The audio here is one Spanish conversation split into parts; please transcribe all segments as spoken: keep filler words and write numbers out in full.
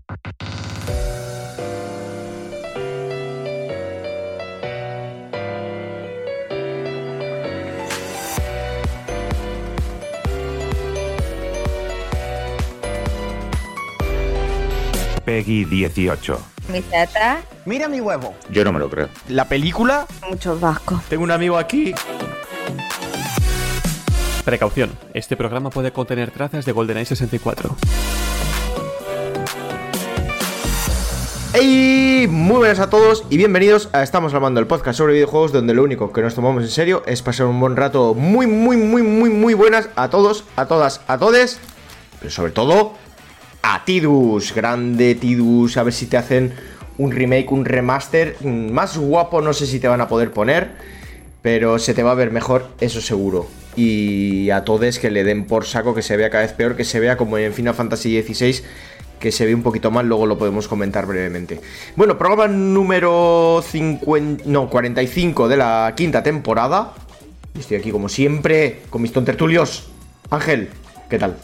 Peggy dieciocho. Mi teta. Mira mi huevo. Yo no me lo creo. ¿La película? Muchos vascos. Tengo un amigo aquí. Precaución, este programa puede contener trazas de GoldenEye sesenta y cuatro. ¡Hey! Muy buenas a todos y bienvenidos a Estamos Hablando, el podcast sobre videojuegos donde lo único que nos tomamos en serio es pasar un buen rato. Muy, muy, muy, muy, muy buenas a todos, a todas, a todes, pero sobre todo a Tidus. Grande Tidus, a ver si te hacen un remake, un remaster más guapo, no sé si te van a poder poner, pero se te va a ver mejor, eso seguro. Y a todos que le den por saco, que se vea cada vez peor, que se vea como en Final Fantasy dieciséis, que se ve un poquito mal, luego lo podemos comentar brevemente. Bueno, programa número cincuenta, no, cuarenta y cinco de la quinta temporada. Estoy aquí como siempre con mis tontertulios. Ángel, ¿qué tal?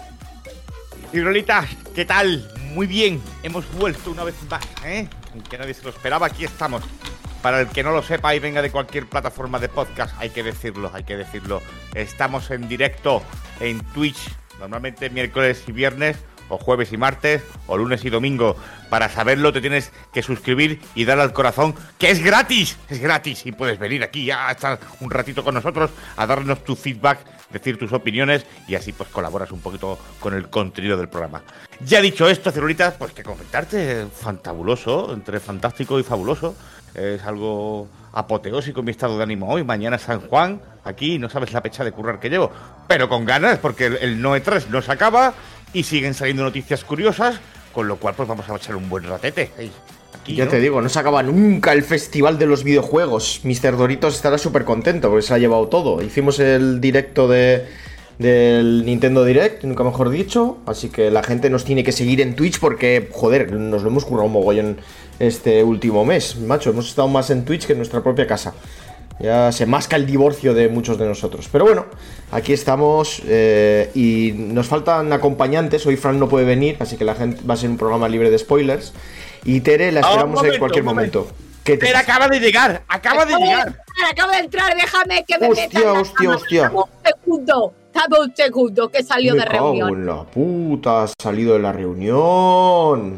Y Lolita, ¿qué tal? Muy bien, hemos vuelto una vez más, ¿eh? Aunque nadie se lo esperaba, aquí estamos. Para el que no lo sepa y venga de cualquier plataforma de podcast, hay que decirlo, hay que decirlo. Estamos en directo en Twitch, normalmente miércoles y viernes, o jueves y martes, o lunes y domingo. Para saberlo te tienes que suscribir y darle al corazón, que es gratis, es gratis. Y puedes venir aquí a estar un ratito con nosotros, a darnos tu feedback, decir tus opiniones, y así pues colaboras un poquito con el contenido del programa. Ya dicho esto, Celulita, pues que comentarte, fantabuloso, entre fantástico y fabuloso. Es algo apoteósico mi estado de ánimo hoy. Mañana San Juan, aquí no sabes la pecha de currar que llevo, pero con ganas, porque el, el Noe tres no se acaba y siguen saliendo noticias curiosas, con lo cual pues vamos a echar un buen ratete. Hey, aquí, ya ¿no? te digo, no se acaba nunca el festival de los videojuegos. mister Doritos estará súper contento porque se ha llevado todo. Hicimos el directo de del Nintendo Direct, nunca mejor dicho, así que la gente nos tiene que seguir en Twitch porque, joder, nos lo hemos currado un mogollón este último mes, macho, hemos estado más en Twitch que en nuestra propia casa. Ya se masca el divorcio de muchos de nosotros. Pero bueno, aquí estamos eh, y nos faltan acompañantes. Hoy Fran no puede venir, así que la gente va a ser un programa libre de spoilers. Y Tere la esperamos oh, momento, en cualquier momento. ¿Qué Tere acaba de llegar, acaba de llegar. Entrar, acaba de entrar, déjame que me hostia, meta en la hostia, cama. hostia. Dame un segundo, dame un segundo que salió me de cago reunión. En la puta, ha salido de la reunión.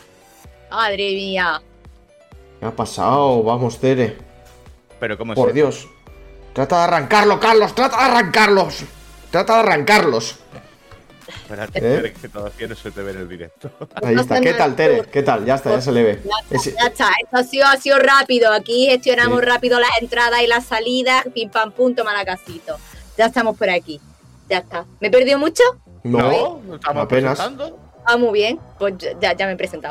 Madre mía. ¿Qué ha pasado? Vamos, Tere. Pero cómo es Por eso? Dios. Trata de arrancarlo, Carlos. Trata de arrancarlos. Trata de arrancarlos. Espérate, ¿Eh? Tere, que todavía no se te ve en el directo. Ahí está. ¿Qué tal, Tere? ¿Qué tal? Ya está, ya se le ve. Ya está, ya está. Esto ha sido, ha sido rápido. Aquí gestionamos sí. rápido las entradas y las salidas. Pim, pam, pum, toma la casito. Ya estamos por aquí. Ya está. ¿Me he perdido mucho? No, no estamos apenas. Presentando. Ah, muy bien. Pues ya, ya me he presentado.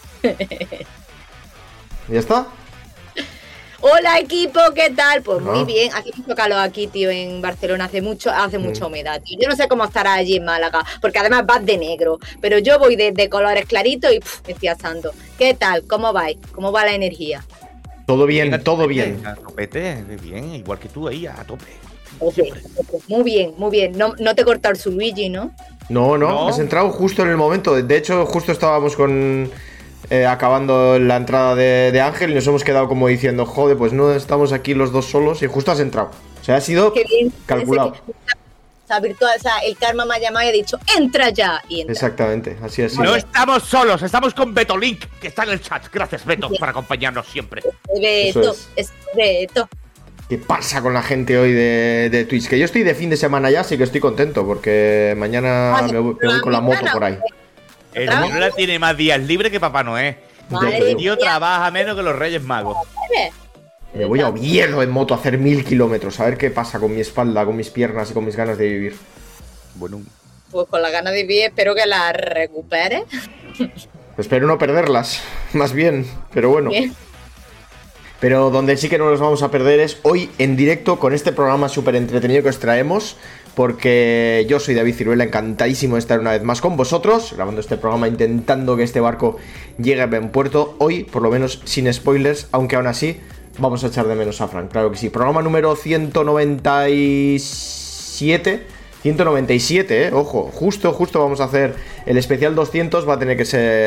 ¿Ya está? Hola equipo, ¿qué tal? Pues no. muy bien, hace mucho calor aquí, tío, en Barcelona, hace mucho, hace mm. mucha humedad, tío. Yo no sé cómo estará allí en Málaga, porque además vas de negro, pero yo voy de, de colores claritos y pff, me estoy asando. ¿Qué tal? ¿Cómo vais? ¿Cómo va la energía? Todo bien, todo bien. A topete, bien, igual que tú ahí, a tope. Okay. Muy bien, muy bien. No, no te he cortado el Luigi, ¿no? No, no, no, has entrado justo en el momento. De hecho, justo estábamos con... Eh, acabando la entrada de, de Ángel y nos hemos quedado como diciendo, joder, pues no estamos aquí los dos solos y justo has entrado. O sea, ha sido bien, calculado. Que, o, sea, virtual, o sea, el karma me ha llamado y ha dicho, entra ya. Y entra. Exactamente, así es. No estamos solos, estamos con Beto Link, que está en el chat. Gracias, Beto, por acompañarnos siempre. Beto, es. es Beto. ¿Qué pasa con la gente hoy de, de Twitch? Que yo estoy de fin de semana ya, así que estoy contento porque mañana ah, me, voy, me voy con la moto por ahí. El Manuela tiene más días libres que Papá Noé. El tío trabaja menos que los Reyes Magos. Me voy a Oviedo en moto a hacer mil kilómetros. A ver qué pasa con mi espalda, con mis piernas y con mis ganas de vivir. Bueno. Pues con las ganas de vivir espero que las recupere. Espero no perderlas, más bien. Pero bueno. Bien. Pero donde sí que no nos vamos a perder es hoy en directo con este programa súper entretenido que os traemos. Porque yo soy David Ciruela, encantadísimo de estar una vez más con vosotros, grabando este programa, intentando que este barco llegue a buen puerto. Hoy, por lo menos, sin spoilers, aunque aún así vamos a echar de menos a Fran, claro que sí. Programa número ciento noventa y siete, eh, ojo, justo, justo vamos a hacer el especial doscientos, va a tener que ser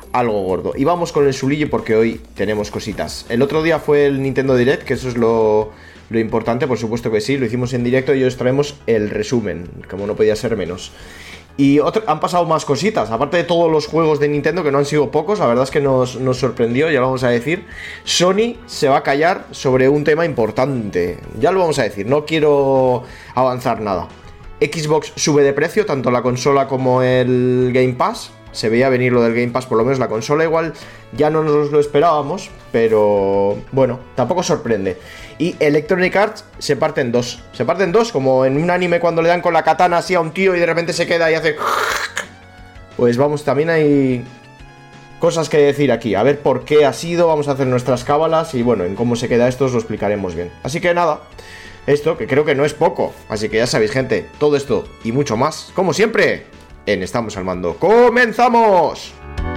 algo gordo. Y vamos con el sulillo porque hoy tenemos cositas. El otro día fue el Nintendo Direct, que eso es lo, lo importante, por supuesto que sí, lo hicimos en directo y hoy os traemos el resumen, como no podía ser menos. Y otro, han pasado más cositas, aparte de todos los juegos de Nintendo, que no han sido pocos, la verdad es que nos, nos sorprendió, ya lo vamos a decir. Sony se va a callar sobre un tema importante, ya lo vamos a decir, no quiero avanzar nada. Xbox sube de precio, tanto la consola como el Game Pass. Se veía venir lo del Game Pass, por lo menos la consola igual ya no nos lo esperábamos, pero bueno, tampoco sorprende. Y Electronic Arts se parte en dos, se parte en dos, como en un anime cuando le dan con la katana así a un tío y de repente se queda y hace... Pues vamos, también hay cosas que decir aquí, a ver por qué ha sido, vamos a hacer nuestras cábalas y bueno, en cómo se queda esto os lo explicaremos bien. Así que nada, esto que creo que no es poco, así que ya sabéis gente, todo esto y mucho más, como siempre, en Estamos al Mando. ¡Comenzamos!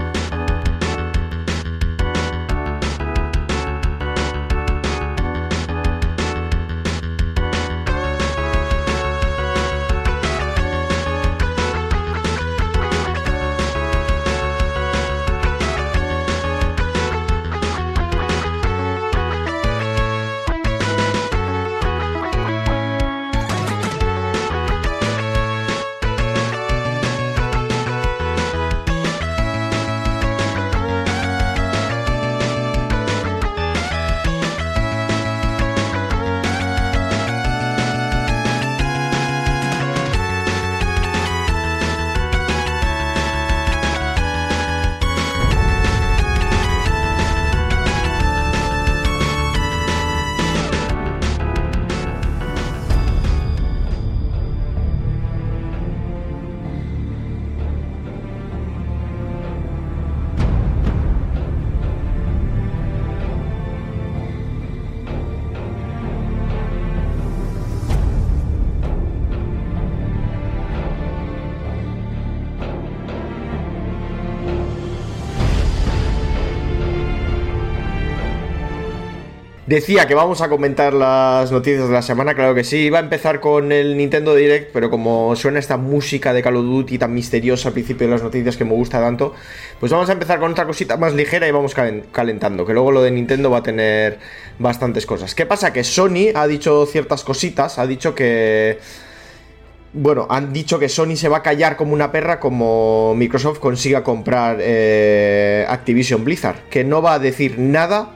Decía que vamos a comentar las noticias de la semana, claro que sí. Iba a empezar con el Nintendo Direct, pero como suena esta música de Call of Duty tan misteriosa al principio de las noticias que me gusta tanto, pues vamos a empezar con otra cosita más ligera y vamos calentando, que luego lo de Nintendo va a tener bastantes cosas. ¿Qué pasa? Que Sony ha dicho ciertas cositas, ha dicho que... Bueno, han dicho que Sony se va a callar como una perra como Microsoft consiga comprar eh, Activision Blizzard, que no va a decir nada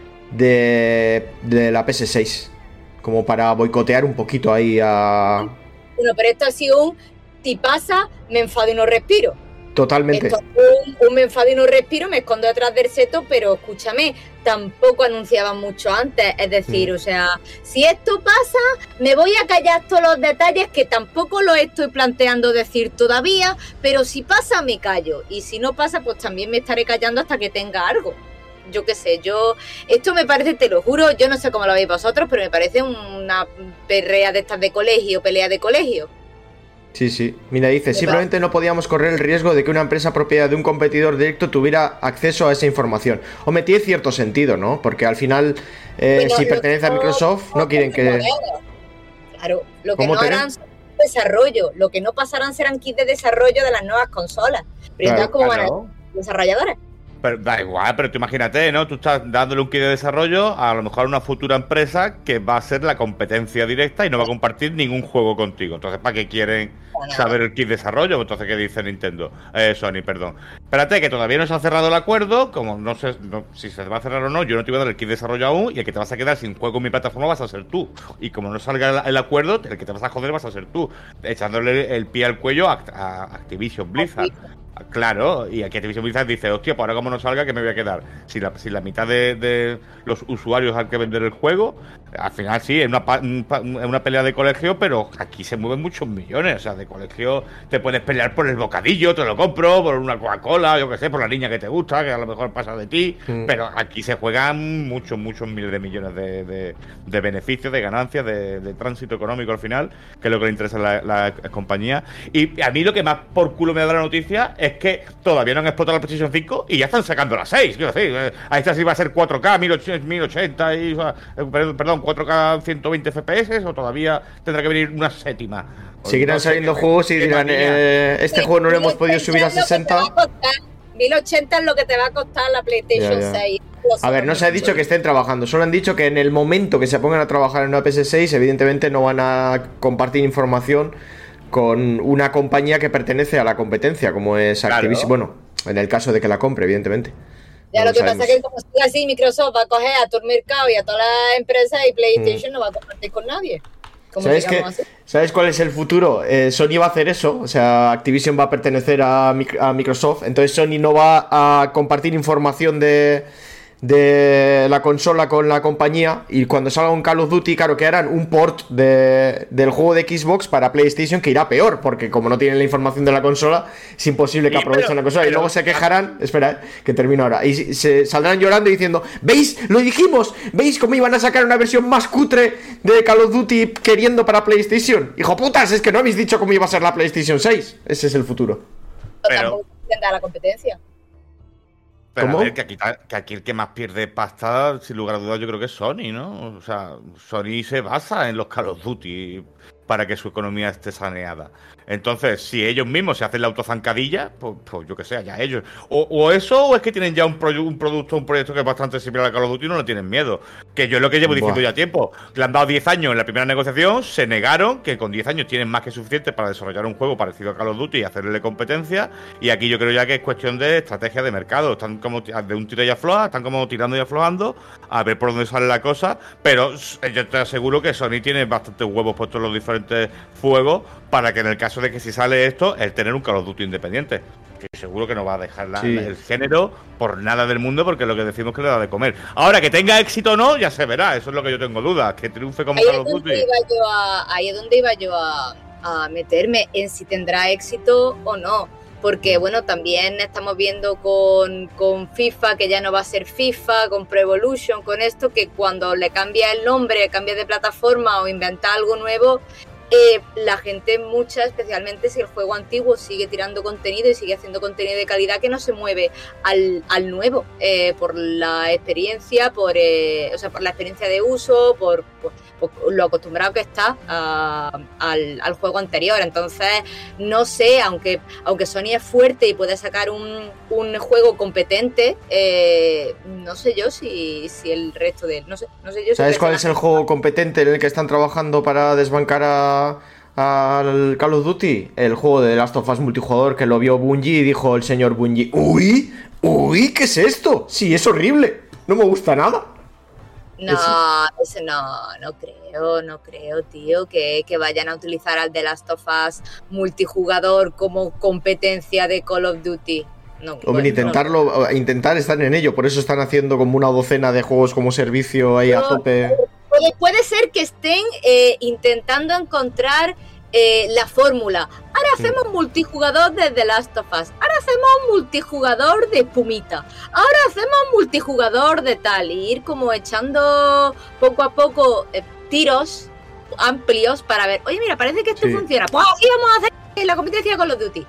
De, de la P S seis, como para boicotear un poquito ahí a... Bueno, pero esto ha sido un si pasa, me enfado y no respiro. Totalmente. Esto es un, un me enfado y no respiro, me escondo detrás del seto, pero escúchame, tampoco anunciaban mucho antes, es decir, mm. o sea, si esto pasa, me voy a callar todos los detalles que tampoco lo estoy planteando decir todavía, pero si pasa me callo, y si no pasa, pues también me estaré callando hasta que tenga algo. Yo qué sé, yo... Esto me parece, te lo juro, yo no sé cómo lo veis vosotros, pero me parece una perrea de estas de colegio, pelea de colegio. Sí, sí. Mira, dice, simplemente no podíamos correr el riesgo de que una empresa propiedad de un competidor directo tuviera acceso a esa información. Hombre, tiene cierto sentido, ¿no? Porque al final, eh, bueno, si pertenece no, a Microsoft, no, no quieren que... Claro, lo que no harán es desarrollo. Lo que no pasarán serán kits de desarrollo de las nuevas consolas. Pero entonces, ¿cómo van a los desarrolladores? Pero da igual, pero tú imagínate, ¿no? Tú estás dándole un kit de desarrollo a lo mejor a una futura empresa que va a ser la competencia directa y no va a compartir ningún juego contigo. Entonces, ¿para qué quieren saber el kit de desarrollo? Entonces, ¿qué dice Nintendo? Eh, Sony, perdón. Espérate, que todavía no se ha cerrado el acuerdo. Como no sé no, si se va a cerrar o no, yo no te voy a dar el kit de desarrollo aún y el que te vas a quedar sin juego en mi plataforma vas a ser tú. Y como no salga el, el acuerdo, el que te vas a joder vas a ser tú. Echándole el pie al cuello a, a Activision Blizzard. Claro, y aquí Activision Blizzard dice, hostia, pues ahora como no salga, ¿qué me voy a quedar? Si la, si la mitad de, de los usuarios han que vender el juego, al final sí, es una, una pelea de colegio, pero aquí se mueven muchos millones. O sea, de colegio te puedes pelear por el bocadillo, te lo compro, por una Coca-Cola, yo qué sé, por la niña que te gusta, que a lo mejor pasa de ti, mm. pero aquí se juegan muchos, muchos miles de millones de, de, de beneficios, de ganancias, de, de tránsito económico al final, que es lo que le interesa a la, la compañía. Y a mí lo que más por culo me da la noticia es que todavía no han explotado la PlayStation cinco y ya están sacando la seis. Quiero decir, ahí está si va a ser cuatro K, mil ochenta y, perdón, cuatro K ciento veinte F P S o todavía tendrá que venir una séptima. Seguirán saliendo juegos y dirán, eh, este juego no lo hemos podido subir a sesenta. mil ochenta es lo que te va a costar la PlayStation Ya, ya. seis. A ver, no se ha dicho que estén trabajando, solo han dicho que en el momento que se pongan a trabajar en una P S seis, evidentemente no van a compartir información con una compañía que pertenece a la competencia, como es Claro. Activision. Bueno, en el caso de que la compre, evidentemente. Ya No lo que sabemos. pasa es que como sigue así, Microsoft va a coger a todo el mercado y a todas las empresas y PlayStation Mm. no va a compartir con nadie. Como ¿Sabes, qué? digamos así. ¿Sabes cuál es el futuro? Eh, Sony va a hacer eso, o sea, Activision va a pertenecer a, Mic- a Microsoft, entonces Sony no va a compartir información de, de la consola con la compañía, y cuando salga un Call of Duty, claro que harán un port de, del juego de Xbox para PlayStation, que irá peor, porque como no tienen la información de la consola, es imposible que Sí, aprovechen pero- la consola, y pero- luego se quejarán, espera, eh, que termino ahora, y se- se saldrán llorando y diciendo, ¿veis? Lo dijimos, ¿veis cómo iban a sacar una versión más cutre de Call of Duty queriendo para PlayStation? Hijo putas, es que no habéis dicho cómo iba a ser la PlayStation seis. Ese es el futuro. Pero Pero- tampoco tendrá la competencia. Pero ¿Cómo? a ver, que aquí, que aquí el que más pierde pasta, sin lugar a dudas, yo creo que es Sony, ¿no? O sea, Sony se basa en los Call of Duty para que su economía esté saneada. Entonces, si ellos mismos se hacen la autozancadilla, pues, pues yo que sé, ya ellos. O, o eso, o es que tienen ya un, proye- un producto, un proyecto que es bastante similar a Call of Duty y no le tienen miedo. Que yo es lo que llevo diciendo Buah. ya tiempo. Le han dado diez años en la primera negociación, se negaron, que con diez años tienen más que suficiente para desarrollar un juego parecido a Call of Duty y hacerle competencia. Y aquí yo creo ya que es cuestión de estrategia de mercado. Están como ti- de un tiro y afloja, están como tirando y aflojando, a ver por dónde sale la cosa. Pero s- yo te aseguro que Sony tiene bastantes huevos puestos en los diferentes fuegos para que en el caso de que si sale esto, el tener un Call of Duty independiente. Que seguro que no va a dejar la- Sí. el género por nada del mundo, porque lo que decimos que le da de comer. Ahora, que tenga éxito o no, ya se verá. Eso es lo que yo tengo dudas. Que triunfe como Ahí Call es of donde Duty. iba yo a, ahí es donde iba yo a, a meterme en si tendrá éxito o no. Porque bueno, también estamos viendo con, con FIFA que ya no va a ser FIFA, con Pro Evolution, con esto, que cuando le cambia el nombre, cambia de plataforma o inventa algo nuevo, eh, la gente mucha, especialmente si el juego antiguo sigue tirando contenido y sigue haciendo contenido de calidad, que no se mueve al, al nuevo, eh, por la experiencia, por eh, o sea, por la experiencia de uso, por, por, por lo acostumbrado que está a, al, al juego anterior. Entonces, no sé, aunque, aunque Sony es fuerte y puede sacar un, un juego competente, eh, no sé yo si, si el resto de... No sé, no sé yo si ¿Sabes el cuál resto es el juego competente en el que están trabajando para desbancar a al Call of Duty? El juego de Last of Us multijugador, que lo vio Bungie y dijo el señor Bungie, uy, uy, ¿qué es esto? Sí, es horrible, no me gusta nada. No, ese no, no creo, no creo, tío, que, que vayan a utilizar al The Last of Us multijugador como competencia de Call of Duty. No, Hombre, bueno, intentarlo, intentar estar en ello, por eso están haciendo como una docena de juegos como servicio ahí a No, tope. Puede, puede ser que estén eh, intentando encontrar eh, la fórmula. Ahora hacemos multijugador de The Last of Us. Ahora hacemos multijugador de Espumita. Ahora hacemos multijugador de tal. Y ir como echando poco a poco eh, tiros amplios para ver, oye, mira, parece que esto Sí. funciona. Pues así vamos a hacer la competencia con los Duty.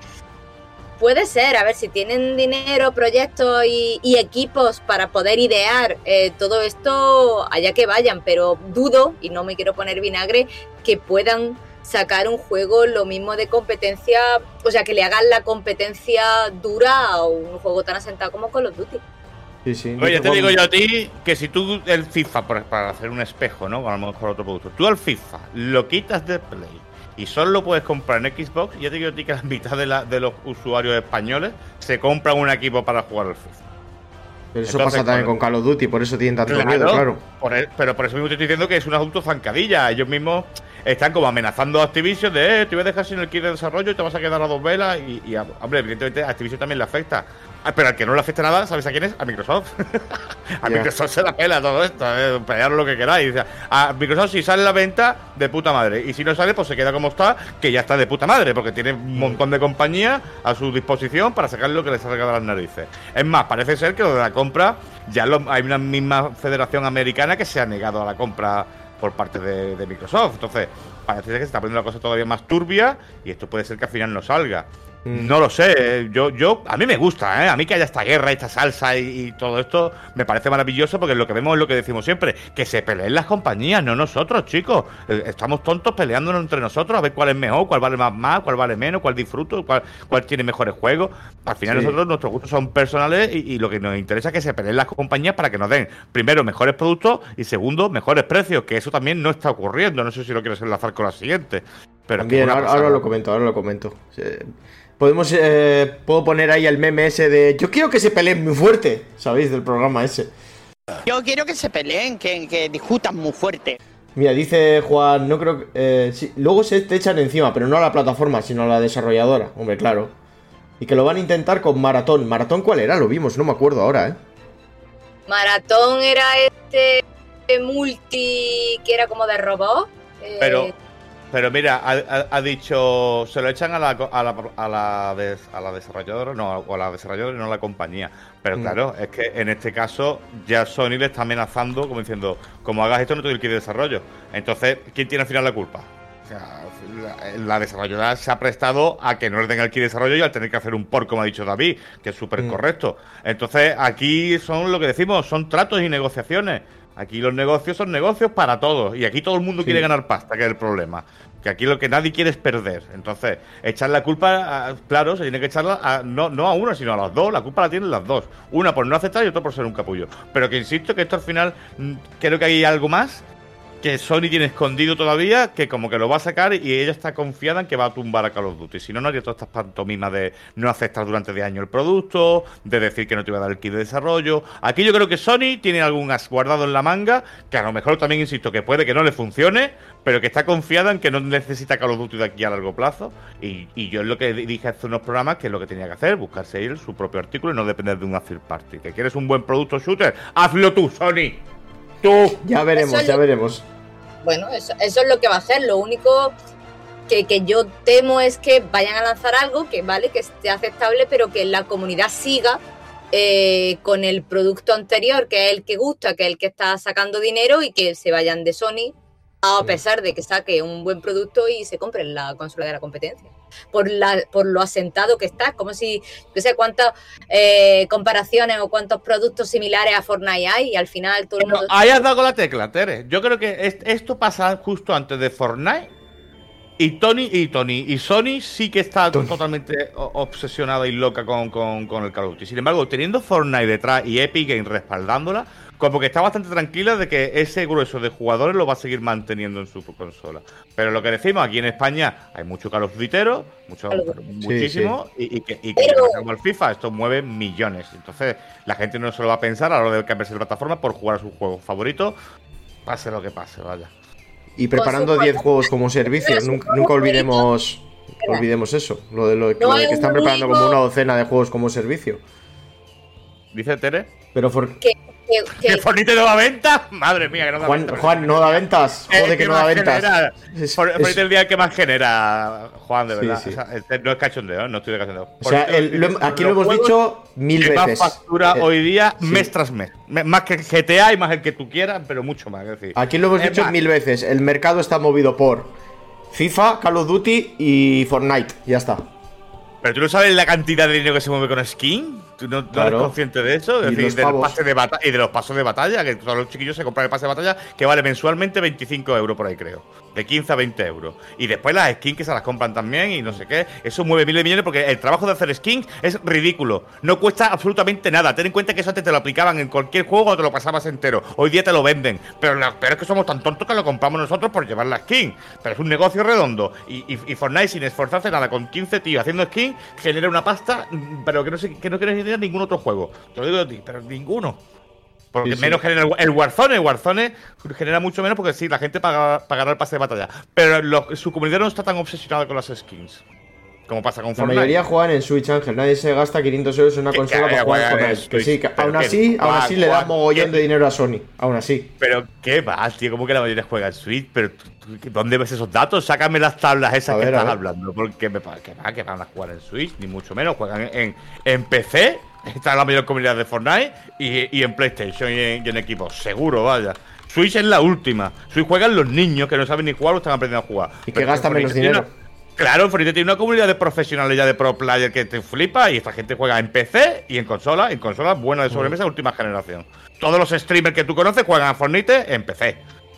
Puede ser, a ver, si tienen dinero, proyectos y, y equipos para poder idear eh, todo esto, allá que vayan, pero dudo, y no me quiero poner vinagre, que puedan sacar un juego lo mismo de competencia, o sea, que le hagan la competencia dura a un juego tan asentado como Call of Duty. Sí, sí. Oye, te Dice digo Juan- yo a ti que si tú el FIFA, por- para hacer un espejo, ¿no? A lo mejor otro producto, tú al FIFA lo quitas de Play y solo lo puedes comprar en Xbox, ya te digo a ti que la mitad de, la, de los usuarios españoles se compran un equipo para jugar al FIFA. Pero eso Entonces, pasa también con- con Call of Duty, por eso tienen tanto miedo, claro. Por el- pero por eso mismo te estoy diciendo que es una autozancadilla. Ellos mismos están como amenazando a Activision de, eh, te voy a dejar sin el kit de desarrollo y te vas a quedar a dos velas. Y, y a- hombre, evidentemente a Activision también le afecta. Ah, pero al que no le afecta nada, ¿sabes a quién es? A Microsoft. a Ya. Microsoft se la pela todo esto, eh, pelear lo que queráis. O sea, a Microsoft si sale la venta, de puta madre. Y si no sale, pues se queda como está, que ya está de puta madre, porque tiene un montón de compañías a su disposición para sacar lo que les salga de las narices. Es más, parece ser que lo de la compra, ya lo- hay una misma federación americana que se ha negado a la compra por parte de, de Microsoft. Entonces, parece ser que se está poniendo la cosa todavía más turbia y esto puede ser que al final no salga. No lo sé, yo, yo, a mí me gusta, ¿eh? A mí que haya esta guerra, esta salsa y, y todo esto me parece maravilloso porque lo que vemos es lo que decimos siempre, que se peleen las compañías, no nosotros, chicos. Estamos tontos peleándonos entre nosotros a ver cuál es mejor, cuál vale más, más cuál vale menos, cuál disfruto, cuál, cuál tiene mejores juegos. Al final sí. Nosotros, nuestros gustos son personales y, y lo que nos interesa es que se peleen las compañías para que nos den, primero, mejores productos y segundo, mejores precios, que eso también no está ocurriendo. No sé si lo quieres enlazar con la siguiente. Pero también, ahora, ahora lo comento, ahora lo comento. Sí. Podemos, eh, puedo poner ahí el meme ese de yo quiero que se peleen muy fuerte, ¿sabéis? Del programa ese. Yo quiero que se peleen, que, que discutan muy fuerte. Mira, dice Juan, no creo que... Eh, sí, luego se te echan encima, pero no a la plataforma, sino a la desarrolladora. Hombre, claro. Y que lo van a intentar con Maratón. ¿Maratón cuál era? Lo vimos, no me acuerdo ahora, ¿eh? Maratón era este multi que era como de robot. Eh... Pero... Pero mira, ha, ha, ha dicho, se lo echan a la, a la, a la, des, a la desarrolladora, no, o a la desarrolladora y no a la compañía. Pero mm. claro, es que en este caso ya Sony le está amenazando, como diciendo, como hagas esto no te doy el kit de desarrollo. Entonces, ¿quién tiene al final la culpa? O sea, la, la desarrolladora se ha prestado a que no le den el kit de desarrollo y al tener que hacer un port, como ha dicho David, que es súper mm. correcto. Entonces, aquí son lo que decimos, son tratos y negociaciones. Aquí los negocios son negocios para todos. Y aquí todo el mundo sí. quiere ganar pasta, que es el problema. Que aquí lo que nadie quiere es perder. Entonces, echar la culpa, a, claro, se tiene que echarla a, no, no a una, sino a las dos. La culpa la tienen las dos. Una por no aceptar y otra por ser un capullo. Pero que insisto que esto al final, creo que hay algo más que Sony tiene escondido todavía, que como que lo va a sacar y ella está confiada en que va a tumbar a Call of Duty. Si no, no haría todas estas pantomimas de no aceptar durante diez años el producto, de decir que no te iba a dar el kit de desarrollo. Aquí yo creo que Sony tiene algún as guardado en la manga, que a lo mejor también, insisto, que puede que no le funcione, pero que está confiada en que no necesita Call of Duty de aquí a largo plazo. Y, y yo es lo que dije hace unos programas, que es lo que tenía que hacer, buscarse él su propio artículo y no depender de una third party. ¿Que quieres un buen producto shooter? ¡Hazlo tú, Sony! ¡Tú! Ya veremos, ya veremos. Bueno, eso, eso es lo que va a hacer. Lo único que, que yo temo es que vayan a lanzar algo que vale, que esté aceptable, pero que la comunidad siga eh, con el producto anterior, que es el que gusta, que es el que está sacando dinero, y que se vayan de Sony a pesar de que saque un buen producto y se compren la consola de la competencia. Por la por lo asentado que está, como si, no sé cuántas eh, comparaciones o cuántos productos similares a Fortnite hay, y al final todo el mundo... Ahí has dado la tecla, Tere. Yo creo que es, esto pasa justo antes de Fortnite. Y Tony y Tony y Sony sí que está Tony. totalmente obsesionada y loca con, con, con el Call of Duty. Sin embargo, teniendo Fortnite detrás y Epic Games respaldándola, como que está bastante tranquila de que ese grueso de jugadores lo va a seguir manteniendo en su consola. Pero lo que decimos, aquí en España hay mucho Call of Dutyero, mucho, muchísimo, sí, sí. y, y que, y que Pero... como el FIFA, esto mueve millones. Entonces, la gente no se lo va a pensar a la hora de cambiarse de plataforma por jugar a su juego favorito, pase lo que pase, vaya. Y preparando diez juegos como servicio, nunca, nunca olvidemos olvidemos eso, lo de, lo, no lo de que están preparando como una docena de juegos como servicio. ¿Dice Tere? Pero for... ¿Qué? ¿Que, ¿Que Fortnite no da ventas? Madre mía, que no da Juan, ventas. Juan, no da ventas. Joder, eh, que no da ventas. Es, Fortnite es el día que más genera, Juan, de verdad. Sí, sí. O sea, no es cachondeo, no estoy de cachondeo. O sea, el, lo, aquí lo hemos dicho mil que veces. Más factura eh, hoy día, sí. mes tras mes. Más que G T A y más el que tú quieras, pero mucho más. Es decir, aquí lo hemos es dicho más. mil veces. El mercado está movido por FIFA, Call of Duty y Fortnite. Ya está. Pero tú no sabes la cantidad de dinero que se mueve con skin. ¿Tú no, claro. no eres consciente de eso? Es y decir, del pase de batalla y de los pasos de batalla, que todos los chiquillos se compran el pase de batalla, que vale mensualmente veinticinco euros por ahí, creo. De quince a veinte euros. Y después las skins que se las compran también y no sé qué. Eso mueve miles de millones porque el trabajo de hacer skins es ridículo. No cuesta absolutamente nada. Ten en cuenta que eso antes te lo aplicaban en cualquier juego o te lo pasabas entero. Hoy día te lo venden. Pero lo peor es que somos tan tontos que lo compramos nosotros por llevar la skin. Pero es un negocio redondo. Y, y, y Fortnite, sin esforzarse nada, con quince tíos haciendo skin, genera una pasta, pero que no sé, que no quieres idea ningún otro juego. Te lo digo a ti, pero ninguno. Porque sí, sí. menos genera el Warzone. El Warzone genera mucho menos porque sí, la gente paga, pagará el pase de batalla. Pero lo, su comunidad no está tan obsesionada con las skins como pasa con la Fortnite. La mayoría juegan en Switch, Ángel. Nadie se gasta quinientos euros en una que consola para jugar con Fortnite. Que sí, que aún así, aún así le da mogollón de dinero a Sony. Aún así. Pero qué va, tío, ¿cómo que la mayoría juega en Switch? Pero ¿dónde ves esos datos? Sácame las tablas esas ver, que estás hablando. Porque me que va, que van a jugar en Switch, ni mucho menos. Juegan en, en P C. Está la mayor comunidad de Fortnite y, y en PlayStation y en, y en equipos, seguro, vaya. Switch es la última. Switch juegan los niños que no saben ni jugar o están aprendiendo a jugar. Y que gastan menos dinero. Claro, Fortnite tiene una comunidad de profesionales ya de pro player que te flipa y esta gente juega en P C y en consola, en consola buena de sobremesa, última generación. Todos los streamers que tú conoces juegan a Fortnite en P C.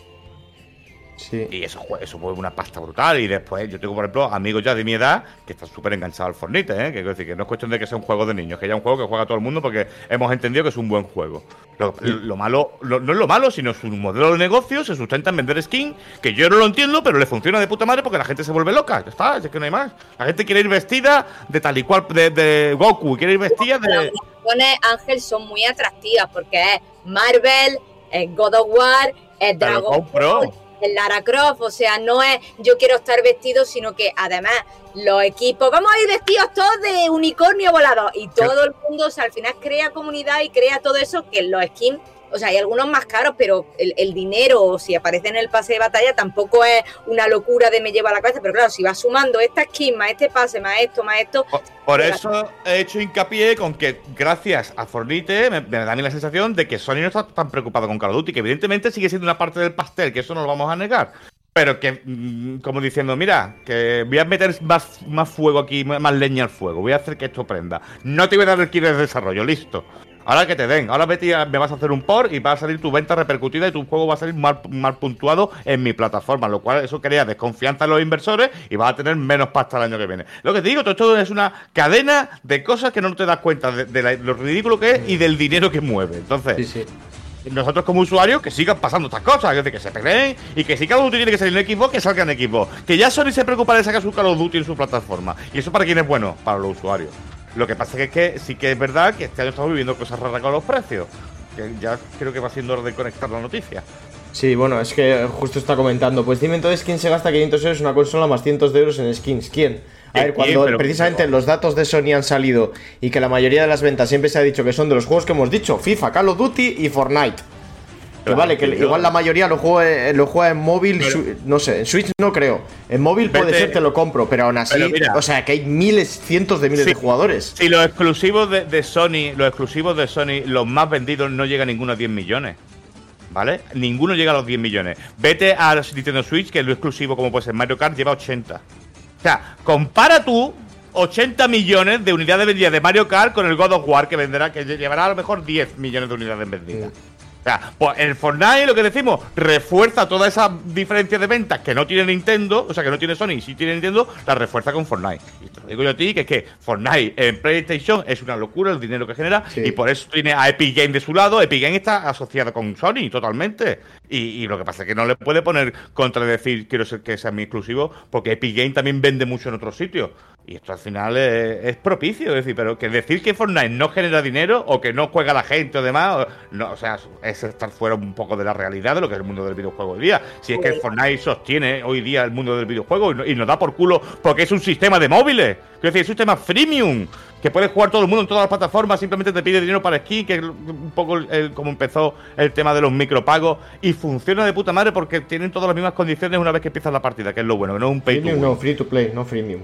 Sí. Y eso, eso mueve una pasta brutal. Y después, yo tengo, por ejemplo, amigos ya de mi edad que están súper enganchados al Fortnite, ¿eh? Que quiero decir que no es cuestión de que sea un juego de niños, que ya es un juego que juega todo el mundo porque hemos entendido que es un buen juego. Lo, sí. lo malo, lo, no es lo malo, sino su modelo de negocio se sustenta en vender skin, que yo no lo entiendo, pero le funciona de puta madre porque la gente se vuelve loca. Ya está, es que no hay más. La gente quiere ir vestida de tal y cual, de, de Goku, quiere ir vestida de. Las animaciones, Ángel, son muy atractivas porque es Marvel, es God of War, es Dragon Ball, es Lara Croft, o sea, no es yo quiero estar vestido, sino que además los equipos, vamos a ir vestidos todos de unicornio volador y todo el mundo, o sea, al final crea comunidad y crea todo eso que los skins, o sea, hay algunos más caros, pero el, el dinero, si aparece en el pase de batalla, tampoco es una locura de me lleva a la cabeza, pero claro, si vas sumando esta skin, más este pase, más esto, más esto... Por, por eso he hecho hincapié con que gracias a Fortnite me, me da a mí la sensación de que Sony no está tan preocupado con Call of Duty, que evidentemente sigue siendo una parte del pastel, que eso no lo vamos a negar. Pero que, como diciendo, mira, que voy a meter más, más fuego aquí, más leña al fuego, voy a hacer que esto prenda. No te voy a dar el kit de desarrollo, listo. Ahora que te den, ahora Betty, me vas a hacer un port y va a salir tu venta repercutida y tu juego va a salir mal, mal puntuado en mi plataforma, lo cual eso crea desconfianza en los inversores y vas a tener menos pasta el año que viene. Lo que te digo, todo esto es una cadena de cosas que no te das cuenta de, de la, lo ridículo que es y del dinero que mueve. Entonces, sí, sí. Nosotros como usuarios que sigan pasando estas cosas, es decir, que se peleen y que si Call of Duty tiene que salir en Xbox, que salga en Xbox. Que ya Sony se preocupa de sacar su Call of Duty en su plataforma. ¿Y eso para quién es bueno? Para los usuarios. Lo que pasa es que sí que es verdad que este año estamos viviendo cosas raras con los precios. Que ya creo que va siendo hora de conectar la noticia. Sí, bueno, es que justo está comentando. Pues dime entonces quién se gasta quinientos euros en una consola más cientos de euros en skins. ¿Quién? A ver, cuando bien, precisamente pero... los datos de Sony han salido y que la mayoría de las ventas siempre se ha dicho que son de los juegos que hemos dicho: FIFA, Call of Duty y Fortnite. Que vale, que igual la mayoría lo juega, lo juega en móvil, pero, su, no sé, en Switch no creo. En móvil puede vete, ser, te lo compro, pero aún así, pero mira, o sea, que hay miles, cientos de miles sí, de jugadores. Si los exclusivos de, de Sony, los exclusivos de Sony, los más vendidos no llegan ninguno a diez millones. ¿Vale? Ninguno llega a los diez millones. Vete a Nintendo Switch, que es lo exclusivo, como puede ser Mario Kart, lleva ochenta. O sea, compara tú ochenta millones de unidades vendidas de Mario Kart con el God of War, que venderá, que llevará a lo mejor diez millones de unidades vendidas. Sí. O sea, pues el Fortnite, lo que decimos, refuerza toda esa diferencia de ventas que no tiene Nintendo, o sea, que no tiene Sony y sí tiene Nintendo, la refuerza con Fortnite. Y te lo digo yo a ti, que es que Fortnite en PlayStation es una locura el dinero que genera, sí. Y por eso tiene a Epic Games de su lado. Epic Games está asociado con Sony totalmente. Y, y lo que pasa es que no le puede poner contra decir quiero ser que sea mi exclusivo, porque Epic Games también vende mucho en otros sitios. Y esto al final es, es propicio, es decir, pero que decir que Fortnite no genera dinero o que no juega la gente o demás, no, o sea, es estar fuera un poco de la realidad de lo que es el mundo del videojuego hoy día. Si es que el Fortnite sostiene hoy día el mundo del videojuego y, no, y nos da por culo porque es un sistema de móviles, es decir, es un sistema freemium, que puede jugar todo el mundo en todas las plataformas, simplemente te pide dinero para skin, que es un poco el, el, como empezó el tema de los micropagos, y funciona de puta madre porque tienen todas las mismas condiciones una vez que empiezas la partida, que es lo bueno, que no es un pay to win. No, free to play, no freemium.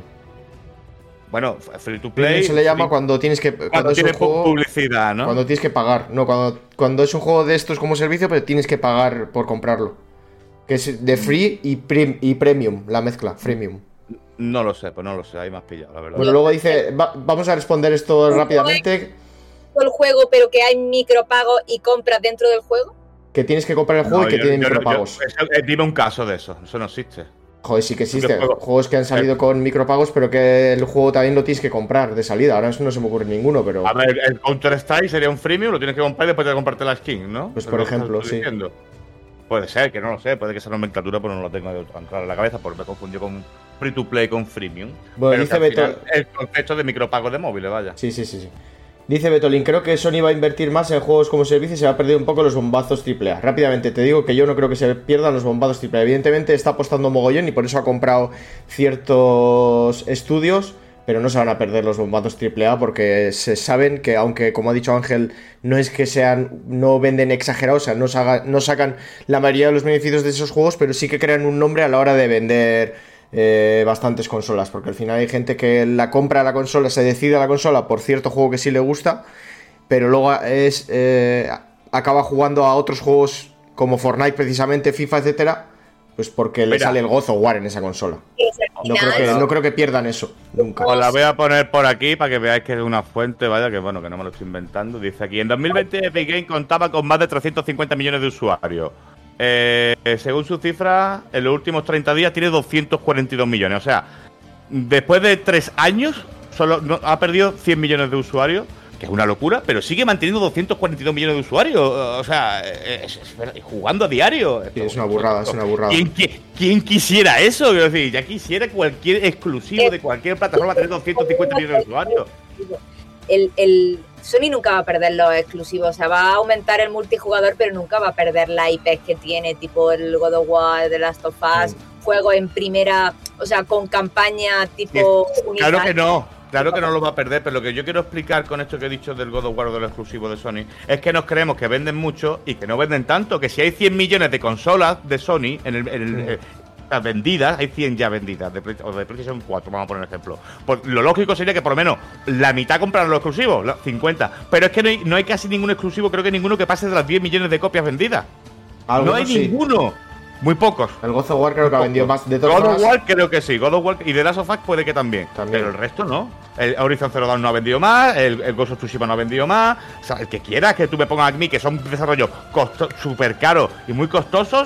Bueno, free to play se le llama cuando tienes que cuando, cuando tiene juego, publicidad, ¿no? Cuando tienes que pagar, no, cuando cuando es un juego de estos como servicio, pero tienes que pagar por comprarlo. Que es de free y, prim, y premium, la mezcla, freemium. No lo sé, pues no lo sé, ahí me has pillado, la verdad. Bueno, luego dice, va, vamos a responder esto rápidamente. El juego, pero que hay micropagos y compras dentro del juego. Que tienes que comprar el juego no, y que yo, tiene yo, micropagos. Yo, yo, eh, dime un caso de eso, eso no existe. Joder, sí que existe. Juegos que han salido con micropagos, pero que el juego también lo tienes que comprar de salida. Ahora eso no se me ocurre ninguno, pero... A ver, el Counter-Strike sería un freemium, lo tienes que comprar y después de comprarte la skin, ¿no? Pues por ejemplo, sí. Diciendo. Puede ser, que no lo sé, puede que sea nomenclatura, pero no lo tengo tan claro en la cabeza, porque me confundió con free to play con freemium. Bueno, pero dice Beto... El concepto de micropagos de móviles, vaya. Sí, sí, sí, sí. Dice Betolin, creo que Sony va a invertir más en juegos como servicio y se va a perder un poco los bombazos triple A. Rápidamente te digo que yo no creo que se pierdan los bombazos triple A. Evidentemente está apostando mogollón y por eso ha comprado ciertos estudios, pero no se van a perder los bombazos triple A porque se saben que, aunque como ha dicho Ángel, no es que sean, no venden exagerados, o sea, no, saga, no sacan la mayoría de los beneficios de esos juegos, pero sí que crean un nombre a la hora de vender Eh, bastantes consolas, porque al final hay gente que la compra la consola, se decide a la consola por cierto juego que sí le gusta, pero luego es eh, acaba jugando a otros juegos como Fortnite precisamente, FIFA, etcétera, Pues porque le Mira. sale el God of War en esa consola. No creo, que, no creo que pierdan eso, nunca. Os la voy a poner por aquí para que veáis que es una fuente, vaya, que bueno, que no me lo estoy inventando. Dice aquí, en dos mil veinte Epic Games contaba con más de trescientos cincuenta millones de usuarios. Eh, según su cifra, en los últimos treinta días tiene doscientos cuarenta y dos millones. O sea, después de tres años, solo no, ha perdido cien millones de usuarios, que es una locura, pero sigue manteniendo doscientos cuarenta y dos millones de usuarios. O sea, es, es, es, jugando a diario. Sí, es una burrada, es una burrada. ¿Quién, quién, quién quisiera eso? Quiero decir, ya quisiera cualquier exclusivo de cualquier plataforma tener doscientos cincuenta millones de usuarios. El, el Sony nunca va a perder los exclusivos, o sea, va a aumentar el multijugador, pero nunca va a perder la I P que tiene, tipo el God of War, The Last of Us, sí. Juego en primera, o sea, con campaña tipo... Sí, claro que no. Claro que no lo va a perder, pero lo que yo quiero explicar con esto que he dicho del God of War o del exclusivo de Sony es que nos creemos que venden mucho y que no venden tanto, que si hay cien millones de consolas de Sony en el, en el, sí. eh, vendidas, hay cien ya vendidas, de, o de PlayStation cuatro, vamos a poner un ejemplo. Pues lo lógico sería que por lo menos la mitad compraran los exclusivos, los cincuenta, pero es que no hay, no hay casi ningún exclusivo, creo que ninguno que pase de las diez millones de copias vendidas. No hay sí. ninguno. Muy pocos. El God of War creo que ha vendido más de todos. God of War creo que sí. God of War y The Last of Us puede que también. también. Pero el resto no. El Horizon Zero Dawn no ha vendido más. El, el Ghost of Tsushima no ha vendido más. O sea, el que quiera que tú me pongas a mí, que son desarrollos súper caros y muy costosos,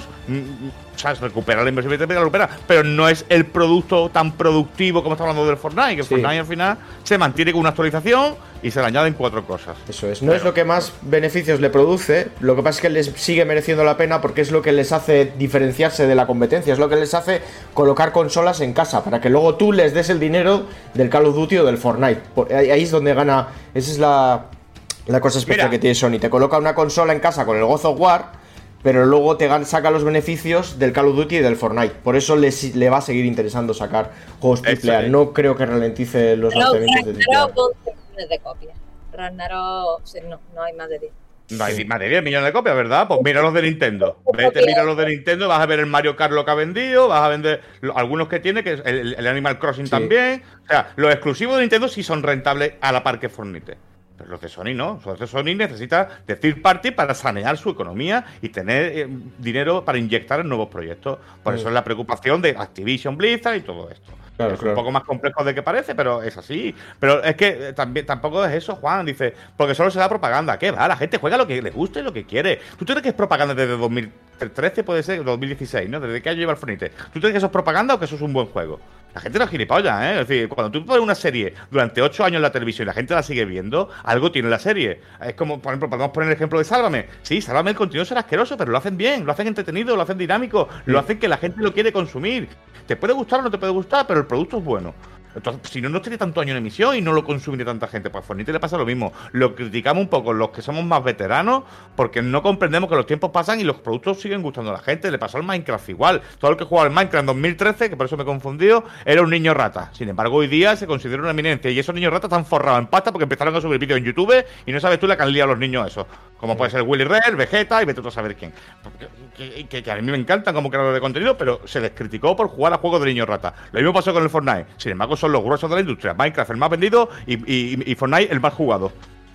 o sea, recupera la inversión, la recupera. Pero no es el producto tan productivo como estamos hablando del Fortnite. Que sí. Fortnite al final se mantiene con una actualización y se le añaden cuatro cosas. Eso es. No pero, es lo que más beneficios le produce. Lo que pasa es que les sigue mereciendo la pena porque es lo que les hace diferenciarse de la competencia. Es lo que les hace colocar consolas en casa para que luego tú les des el dinero del Call of Duty o del Fortnite. Ahí es donde gana. Esa es la, la cosa especial Mira. que tiene Sony. Te coloca una consola en casa con el God of War, pero luego te saca los beneficios del Call of Duty y del Fortnite. Por eso le, le va a seguir interesando sacar juegos triple A. No creo que ralentice los lanzamientos de triple A. De copias. Ragnarok, no, no hay más de diez. No hay más de diez millones de copias, ¿verdad? Pues mira los de Nintendo. Vete, mira los de Nintendo, vas a ver el Mario Kart lo que ha vendido, vas a vender algunos que tiene, que es el, el Animal Crossing sí. también. O sea, los exclusivos de Nintendo sí son rentables a la par que Fortnite. Pero los de Sony no. Los de Sony necesita de third party para sanear su economía y tener eh, dinero para inyectar en nuevos proyectos. Por sí. eso es la preocupación de Activision, Blizzard y todo esto. Claro, es claro. un poco más complejo de que parece, pero es así. Pero es que también tampoco es eso, Juan. Dice, porque solo se da propaganda. ¿Qué va? La gente juega lo que le guste y lo que quiere. ¿Tú crees que es propaganda desde dos mil trece? Puede ser, dos mil dieciséis, ¿no? ¿Desde qué año lleva el Fortnite? ¿Tú crees que eso es propaganda o que eso es un buen juego? La gente no es gilipollas, ¿eh? Es decir, cuando tú pones una serie durante ocho años en la televisión y la gente la sigue viendo, algo tiene la serie. Es como, por ejemplo, podemos poner el ejemplo de Sálvame. Sí, Sálvame, el contenido será asqueroso, pero lo hacen bien, lo hacen entretenido, lo hacen dinámico, sí. lo hacen que la gente lo quiere consumir. Te puede gustar o no te puede gustar, pero el producto es bueno. Entonces, si no, no estaría tanto año en emisión y no lo consumiría tanta gente. Pues a Fortnite le pasa lo mismo. Lo criticamos un poco los que somos más veteranos porque no comprendemos que los tiempos pasan y los productos siguen gustando a la gente. Le pasó al Minecraft igual. Todo el que jugaba al Minecraft en dos mil trece, que por eso me he confundido, era un niño rata. Sin embargo, hoy día se considera una eminencia y esos niños ratas están forrados en pasta porque empezaron a subir vídeos en YouTube y no sabes tú la que han liado los niños esos. Como puede ser Willy Red, Vegeta y vete tú a saber quién. Que, que, que a mí me encantan como creadores de contenido, pero se les criticó por jugar a juegos de niños rata. Lo mismo pasó con el Fortnite. Sin embargo, son los gruesos de la industria. Minecraft el más vendido y, y, y Fortnite el más jugado.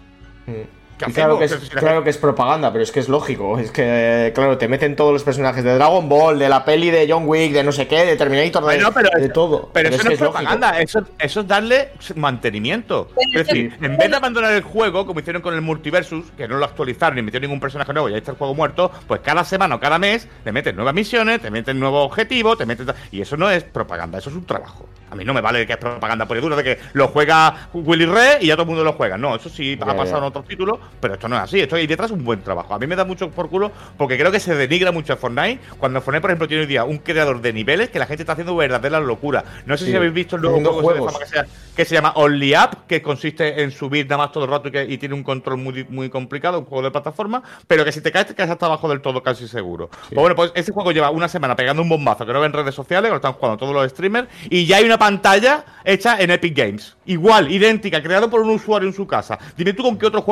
Mm. Claro que, es, claro que es propaganda, pero es que es lógico. Es que, claro, te meten todos los personajes de Dragon Ball, de la peli de John Wick, de no sé qué, de Terminator, de, bueno, pero, de todo. Pero, pero eso no es, es propaganda, eso, eso es darle mantenimiento. Es decir, en vez de abandonar el juego, como hicieron con el Multiversus, que no lo actualizaron ni metieron ningún personaje nuevo y ahí está el juego muerto, pues cada semana o cada mes te meten nuevas misiones, te meten nuevos objetivos, te meten... Y eso no es propaganda, eso es un trabajo. A mí no me vale que es propaganda por el duro de que lo juega Willy Red y ya todo el mundo lo juega. No, eso sí ha pasado en otros títulos, pero esto no es así. Esto ahí detrás es un buen trabajo. A mí me da mucho por culo porque creo que se denigra mucho a Fortnite. Cuando Fortnite, por ejemplo, tiene hoy día un creador de niveles que la gente está haciendo verdadera locura. No sé sí. si habéis visto el nuevo juego que se, que se llama Only Up, que consiste en subir nada más todo el rato y, que, y tiene un control muy, muy complicado, un juego de plataforma, pero que si te caes, te caes hasta abajo del todo, casi seguro. Sí. Pues bueno, pues ese juego lleva una semana pegando un bombazo que no ve en redes sociales, que lo están jugando todos los streamers, y ya hay una pantalla hecha en Epic Games. Igual, idéntica, creado por un usuario en su casa. Dime tú con qué otro juego hace eso que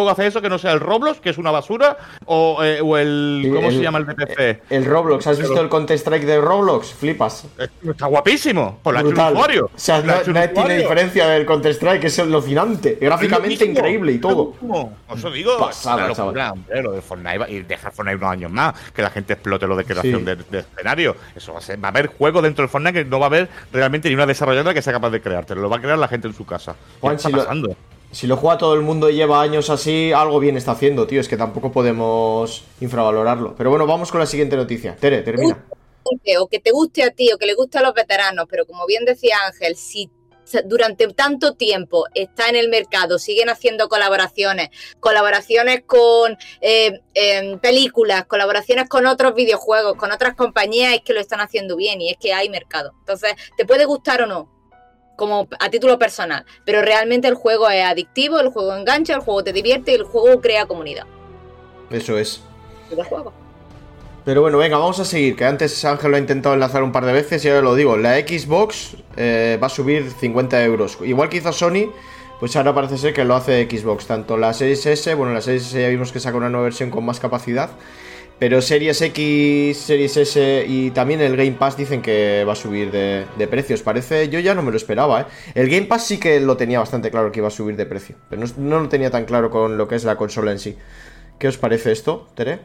que no sea el Roblox, que es una basura, o, eh, o el... Sí, ¿Cómo el, se llama el D P C? El Roblox, ¿has visto el Counter-Strike de Roblox? Flipas. Está guapísimo, por la Brutal. usuario. O sea, no, no tiene diferencia del Counter-Strike, es alucinante. Gráficamente es increíble y todo. Os digo, Pasada, es una locura, hombre, lo de Fortnite y dejar Fortnite unos años más, que la gente explote lo de creación Sí. de, de escenario. Eso va a ser, va a haber juegos dentro del Fortnite que no va a haber realmente ni una desarrolladora que sea capaz de creártelo. Lo va a crear la gente en su casa. Juan, ¿Qué está si lo- pasando? Si lo juega todo el mundo y lleva años así, algo bien está haciendo, tío. Es que tampoco podemos infravalorarlo. Pero bueno, vamos con la siguiente noticia. Tere, termina. O que te guste a ti o que le guste a los veteranos, pero como bien decía Ángel, si durante tanto tiempo está en el mercado, siguen haciendo colaboraciones, colaboraciones con eh, eh, películas, colaboraciones con otros videojuegos, con otras compañías, es que lo están haciendo bien y es que hay mercado. Entonces, te puede gustar o no, como a título personal, pero realmente el juego es adictivo, el juego engancha, el juego te divierte y el juego crea comunidad. Eso es. El juego. Pero bueno, venga, vamos a seguir. Que antes Ángel lo ha intentado enlazar un par de veces y ahora lo digo. La Xbox eh, va a subir cincuenta euros. Igual que hizo Sony, pues ahora parece ser que lo hace Xbox. Tanto la Series S, bueno, la Series S ya vimos que saca una nueva versión con más capacidad. Pero Series X, Series S y también el Game Pass dicen que va a subir de, de precios. Parece, yo ya no me lo esperaba, ¿eh? El Game Pass sí que lo tenía bastante claro que iba a subir de precio. Pero no, no lo tenía tan claro con lo que es la consola en sí. ¿Qué os parece esto, Tere?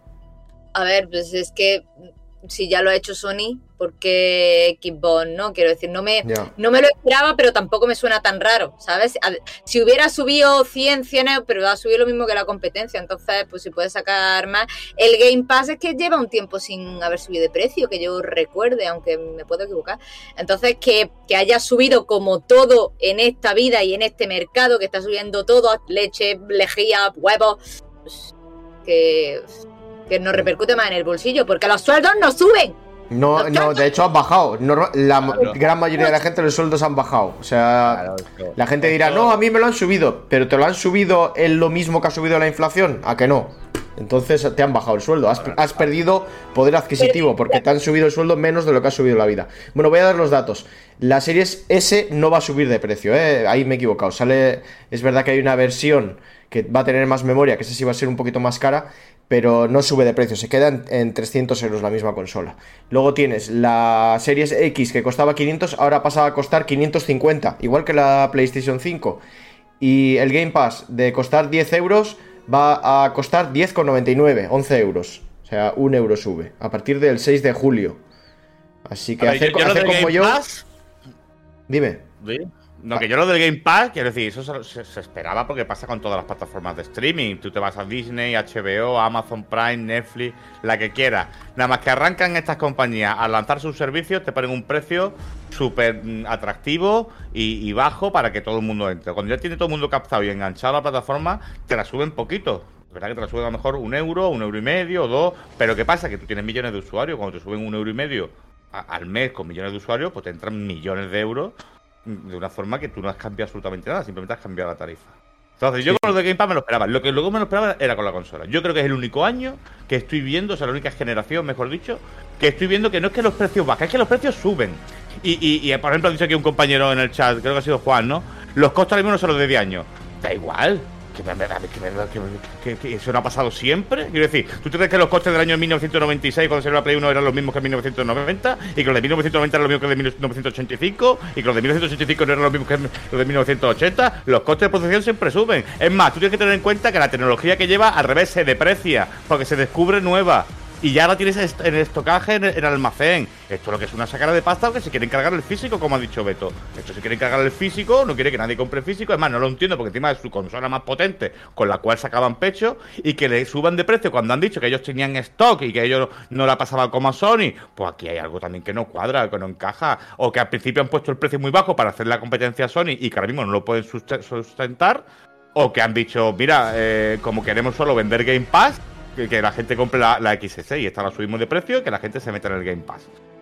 A ver, pues es que si ya lo ha hecho Sony, ¿por qué Xbox no? Quiero decir, no me, Ya. no me lo esperaba, pero tampoco me suena tan raro, ¿sabes? A- Si hubiera subido cien, cien euros, pero ha subido lo mismo que la competencia, entonces, pues si puede sacar más. El Game Pass es que lleva un tiempo sin haber subido de precio, que yo recuerde, aunque me puedo equivocar. Entonces, que, que haya subido como todo en esta vida y en este mercado, que está subiendo todo, leche, lejía, huevos, pues, que... que nos repercute más en el bolsillo, porque los sueldos no suben. No, no, de hecho han bajado. Norma- la ma- Claro. gran mayoría de la gente los sueldos han bajado. O sea, Claro, esto- la gente dirá, esto- no, a mí me lo han subido. Pero ¿te lo han subido en lo mismo que ha subido la inflación? ¿A que no? Entonces te han bajado el sueldo. Has, has perdido poder adquisitivo porque te han subido el sueldo menos de lo que ha subido la vida. Bueno, voy a dar los datos. La Series S no va a subir de precio, ¿eh? Ahí me he equivocado. Sale, es verdad que hay una versión que va a tener más memoria, que esa sí va a ser un poquito más cara, pero no sube de precio, se queda en, en trescientos euros la misma consola. Luego tienes la Series X que costaba quinientos, ahora pasa a costar quinientos cincuenta, igual que la PlayStation cinco. Y el Game Pass de costar diez euros va a costar diez con noventa y nueve, once euros. O sea, un euro sube, a partir del seis de julio. Así que A ver, hacer, yo- yo lo hacer del como Game yo... Pass- Dime. ¿Sí? No, que yo lo del Game Pass, quiero decir, eso se, se- se esperaba porque pasa con todas las plataformas de streaming. Tú te vas a Disney, H B O, Amazon Prime, Netflix, la que quieras. Nada más que arrancan estas compañías a lanzar sus servicios, te ponen un precio súper mm, atractivo y, y bajo para que todo el mundo entre. Cuando ya tiene todo el mundo captado y enganchado a la plataforma, te la suben poquito. Es verdad que te la suben a lo mejor un euro, un euro y medio o dos. Pero ¿qué pasa? Que tú tienes millones de usuarios. Cuando te suben un euro y medio a- al mes con millones de usuarios, pues te entran millones de euros de una forma que tú no has cambiado absolutamente nada, simplemente has cambiado la tarifa. Entonces, yo con lo de Game Pass me lo esperaba. Lo que luego me lo esperaba era con la consola. Yo creo que es el único año que estoy viendo, o sea, la única generación, mejor dicho, que estoy viendo que no es que los precios bajen, es que los precios suben. Y, y, y por ejemplo, ha dicho aquí un compañero en el chat, creo que ha sido Juan, ¿no? Los costos ahora mismo no son los de diez años. Da igual. Que, me, me- que, me- que, me- que- que eso no ha pasado siempre. Quiero decir, ¿tú te crees que los costes del año mil novecientos noventa y seis cuando salió la Play uno eran los mismos que en mil novecientos noventa? Y que los de mil novecientos noventa eran los mismos que los de mil novecientos ochenta y cinco? Y que los de mil novecientos ochenta y cinco no eran los mismos que los de mil novecientos ochenta? Los costes de producción siempre suben. Es más, tú tienes que tener en cuenta que la tecnología que lleva al revés se deprecia porque se descubre nueva. Y ya la tienes est- en estocaje en el, en el almacén. Esto lo que es una sacada de pasta o que se quieren cargar el físico, como ha dicho Beto. Esto se quieren cargar el físico, no quiere que nadie compre físico. Es más, no lo entiendo porque encima es su consola más potente con la cual sacaban pecho y que le suban de precio cuando han dicho que ellos tenían stock y que ellos no la pasaban como a Sony. Pues aquí hay algo también que no cuadra, que no encaja. O que al principio han puesto el precio muy bajo para hacer la competencia a Sony y que ahora mismo no lo pueden suste- sustentar. O que han dicho, mira, eh, como queremos solo vender Game Pass, que, que la gente compre la, la X S y esta la subimos de precio y que la gente se meta en el Game Pass.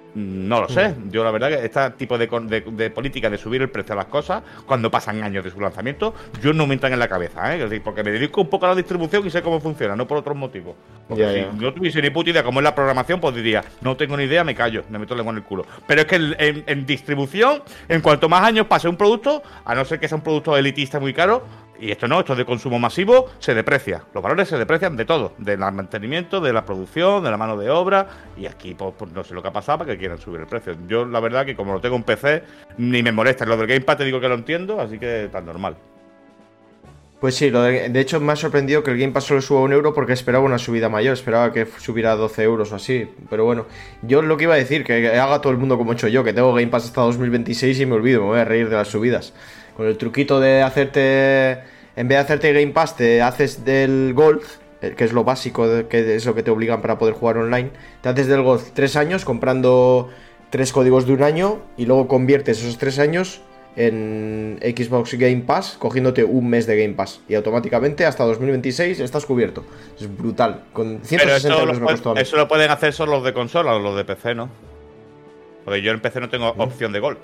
No lo sé. Yo la verdad que este tipo de, con- de, de política de subir el precio a las cosas cuando pasan años de su lanzamiento, yo no me entran en la cabeza, ¿eh? Es decir, porque me dedico un poco a la distribución y sé cómo funciona, no por otros motivos. Porque Ya, si ya. no tuviese ni puta idea cómo es la programación, pues diría, no tengo ni idea, me callo, me meto la lengua en el culo. Pero es que en, en- en distribución, en cuanto más años pase un producto, a no ser que sea un producto elitista muy caro, Y esto no, esto de consumo masivo se deprecia. Los valores se deprecian de todo, del mantenimiento, de la producción, de la mano de obra. Y aquí pues, pues no sé lo que ha pasado para que quieran subir el precio. Yo la verdad que como lo tengo en P C, ni me molesta. Lo del Game Pass te digo que lo entiendo, así que tan normal. Pues sí, lo de, de hecho me ha sorprendido que el Game Pass solo suba un euro porque esperaba una subida mayor, esperaba que subiera a doce euros o así, pero bueno, yo lo que iba a decir, que haga todo el mundo como he hecho yo, que tengo Game Pass hasta dos mil veintiséis y me olvido, me voy a reír de las subidas. Con el truquito de hacerte, en vez de hacerte Game Pass, te haces del Gold, que es lo básico, de, que es lo que te obligan para poder jugar online, te haces del Gold tres años comprando tres códigos de un año y luego conviertes esos tres años en Xbox Game Pass, cogiéndote un mes de Game Pass y automáticamente hasta dos mil veintiséis estás cubierto. Es brutal. Con ciento sesenta euros me costó a mí. Eso lo pueden hacer solo los de consola o los de P C, ¿no? Porque yo en P C no tengo opción de Gold.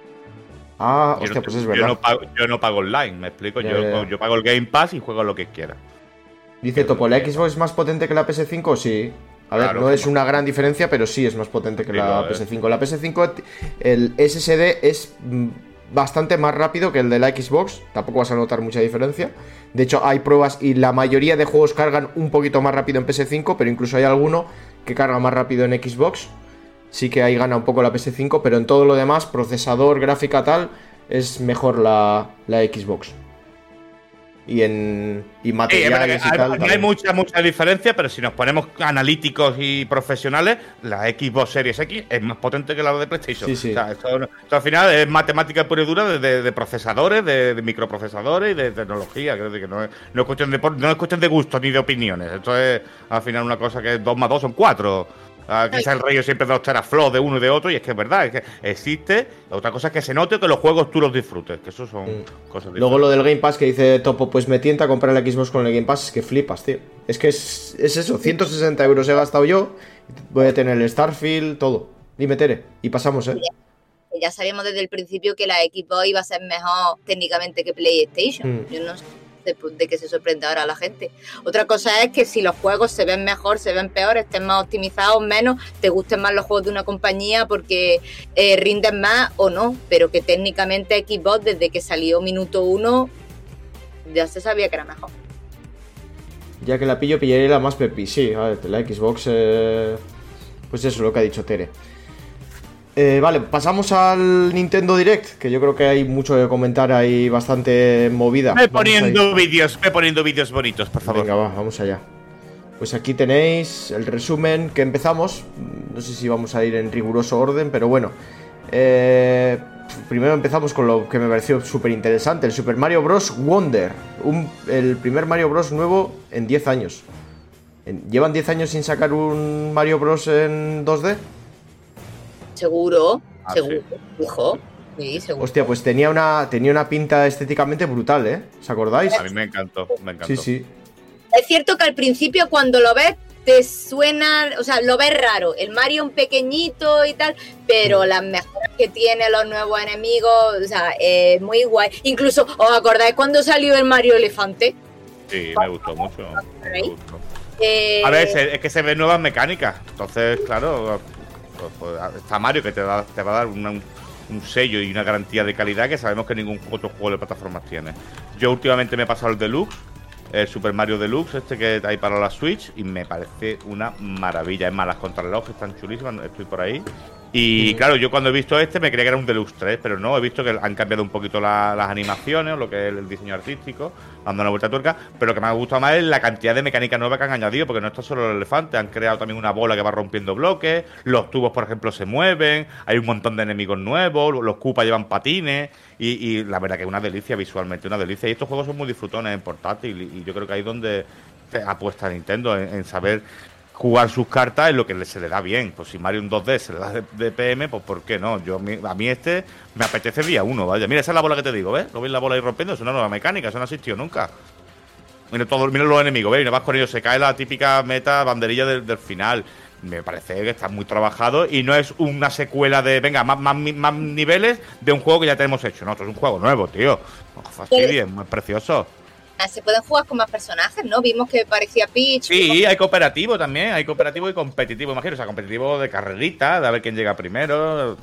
Ah, yo hostia, no, pues es yo verdad. No pago, yo no pago online, me explico. Ya, yo, ya, ya. yo pago el Game Pass y juego lo que quiera. Dice Topo, ¿la Xbox es más potente que la P S cinco? Sí. A ver, Claro, no es no. una gran diferencia, pero sí es más potente que Sí, la lo P S es. cinco. La P S cinco, el S S D es mm, bastante más rápido que el de la Xbox. Tampoco vas a notar mucha diferencia. De hecho, hay pruebas y la mayoría de juegos cargan un poquito más rápido en P S cinco, pero incluso hay alguno que carga más rápido en Xbox. Sí que ahí gana un poco la P S cinco, pero en todo lo demás, procesador, gráfica, tal, es mejor la, la Xbox. Y en y Sí, materiales es y verdad que tal. hay, también. hay mucha, mucha diferencia, pero si nos ponemos analíticos y profesionales, la Xbox Series X es más potente que la de PlayStation. Sí, sí. O sea, esto, esto al final es matemática pura y dura de, de- de procesadores, de, de microprocesadores y de tecnología. Quiero decir que no es, no es cuestión de por- no es cuestión de gustos ni de opiniones. Esto es al final una cosa que es dos más dos son cuatro. Aquí está el rey siempre de los teraflops de uno y de otro, y es que es verdad, es que existe. Otra cosa es que se note que los juegos tú los disfrutes, que eso son Mm. cosas diferentes. Luego lo del Game Pass que dice Topo, pues me tienta a comprar el Xbox con el Game Pass, es que flipas, tío. Es que es, es eso, ciento sesenta euros he gastado yo, voy a tener el Starfield, todo. Dime, Tere, y pasamos, ¿eh? Ya sabíamos desde el principio que la Xbox iba a ser mejor técnicamente que PlayStation. Mm. Yo no sé de, de que se sorprende ahora la gente. Otra cosa es que si los juegos se ven mejor, se ven peor, estén más optimizados, menos, te gusten más los juegos de una compañía porque eh, rinden más o no, pero que técnicamente Xbox desde que salió minuto uno ya se sabía que era mejor. Ya que la pillo, pillaré la más pepi. Sí, a ver, la Xbox, eh, pues eso, lo que ha dicho Tere. Eh, vale, pasamos al Nintendo Direct, que yo creo que hay mucho que comentar, hay bastante movida. Ve Vamos ahí. poniendo vídeos, ve poniendo vídeos bonitos, por favor. Venga, va, vamos allá. Pues aquí tenéis el resumen que empezamos. No sé si vamos a ir en riguroso orden, pero bueno. Eh, primero empezamos con lo que me pareció súper interesante, el Super Mario Bros. Wonder. Un, el primer Mario Bros. Nuevo en diez años. En- ¿Llevan diez años sin sacar un Mario Bros. En dos D? Seguro, Ah, seguro, hijo. Sí, seguro. Hostia, pues tenía una, tenía una pinta estéticamente brutal, ¿eh? ¿Os acordáis? A mí me encantó, me encantó. Sí, sí. Es cierto que al principio cuando lo ves te suena, o sea, lo ves raro, el Mario un pequeñito y tal, pero las mejoras que tiene, los nuevos enemigos, o sea, es muy guay. Incluso, ¿os acordáis cuando salió el Mario Elefante? Sí, me gustó mucho. Me Ahí. gustó. Eh, A ver, se- es que se ven nuevas mecánicas. Entonces, claro, pues, pues, está Mario que te, da- te va a dar una- un, un sello y una garantía de calidad que sabemos que ningún otro juego de plataformas tiene. Yo últimamente me he pasado el Deluxe, el Super Mario Deluxe, este que hay para la Switch, y me parece una maravilla. Es más, las contrarreloj están chulísimas, estoy por ahí. Y claro, yo cuando he visto este me creía que era un Deluxe tres, pero no, he visto que han cambiado un poquito la- las animaciones, lo que es el diseño artístico, dando una vuelta a tuerca, pero lo que me ha gustado más es la cantidad de mecánica nueva que han añadido, porque no está solo el elefante, han creado también una bola que va rompiendo bloques, los tubos, por ejemplo, se mueven, hay un montón de enemigos nuevos, los Koopas llevan patines, y, y la verdad que es una delicia visualmente, una delicia. Y estos juegos son muy disfrutones en portátil, y, y yo creo que ahí es donde apuesta Nintendo, en, en saber jugar sus cartas en lo que le- se le da bien. Pues si Mario en dos D se le da de, de P M, pues ¿por qué no? Yo mi- A mí este me apetece día uno, vaya. Mira, esa es la bola que te digo, ¿ves? ¿Lo ves la bola ahí rompiendo? Es una nueva mecánica, eso no ha existido nunca. Mira, todo, mira los enemigos, ¿ves? Y no vas con ellos, se cae la típica meta banderilla del, del final. Me parece que está muy trabajado y no es una secuela de, venga, más, más, más niveles de un juego que ya tenemos hecho. No, esto es un juego nuevo, tío. No fastidien, es precioso. se pueden jugar con más personajes, ¿no? Vimos que parecía Peach. Sí, hay cooperativo también, hay cooperativo y competitivo, imagino. O sea, competitivo de carrerita, de a ver quién llega primero.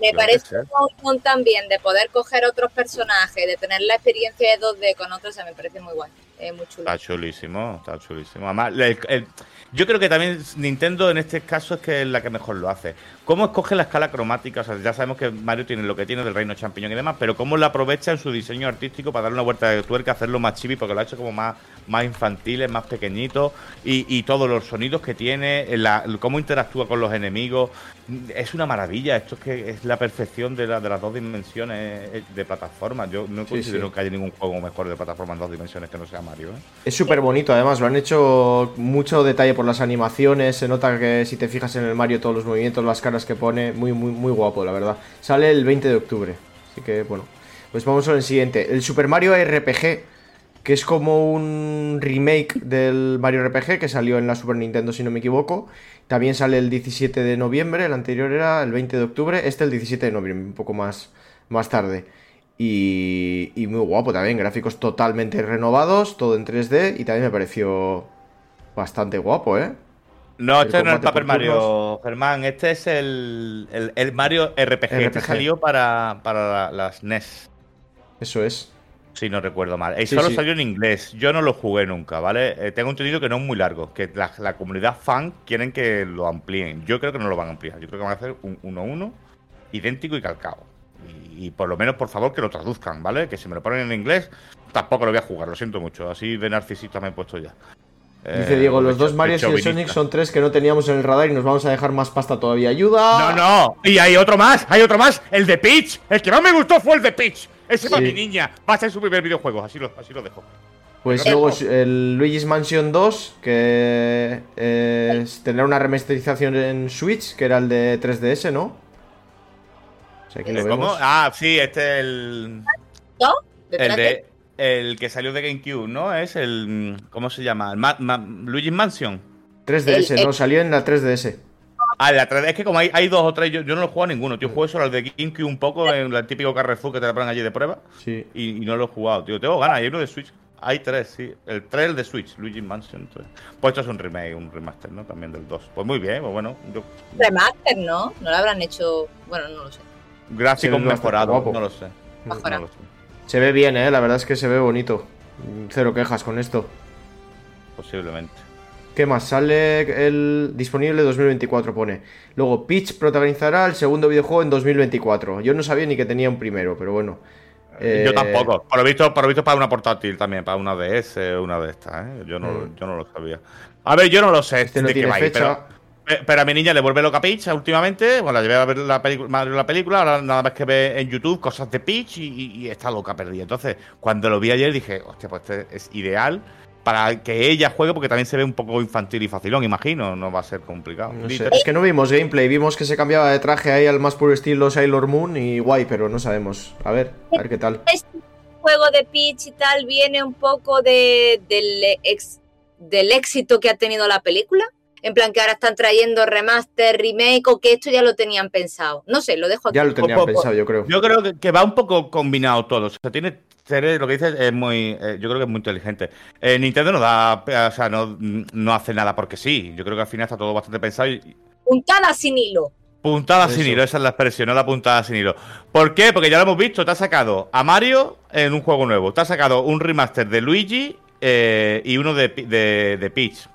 Me Yo parece qué sé. un montón también de poder coger otros personajes, de tener la experiencia de dos D con otros, o sea, me parece muy guay. Es muy chulo. Está chulísimo, está chulísimo. Además, el- el- yo creo que también Nintendo en este caso es que es la que mejor lo hace. ¿Cómo escoge la escala cromática? O sea, ya sabemos que Mario tiene lo que tiene del reino champiñón y demás, pero cómo la aprovecha en su diseño artístico para darle una vuelta de tuerca, hacerlo más chibi, porque lo ha hecho como más, más infantil, más pequeñito, y, y todos los sonidos que tiene, la- cómo interactúa con los enemigos. Es una maravilla. Esto es que es la perfección de, la- de las dos dimensiones eh, de plataforma. Yo no Sí, considero sí. que haya ningún juego mejor de plataforma en dos dimensiones que no sea Mario, ¿eh? Es súper bonito, además, lo han hecho mucho detalle por las animaciones. Se nota que si te fijas en el Mario, todos los movimientos, las caras que pone, muy, muy, muy guapo, la verdad. Sale el veinte de octubre. Así que, bueno, pues vamos al siguiente. El Super Mario R P G, que es como un remake del Mario R P G que salió en la Super Nintendo, si no me equivoco. También sale el diecisiete de noviembre, el anterior era el veinte de octubre, este el diecisiete de noviembre, un poco más, más tarde. Y, y muy guapo también, gráficos totalmente renovados, todo en tres D, y también me pareció bastante guapo, ¿eh? No, El este no es el combate Paper por turnos. Mario, Germán. Este es el, el, el Mario R P G. R P G. Este salió para, para la- las N E S, Eso es. si no recuerdo mal. Y Sí, solo sí. salió en inglés. Yo no lo jugué nunca, ¿vale? Eh, tengo entendido que no es muy largo, que la, la comunidad fan quieren que lo amplíen. Yo creo que no lo van a ampliar. Yo creo que van a hacer un uno a uno idéntico y calcado. Y, y por lo menos, por favor, que lo traduzcan, ¿vale? Que si me lo ponen en inglés, tampoco lo voy a jugar, lo siento mucho. Así de narcisista me he puesto ya. Dice Eh, Diego, los de dos cho- Marios de y el chauvinista. Sonic son tres que no teníamos en el radar y nos vamos a dejar más pasta todavía. ¡Ayuda! No, no. Y hay otro más, hay otro más. El de Peach. El que más me gustó fue el de Peach. Ese para Sí. mi niña. Va a ser su primer videojuego. Así lo, así lo dejo. Pues Pero luego dejo. el Luigi's Mansion dos, que eh, tendrá una remasterización en Switch, que era el de tres D S, ¿no? O sea, aquí lo ¿Cómo? vemos. Ah, sí, este es el. ¿No? El ¿Detrás de. El que salió de GameCube, ¿no? Es el. ¿Cómo se llama? El Ma- Ma- Luigi's Mansion. tres D S, el- no, salió en la tres D S. Ah, la tres D. Es que como hay, hay dos o tres, yo, yo no lo he jugado a ninguno. Tío, juego solo al de GameCube un poco, en el típico Carrefour que te la ponen allí de prueba. Sí. Y, y no lo he jugado, tío. Tengo ganas. Hay uno de Switch. Hay tres, sí. El tres, el de Switch, Luigi's Mansion tres. Pues esto es un remake, un remaster, ¿no? También del dos. Pues muy bien, pues bueno. Yo, Remaster, ¿no? No lo habrán hecho. Bueno, no lo sé. gráficos Se ve bastante mejorados, guapo. no lo sé. Mejorado. No lo sé. Se ve bien, ¿eh? La verdad es que se ve bonito. Cero quejas con esto. Posiblemente. ¿Qué más? Sale el disponible dos mil veinticuatro, pone. Luego, Peach protagonizará el segundo videojuego en dos mil veinticuatro. Yo no sabía ni que tenía un primero, pero bueno. Eh, Yo tampoco. Por lo visto, por lo visto para una portátil también, para una D S, una de estas, ¿eh? Yo no, Mm. yo no lo sabía. A ver, yo no lo sé Este no de qué tiene va a ir, fecha. pero, eh, pero a mi niña le vuelve loca Peach últimamente. Bueno, la llevé a ver la, pelicu- la película, ahora nada más que ve en YouTube cosas de Peach y, y- y está loca perdida. Entonces, cuando lo vi ayer dije, hostia, pues este es ideal para que ella juegue, porque también se ve un poco infantil y facilón, imagino. No va a ser complicado. No sé. Literal. Es que no vimos gameplay, vimos que se cambiaba de traje ahí al más puro estilo Sailor Moon y guay, pero no sabemos. A ver, a ver qué tal. Este juego de Peach y tal viene un poco de, del, ex, del éxito que ha tenido la película. En plan que ahora están trayendo remaster, remake o que esto ya lo tenían pensado. No sé, lo dejo aquí. Ya lo tenían Po- po- pensado, yo creo. Yo creo que, que va un poco combinado todo. O sea, tiene Tere, lo que dices es muy, eh, yo creo que es muy inteligente. Eh, Nintendo no da, o sea, no, no hace nada porque sí. Yo creo que al final está todo bastante pensado y Puntada sin hilo. puntada Eso. sin hilo, esa es la expresión, no la puntada sin hilo. ¿Por qué? Porque ya lo hemos visto, te ha sacado a Mario en un juego nuevo, te ha sacado un remaster de Luigi eh, y uno de, Pi- de, de Peach.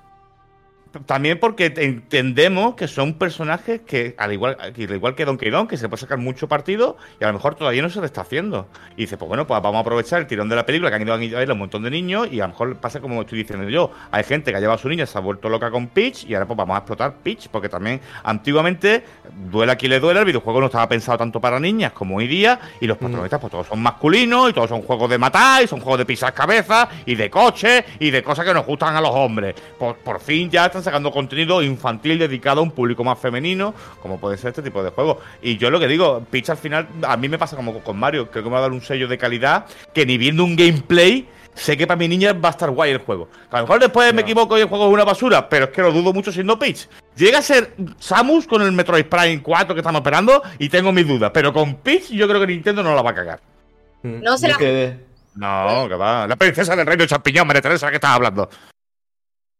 También porque entendemos que son personajes que, al igual, al igual que Donkey Kong, que se puede sacar mucho partido y a lo mejor todavía no se le está haciendo. Y dice, pues bueno, pues vamos a aprovechar el tirón de la película que han ido a ver un montón de niños y a lo mejor pasa como estoy diciendo yo. Hay gente que ha llevado a su niña, se ha vuelto loca con Peach y ahora pues vamos a explotar Peach, porque también antiguamente, duela quien le duela, el videojuego no estaba pensado tanto para niñas como hoy día y los protagonistas pues todos son masculinos y todos son juegos de matar y son juegos de pisar cabezas y de coches y de cosas que nos gustan a los hombres. Por, por fin ya están sacando contenido infantil dedicado a un público más femenino, como puede ser este tipo de juegos. Y yo lo que digo, Peach al final, a mí me pasa como con Mario, creo que me va a dar un sello de calidad que ni viendo un gameplay sé que para mi niña va a estar guay el juego. A lo mejor después me equivoco y el juego es una basura, pero es que lo dudo mucho siendo Peach. Llega a ser Samus con el Metroid Prime cuatro que estamos esperando y tengo mis dudas, pero con Peach yo creo que Nintendo no la va a cagar. Mm, No se yo la- que- No, que va. La princesa del reino champiñón, María Teresa, ¿qué estás hablando?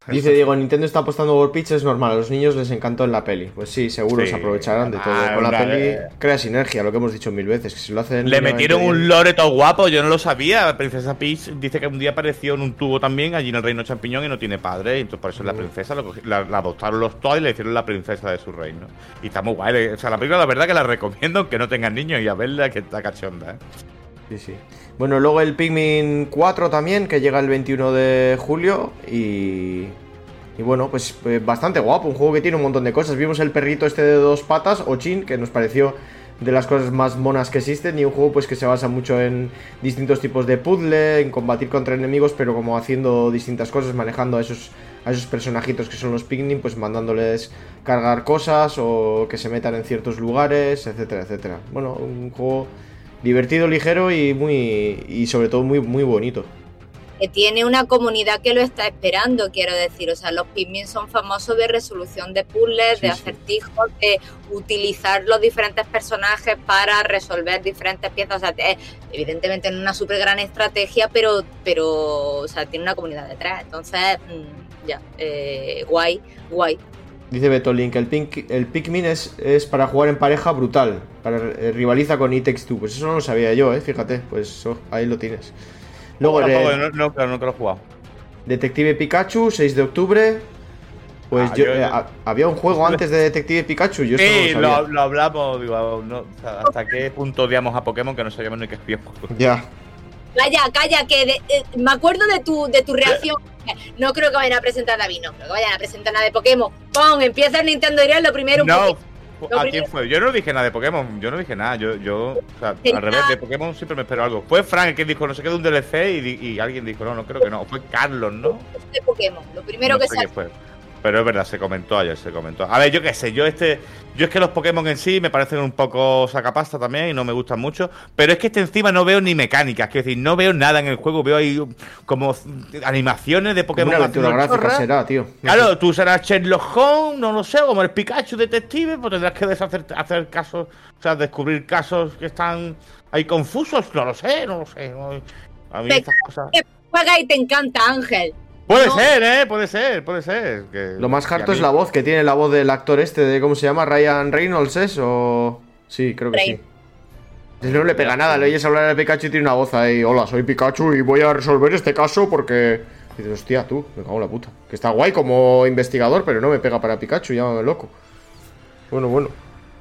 Dice Diego, Nintendo está apostando por Peach, es normal, a los niños les encantó en la peli. Pues sí, seguro Sí. se aprovecharán de todo. Ah, Con la una- peli crea sinergia, lo que hemos dicho mil veces, que si lo hacen... Le metieron un bien- lore todo guapo, yo no lo sabía. La princesa Peach dice que un día apareció en un tubo también, allí en el reino champiñón, y no tiene padre. Y entonces por eso es la princesa, lo cogí- la, la adoptaron los toys y le hicieron la princesa de su reino. Y está muy guay. O sea, la película la verdad que la recomiendo, aunque no tengan niños, y a verla que está cachonda, ¿eh? Sí, sí. Bueno, luego el Pikmin cuatro también, que llega el veintiuno de julio y... Y bueno, pues eh, bastante guapo, un juego que tiene un montón de cosas. Vimos el perrito este de dos patas, Ochin, que nos pareció de las cosas más monas que existen, y un juego pues que se basa mucho en distintos tipos de puzzle, en combatir contra enemigos, pero como haciendo distintas cosas, manejando a esos, a esos personajitos que son los Pikmin, pues mandándoles cargar cosas o que se metan en ciertos lugares, etcétera, etcétera. Bueno, un juego divertido, ligero y muy y sobre todo muy muy bonito. Que tiene una comunidad que lo está esperando, quiero decir. O sea, los Pikmin son famosos de resolución de puzzles, Sí, de sí. acertijos, de utilizar los diferentes personajes para resolver diferentes piezas. O sea, eh, evidentemente no una súper gran estrategia, pero, pero o sea, tiene una comunidad detrás. Entonces, mmm, ya, eh, guay, guay. Dice Betolink, el, Pink, el Pikmin es, es para jugar en pareja brutal. Para, eh, rivaliza con It Takes Two. Pues eso no lo sabía yo, eh, fíjate. Pues oh, ahí lo tienes. Luego, Tampoco, eh, no, no, claro, nunca lo he jugado. Detective Pikachu, seis de octubre. Pues Ah, yo, yo- eh, ha- había un juego antes de Detective Pikachu. Yo esto Sí, no lo sabía. lo, lo hablamos, digo, no, o sea, hasta qué punto odiamos a Pokémon que no sabíamos ni qué hacíamos. Ya. Calla, calla, que de- eh, me acuerdo de tu, de tu reacción. No creo que vayan a presentar a David, no creo que vayan a presentar nada de Pokémon. ¡Pum! Empieza el Nintendo Direct, lo primero un No, poquito. Lo ¿a primero- quién fue? Yo no dije nada de Pokémon, yo no dije nada, yo, yo o sea, Sí, al revés, ah. de Pokémon siempre me espero algo. Fue Frank el que dijo no sé qué de un D L C y, di- y alguien dijo no, no creo que no. Fue Carlos, ¿no? de Pokémon, lo primero No que sé se qué fue. Pero es verdad, se comentó ayer, se comentó. A ver, yo qué sé, yo este. Yo es que los Pokémon en sí me parecen un poco sacapasta también y no me gustan mucho. Pero es que este encima no veo ni mecánicas, quiero decir, no veo nada en el juego. Veo ahí como animaciones de Como Pokémon. una aventura haciendo gráfica chorras. será, tío. Claro, tú serás Sherlock Holmes, no lo sé, como el Pikachu detective, pues tendrás que deshacer, hacer casos, o sea, descubrir casos que están ahí confusos, no lo sé, no lo sé. no- A mí Pe- estas cosas... que juega y te encanta, Ángel. Puede no. ser, eh, puede ser, puede ser. Que, Lo más que a harto mí- es la voz que tiene la voz del actor este de ¿cómo se llama? Ryan Reynolds, ¿es? O... Sí, creo que Rey. sí. No le pega nada, le oyes hablar de Pikachu y tiene una voz ahí. Hola, soy Pikachu y voy a resolver este caso porque... Y dices, hostia, tú, me cago en la puta. Que está guay como investigador, pero no me pega para Pikachu, llámame loco. Bueno, bueno.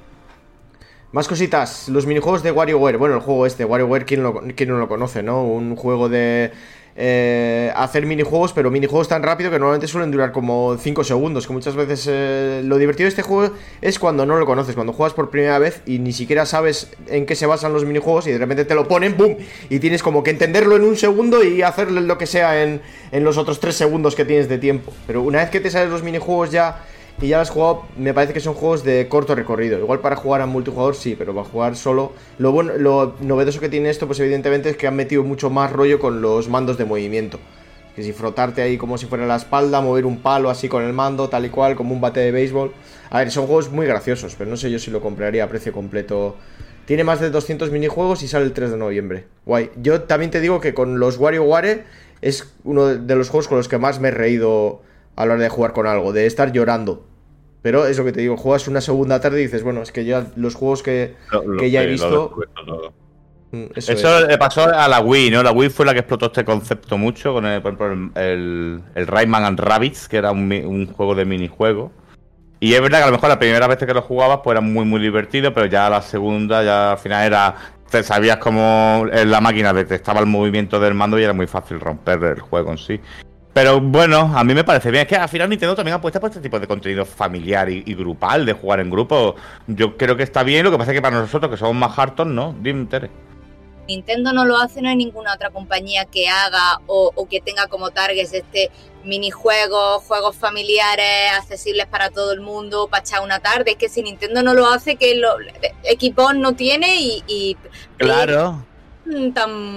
Más cositas, los minijuegos de WarioWare. Bueno, el juego este, WarioWare, ¿quién, lo, quién no lo conoce, no? Un juego de eh, hacer minijuegos, pero minijuegos tan rápido que normalmente suelen durar como cinco segundos. Que muchas veces eh, lo divertido de este juego es cuando no lo conoces, cuando juegas por primera vez y ni siquiera sabes en qué se basan los minijuegos y de repente te lo ponen, ¡boom! Y tienes como que entenderlo en un segundo y hacerle lo que sea en, en los otros tres segundos que tienes de tiempo. Pero una vez que te sabes los minijuegos ya... Y ya lo has jugado, me parece que son juegos de corto recorrido. Igual para jugar a multijugador sí, pero para jugar solo. Lo bueno, lo novedoso que tiene esto, pues evidentemente es que han metido mucho más rollo con los mandos de movimiento. Que si frotarte ahí como si fuera la espalda, mover un palo así con el mando, tal y cual, como un bate de béisbol. A ver, son juegos muy graciosos, pero no sé yo si lo compraría a precio completo. Tiene más de doscientos minijuegos y sale el tres de noviembre. Guay. Yo también te digo que con los WarioWare es uno de los juegos con los que más me he reído a la hora de jugar con algo, de estar llorando. Pero es lo que te digo, juegas una segunda tarde y dices, bueno, es que ya los juegos que, Lo- lo- que ya he sí, lo visto... descubierto todo. Mm, Eso, Eso es. le pasó a la Wii, ¿no? La Wii fue la que explotó este concepto mucho con el, por ejemplo, el, el, el Rayman and Rabbids, que era un, mi- un juego de minijuego. Y es verdad que a lo mejor la primera vez que lo jugabas pues era muy muy divertido, pero ya la segunda ya al final era... Te sabías cómo la máquina detectaba el movimiento del mando y era muy fácil romper el juego en sí. Pero bueno, a mí me parece bien. Es que al final Nintendo también apuesta por este tipo de contenido familiar y, y grupal, de jugar en grupo. Yo creo que está bien, lo que pasa es que para nosotros, que somos más hartos, no. Dime, Tere. Nintendo no lo hace, no hay ninguna otra compañía que haga o, o que tenga como targets este minijuegos, juegos familiares accesibles para todo el mundo, para echar una tarde. Es que si Nintendo no lo hace, que lo, Xbox no tiene y, y Claro. y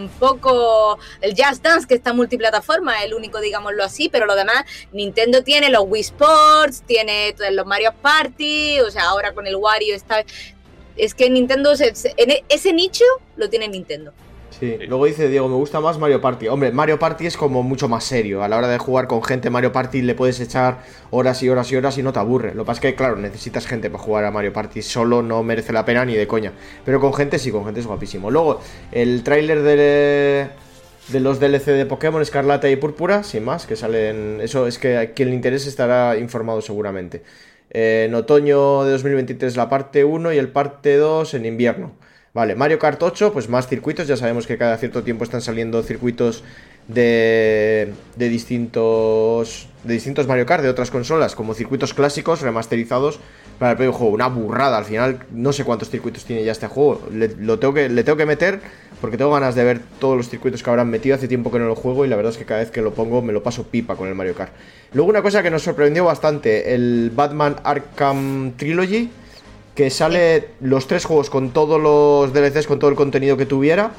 tampoco el Just Dance, que está multiplataforma, es el único, digámoslo así, pero lo demás, Nintendo tiene los Wii Sports, tiene todos los Mario Party, o sea, ahora con el Wario está... Es que Nintendo, se, se- en ese nicho lo tiene Nintendo. Sí. Luego dice Diego, me gusta más Mario Party. Hombre, Mario Party es como mucho más serio. A la hora de jugar con gente, Mario Party le puedes echar horas y horas y horas y no te aburre. Lo que pasa es que, claro, necesitas gente para jugar a Mario Party. Solo no merece la pena ni de coña. Pero con gente sí, con gente es guapísimo. Luego, el tráiler de, de los D L C de Pokémon Escarlata y Púrpura, sin más, que salen... Eso es que a quien le interese estará informado seguramente. Eh, en otoño de dos mil veintitrés la parte uno y el parte dos en invierno. Vale, Mario Kart ocho, pues más circuitos. Ya sabemos que cada cierto tiempo están saliendo circuitos de, de distintos de distintos Mario Kart de otras consolas, como circuitos clásicos remasterizados para el propio juego. Una burrada, al final no sé cuántos circuitos tiene ya este juego. Le, lo tengo que, le tengo que meter porque tengo ganas de ver todos los circuitos que habrán metido. Hace tiempo que no lo juego y la verdad es que cada vez que lo pongo me lo paso pipa con el Mario Kart. Luego una cosa que nos sorprendió bastante, el Batman Arkham Trilogy, que sale los tres juegos con todos los D L Cs, con todo el contenido que tuviera,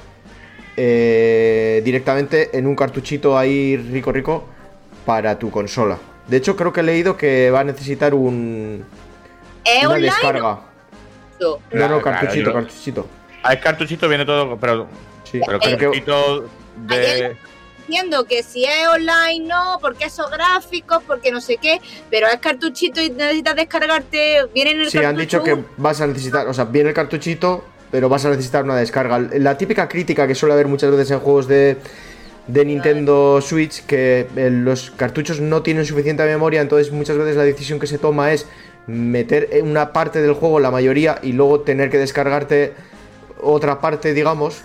eh, directamente en un cartuchito ahí rico rico para tu consola. De hecho, creo que he leído que va a necesitar un ¿Es una online? descarga. No. No, no, Claro, cartuchito, yo- cartuchito. Al cartuchito viene todo, pero, Sí, pero creo que- cartuchito de... Ayer- Entiendo que si es online no, porque esos gráficos, porque no sé qué, pero es cartuchito y necesitas descargarte, viene en el Sí, han dicho que cartucho. vas a necesitar, o sea, viene el cartuchito, pero vas a necesitar una descarga. La típica crítica que suele haber muchas veces en juegos de, de Nintendo Switch, que eh, los cartuchos no tienen suficiente memoria, entonces muchas veces la decisión que se toma es meter en una parte del juego, la mayoría, y luego tener que descargarte otra parte, digamos,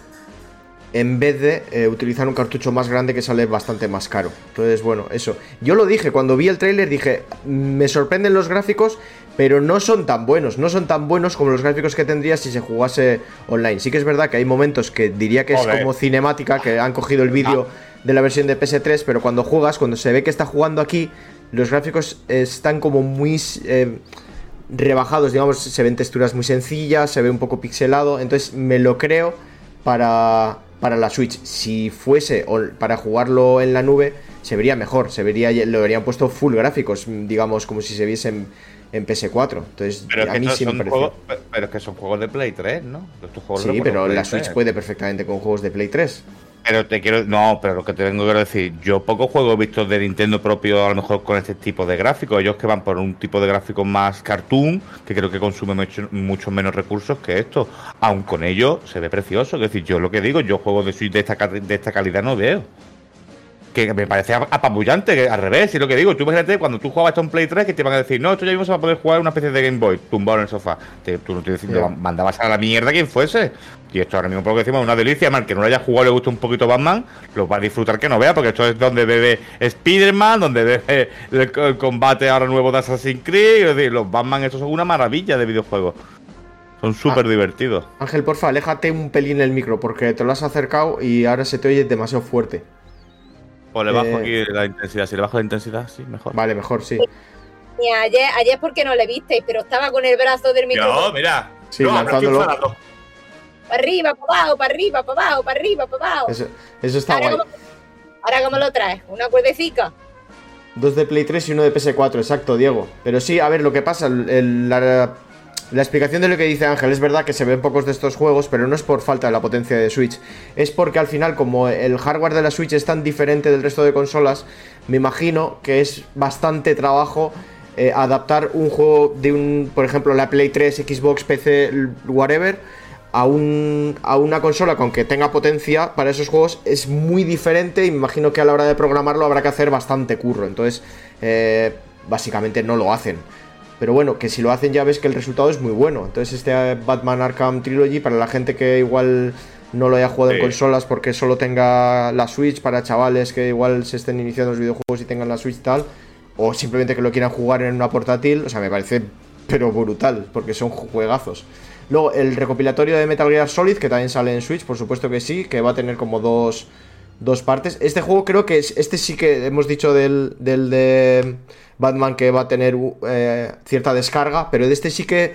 en vez de eh, utilizar un cartucho más grande que sale bastante más caro. Entonces, bueno, eso. Yo lo dije, cuando vi el tráiler dije, me sorprenden los gráficos, pero no son tan buenos. No son tan buenos como los gráficos que tendría si se jugase online. Sí que es verdad que hay momentos que diría que es Joder. como cinemática, que han cogido el vídeo de la versión de P S tres, pero cuando juegas, cuando se ve que está jugando aquí, los gráficos están como muy... Eh, rebajados, digamos, se ven texturas muy sencillas, se ve un poco pixelado, entonces me lo creo para, para la Switch. Si fuese o para jugarlo en la nube, se vería mejor, se vería, lo habrían puesto full gráficos, digamos, como si se viese en, en P S cuatro. Entonces, Pero es, a que mí estos sí me son pareció. juegos, pero es que son juegos de Play tres, ¿no? Estos juegos Sí, los pero juegos de la Play Switch tres. puede perfectamente con juegos de Play tres. Pero te quiero, no, pero lo que te vengo a decir, yo pocos juegos he visto de Nintendo propio, a lo mejor con este tipo de gráficos. Ellos que van por un tipo de gráfico más cartoon, que creo que consume mucho, mucho menos recursos que esto. Aun con ello se ve precioso. Es decir, yo lo que digo, yo juegos de Switch de esta, ca- de esta calidad no veo. Que me parece ap- apabullante, que al revés, y lo que digo, tú imagínate cuando tú jugabas esto en Play tres, que te van a decir, no, esto ya mismo se va a poder jugar una especie de Game Boy, tumbado en el sofá. Te- tú no te Ya. yeah. mandabas a la mierda quien fuese. Y esto ahora mismo, por lo que decimos, es una delicia. Mal que no lo haya jugado, le gusta un poquito Batman, lo va a disfrutar que no vea, porque esto es donde bebe Spider-Man, donde bebe el, el combate ahora nuevo de Assassin's Creed. Es decir, los Batman, estos son una maravilla de videojuegos. Son súper divertidos. Ángel, porfa, aléjate un pelín el micro, porque te lo has acercado y ahora se te oye demasiado fuerte. Pues le bajo Eh. aquí la intensidad. Si le bajo la intensidad, sí, mejor. Vale, mejor, sí. Y ayer, ayer porque no le visteis, pero estaba con el brazo del micrófono. No, mira. Sí, no, lanzándolo. pero estoy enfadado. Para arriba, para abajo, para arriba, para abajo, para arriba, para abajo. Eso, eso está Ahora guay. cómo, ahora cómo lo traes, una cuerdecica. Dos de Play tres y uno de P S cuatro, exacto, Diego. Pero sí, a ver, lo que pasa, el- el- la, la explicación de lo que dice Ángel, es verdad que se ven pocos de estos juegos, pero no es por falta de la potencia de Switch. Es porque al final, como el hardware de la Switch es tan diferente del resto de consolas, me imagino que es bastante trabajo eh, adaptar un juego de un, por ejemplo, la Play tres, Xbox, P C, whatever, a, un, a una consola con que tenga potencia para esos juegos. Es muy diferente y me imagino que a la hora de programarlo habrá que hacer bastante curro. Entonces, eh, básicamente no lo hacen. Pero bueno, que si lo hacen ya ves que el resultado es muy bueno. Entonces este eh, Batman Arkham Trilogy, para la gente que igual no lo haya jugado en Sí. consolas porque solo tenga la Switch, para chavales que igual se estén iniciando los videojuegos y tengan la Switch y tal, o simplemente que lo quieran jugar en una portátil, o sea, me parece pero brutal, porque son juegazos. Luego, el recopilatorio de Metal Gear Solid, que también sale en Switch, por supuesto que sí, que va a tener como dos, dos partes. Este juego creo que es, este sí que hemos dicho del, del de Batman que va a tener eh, cierta descarga, pero de este sí que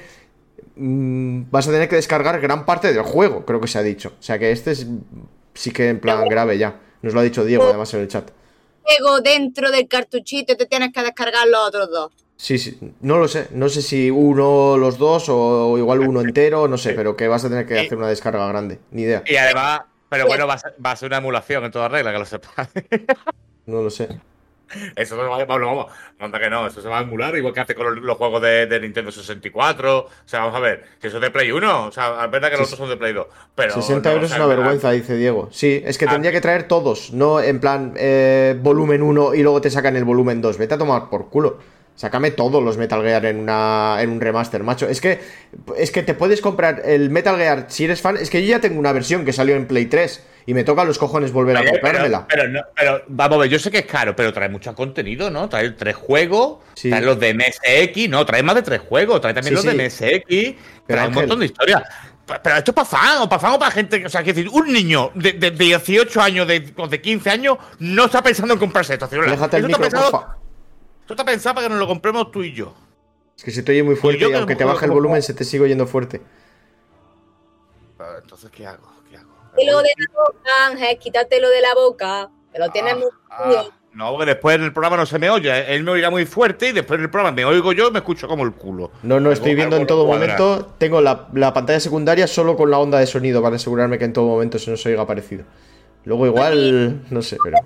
mmm, vas a tener que descargar gran parte del juego, creo que se ha dicho. O sea que este es sí que en plan grave ya. Nos lo ha dicho Diego además en el chat. Luego dentro del cartuchito te tienes que descargar los otros dos. Sí, sí, no lo sé, no sé si uno, los dos o igual uno entero, no sé, pero que vas a tener que hacer una descarga grande, ni idea. Y además, Pero bueno, va a, ser, va a ser una emulación en toda regla, que lo sepas. No lo sé. Eso se va a... Vamos, vamos. Anda que no, eso se va a emular, igual que hace con los, los juegos de, de Nintendo sesenta y cuatro. O sea, vamos a ver, que eso es de Play uno. O sea, es verdad que los otros son de Play dos. Pero sesenta no, euros o sea, es una vergüenza, dice Diego. Sí, es que tendría que traer todos, no en plan eh, volumen uno y luego te sacan el volumen dos. Vete a tomar por culo. Sácame todos los Metal Gear en una en un remaster, macho. Es que es que te puedes comprar el Metal Gear si eres fan. Es que yo ya tengo una versión que salió en Play tres y me toca los cojones volver a comprármela. Pero, pero, no, pero vamos a ver, yo sé que es caro, pero trae mucho contenido, ¿no? Trae tres juegos, sí. Trae los de M S X, no, trae más de tres juegos, trae también sí, los sí. de M S X, pero trae un montón de historias. Pero esto es para fan, o para fan o para gente. O sea, quiero decir, un niño de, de, de dieciocho años, de, de quince años, no está pensando en comprarse esto. Déjate el micro, porfa. Esto está pensado para que nos lo compremos tú y yo. Es que se te oye muy fuerte y aunque te baje el volumen se te sigue oyendo fuerte. Entonces, ¿qué hago? ¿Qué hago? Quítatelo de la boca, Ángel, quítatelo de la boca. Que lo tienes ah, muy ah, no, porque después en el programa no se me oye. Él me oirá muy fuerte y después en el programa me oigo yo y me escucho como el culo. No, no, estoy viendo en todo momento. Tengo la, la pantalla secundaria solo con la onda de sonido para asegurarme que en todo momento se nos oiga parecido. Luego igual, no sé, pero...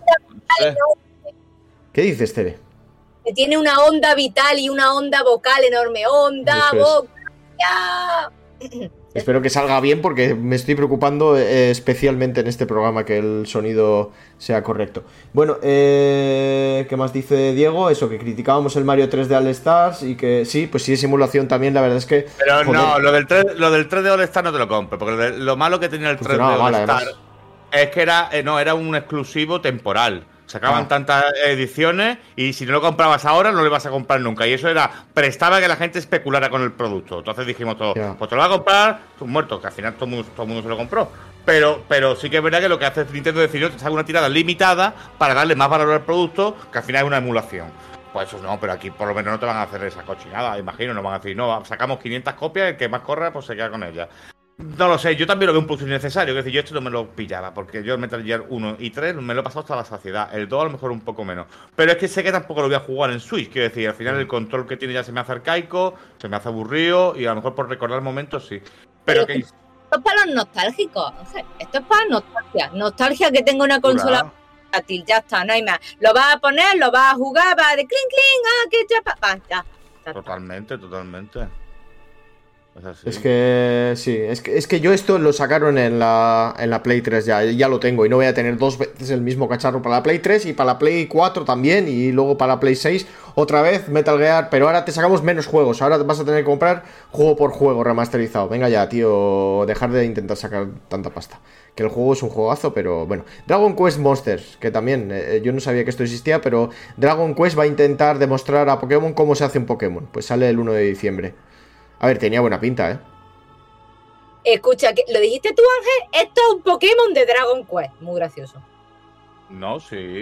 ¿Qué dices, Tere? Que tiene una onda vital y una onda vocal enorme. Onda vocal. Espero que salga bien porque me estoy preocupando eh, especialmente en este programa que el sonido sea correcto. Bueno, eh, ¿qué más dice Diego? Eso, que criticábamos el Mario tres de All Stars y que sí, pues sí es simulación también, la verdad es que... Pero joder. No, lo del, tres, lo del tres de All Stars no te lo compro, porque lo, de, lo malo que tenía el tres de All Stars es que era, eh, no, era un exclusivo temporal. Sacaban ah. tantas ediciones y si no lo comprabas ahora no lo vas a comprar nunca. Y eso era, prestaba que la gente especulara con el producto. Entonces dijimos todos, yeah. pues te lo vas a comprar, tú muerto, que al final todo el mundo, todo el mundo se lo compró. Pero, pero sí que es verdad que lo que hace Nintendo decidió te saca una tirada limitada para darle más valor al producto, que al final es una emulación. Pues eso no, pero aquí por lo menos no te van a hacer esa cochinada, imagino, no van a decir, no, sacamos quinientas copias, el que más corra pues se queda con ella. No lo sé, yo también lo veo un producto innecesario. Es decir, yo esto no me lo pillaba, porque yo el Metal Gear uno y tres me lo he pasado hasta la saciedad. El dos a lo mejor un poco menos. Pero es que sé que tampoco lo voy a jugar en Switch. Quiero decir, al final el control que tiene ya se me hace arcaico, se me hace aburrido y a lo mejor por recordar momentos sí. Pero, Pero que... Esto es para los nostálgicos. O sea, esto es para nostalgia. Nostalgia que tenga una consola portátil, ya está, no hay más. Lo vas a poner, lo vas a jugar, vas a de clink clink, ah, que ya, pa, ya, ya. Totalmente, totalmente. Es, es que sí, es que, es que yo esto lo sacaron en la, en la Play tres ya, ya lo tengo y no voy a tener dos veces el mismo cacharro para la Play tres y para la Play cuatro también y luego para la Play seis otra vez Metal Gear, pero ahora te sacamos menos juegos, ahora vas a tener que comprar juego por juego remasterizado. Venga ya, tío, dejar de intentar sacar tanta pasta. Que el juego es un juegazo, pero bueno. Dragon Quest Monsters, que también, eh, yo no sabía que esto existía, pero Dragon Quest va a intentar demostrar a Pokémon cómo se hace un Pokémon. Pues sale el uno de diciembre. A ver, tenía buena pinta, ¿eh? Escucha, ¿lo dijiste tú, Ángel? Esto es un Pokémon de Dragon Quest. Muy gracioso. No, sí.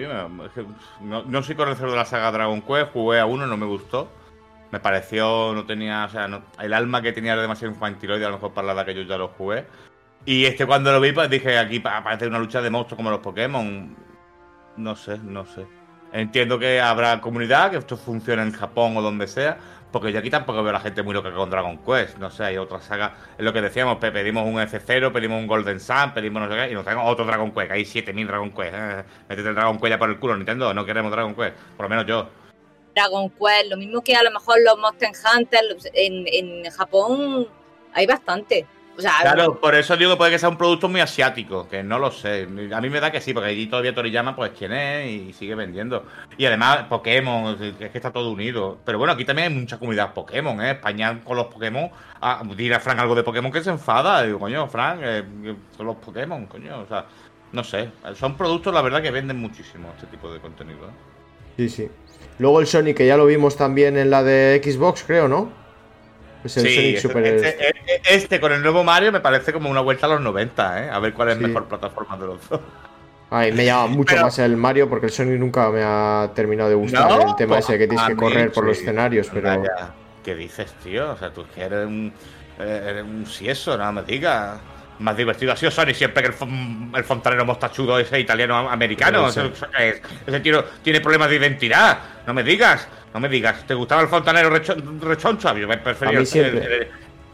No, no soy conocedor de la saga Dragon Quest. Jugué a uno, no me gustó. Me pareció, no tenía... O sea, no, el alma que tenía era demasiado infantiloide, a lo mejor para la edad que yo ya lo jugué. Y este cuando lo vi, pues dije, aquí parece una lucha de monstruos como los Pokémon. No sé, no sé. Entiendo que habrá comunidad, que esto funciona en Japón o donde sea. Porque yo aquí tampoco veo a la gente muy loca con Dragon Quest. No sé, hay otra saga. Es lo que decíamos, pedimos un F cero, pedimos un Golden Sun, pedimos no sé qué, y nos traemos otro Dragon Quest. Hay siete mil Dragon Quest. Eh. Métete el Dragon Quest ya por el culo, Nintendo. No queremos Dragon Quest. Por lo menos yo. Dragon Quest, lo mismo que a lo mejor los Monster Hunter. En, en Japón hay bastante. O sea, claro, por eso digo que puede que sea un producto muy asiático, que no lo sé. A mí me da que sí, porque allí todavía Toriyama, pues quién es y sigue vendiendo. Y además, Pokémon, es que está todo unido. Pero bueno, aquí también hay mucha comunidad Pokémon, ¿eh? España con los Pokémon. Ah, dirá Frank algo de Pokémon que se enfada. Digo, coño, Frank, eh, son los Pokémon, coño. O sea, no sé. Son productos, la verdad, que venden muchísimo este tipo de contenido, ¿eh? Sí, sí. Luego el Sonic, que ya lo vimos también en la de Xbox, creo, ¿no? Es el sí, Sonic este, Super este, este, este con el nuevo Mario me parece como una vuelta a los noventa, ¿eh? A ver cuál es sí. mejor plataforma de los dos. Ay, me llama mucho pero, más el Mario porque el Sonic nunca me ha terminado de gustar ¿no? el tema pues, ese que tienes que correr por sí. los escenarios, pero... Vaya, ¿qué dices, tío? O sea, tú eres un... Eres un si eso, no me digas. Más divertido ha sido Sonic siempre que el, el fontanero mostachudo ese italiano americano. No ese, ese, ese tío tiene problemas de identidad. No me digas. No me digas, ¿te gustaba el fontanero recho, rechoncho? Yo me prefería a mí siempre. El, el,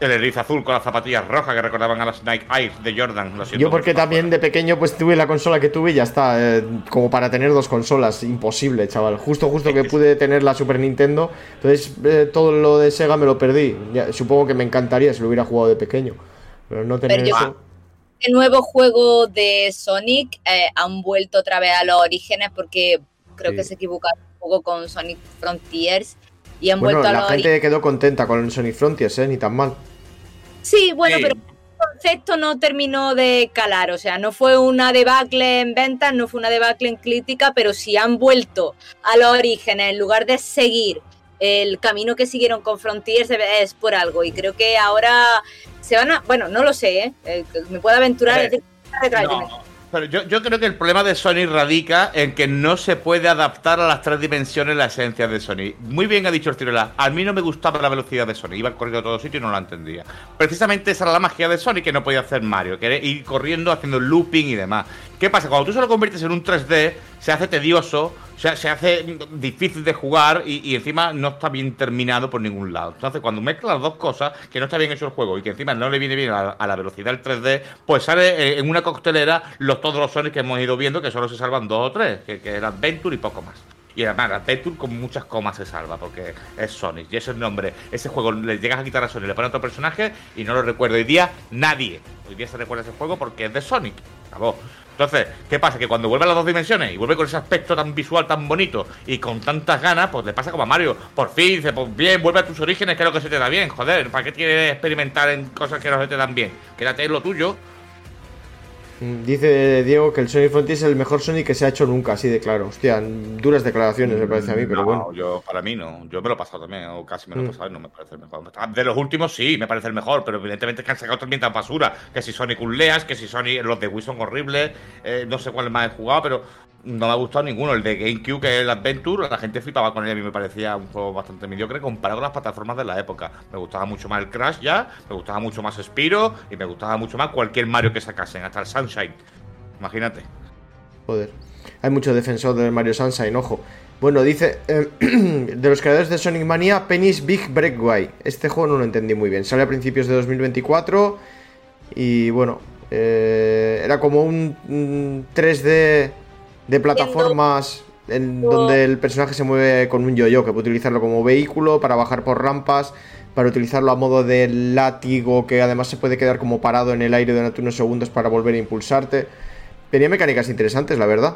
El erizo azul con las zapatillas rojas que recordaban a las Nike Air de Jordan. Lo siento Yo porque mucho, también de pequeño pues tuve la consola que tuve y ya está. eh, como para tener dos consolas. Imposible, chaval. Justo, justo que pude tener la Super Nintendo. Entonces eh, todo lo de Sega me lo perdí. Ya, supongo que me encantaría si lo hubiera jugado de pequeño. Pero no tener Pero yo- eso... El nuevo juego de Sonic eh, han vuelto otra vez a los orígenes porque creo Sí. que se equivocaron un poco con Sonic Frontiers y han Bueno, vuelto a la los gente orígenes. quedó contenta con el Sonic Frontiers, ¿eh? Ni tan mal. Sí, bueno, Sí. pero el concepto no terminó de calar, o sea, no fue una debacle en ventas, no fue una debacle en crítica, pero si han vuelto a los orígenes en lugar de seguir el camino que siguieron con Frontiers es por algo y creo que ahora se van a, bueno, no lo sé, ¿eh? Eh, me puedo aventurar a Eh, decir detrás de mí. No, pero yo, yo creo que el problema de Sony radica en que no se puede adaptar a las tres dimensiones la esencia de Sony. Muy bien ha dicho el Ciruela, a mí no me gustaba la velocidad de Sony, iba corriendo a todos sitios y no la entendía. Precisamente esa era la magia de Sony que no podía hacer Mario, que era ir corriendo, haciendo looping y demás. ¿Qué pasa? Cuando tú se lo conviertes en un tres D, se hace tedioso, se, se hace difícil de jugar y, y encima no está bien terminado por ningún lado. Entonces, cuando mezclas las dos cosas, que no está bien hecho el juego y que encima no le viene bien a, a la velocidad del tres D, pues sale eh, en una coctelera los, todos los Sonic que hemos ido viendo, que solo se salvan dos o tres, que, que es el Adventure y poco más. Y además, el Adventure con muchas comas se salva, porque es Sonic, y ese es el nombre. Ese juego le llegas a quitar a Sonic, le pones otro personaje y no lo recuerda hoy día nadie. Hoy día se recuerda ese juego porque es de Sonic. Acabó. Entonces, ¿qué pasa? Que cuando vuelve a las dos dimensiones y vuelve con ese aspecto tan visual, tan bonito y con tantas ganas, pues le pasa como a Mario. Por fin, dice, pues bien, vuelve a tus orígenes, que es lo que se te da bien. Joder, ¿para qué quieres experimentar en cosas que no se te dan bien? Quédate en lo tuyo. Mm, Dice Diego que el Sonic Frontiers es el mejor Sonic que se ha hecho nunca, así de claro. Hostia, duras declaraciones me parece a mí, pero No, bueno. yo, para mí no. Yo me lo he pasado también, o casi me lo he Mm. pasado y no me parece el mejor. De los últimos sí, me parece el mejor, pero evidentemente que han sacado también tan basura. Que si Sonic Unleashed, que si Sonic, los de Wii son horribles, eh, no sé cuál más he jugado, pero no me ha gustado ninguno. El de GameCube, que es el Adventure, la gente flipaba con él, a mí me parecía un juego bastante mediocre comparado con las plataformas de la época. Me gustaba mucho más el Crash ya, me gustaba mucho más Spyro y me gustaba mucho más cualquier Mario que sacasen, hasta el Sunshine. Imagínate. Joder. Hay mucho defensor del Mario Sunshine, ojo. Bueno, dice, eh, de los creadores de Sonic Mania, Penny's Big Breakaway. Este juego no lo entendí muy bien. Sale a principios de dos mil veinticuatro y bueno, eh, era como un, un tres D de plataformas en donde el personaje se mueve con un yo-yo, que puede utilizarlo como vehículo para bajar por rampas, para utilizarlo a modo de látigo, que además se puede quedar como parado en el aire durante unos segundos para volver a impulsarte. Tenía mecánicas interesantes, la verdad.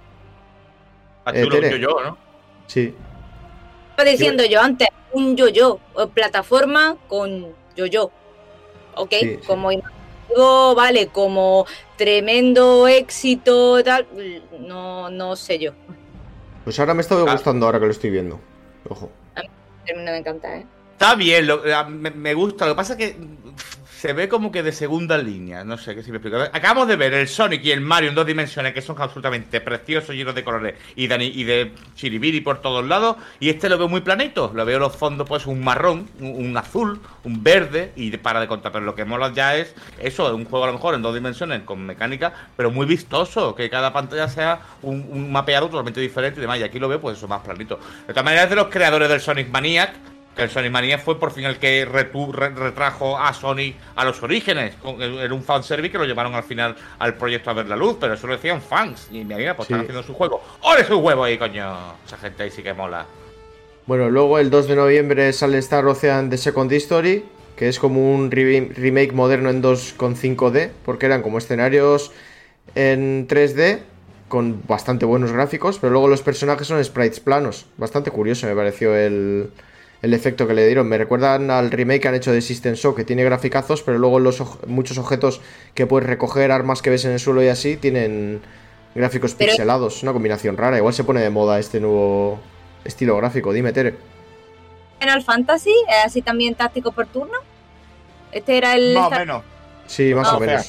Está Eh, chulo, Tere. yo, yo, ¿no? Sí. Estaba diciendo yo antes, un yo-yo, o plataforma con yo-yo. ¿Ok? Sí, sí. Como imaginativo, vale, como tremendo éxito, tal, no, no sé yo. Pues ahora me está Ah. gustando ahora que lo estoy viendo. Ojo. Termino de encantar, ¿eh? Está bien, lo- a- me, me gusta. Lo que pasa es que se ve como que de segunda línea. No sé qué si me explico. Acabamos de ver el Sonic y el Mario en dos dimensiones que son absolutamente preciosos, llenos de colores y de, y de chiribiri por todos lados. Y este lo veo muy planito. Lo veo los fondos, pues un marrón, un, un azul, un verde y para de contar. Pero lo que mola ya es eso, un juego a lo mejor en dos dimensiones con mecánica, pero muy vistoso. Que cada pantalla sea un, un mapeado totalmente diferente y demás. Y aquí lo veo, pues eso, más planito. De todas maneras, es de los creadores del Sonic Maniac. Que el Sonic Mania fue por fin el que retu- re- retrajo a Sonic a los orígenes. Con- Era un fanservice que lo llevaron al final al proyecto a ver la luz, pero eso lo decían fans. Y mira, pues Sí. están haciendo su juego. ¡Ole su huevo ahí, coño! Esa gente ahí sí que mola. Bueno, luego el dos de noviembre sale Star Ocean The Second History, que es como un re- remake moderno en dos con cinco D, porque eran como escenarios en tres D con bastante buenos gráficos, pero luego los personajes son sprites planos. Bastante curioso me pareció el, el efecto que le dieron. Me recuerdan al remake que han hecho de System Shock, que tiene graficazos, pero luego los oj- muchos objetos que puedes recoger, armas que ves en el suelo y así, tienen gráficos Pero- pixelados. Una combinación rara. Igual se pone de moda este nuevo estilo gráfico. Dime, Tere. Final Fantasy, ¿es así también táctico por turno? Este era el... Más o menos. Sí, más Ah, o o menos.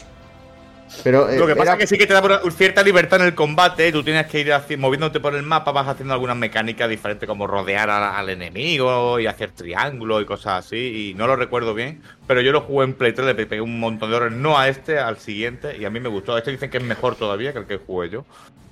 Pero eh, Lo que pasa era- es que sí que te da por- cierta libertad en el combate. Tú tienes que ir haci- moviéndote por el mapa, vas haciendo algunas mecánicas diferentes, como rodear a- al enemigo y hacer triángulos y cosas así. Y no lo recuerdo bien, pero yo lo jugué en Play tres, le pegué un montón de horas, no a este, al siguiente, y a mí me gustó. Este dicen que es mejor todavía que el que jugué yo.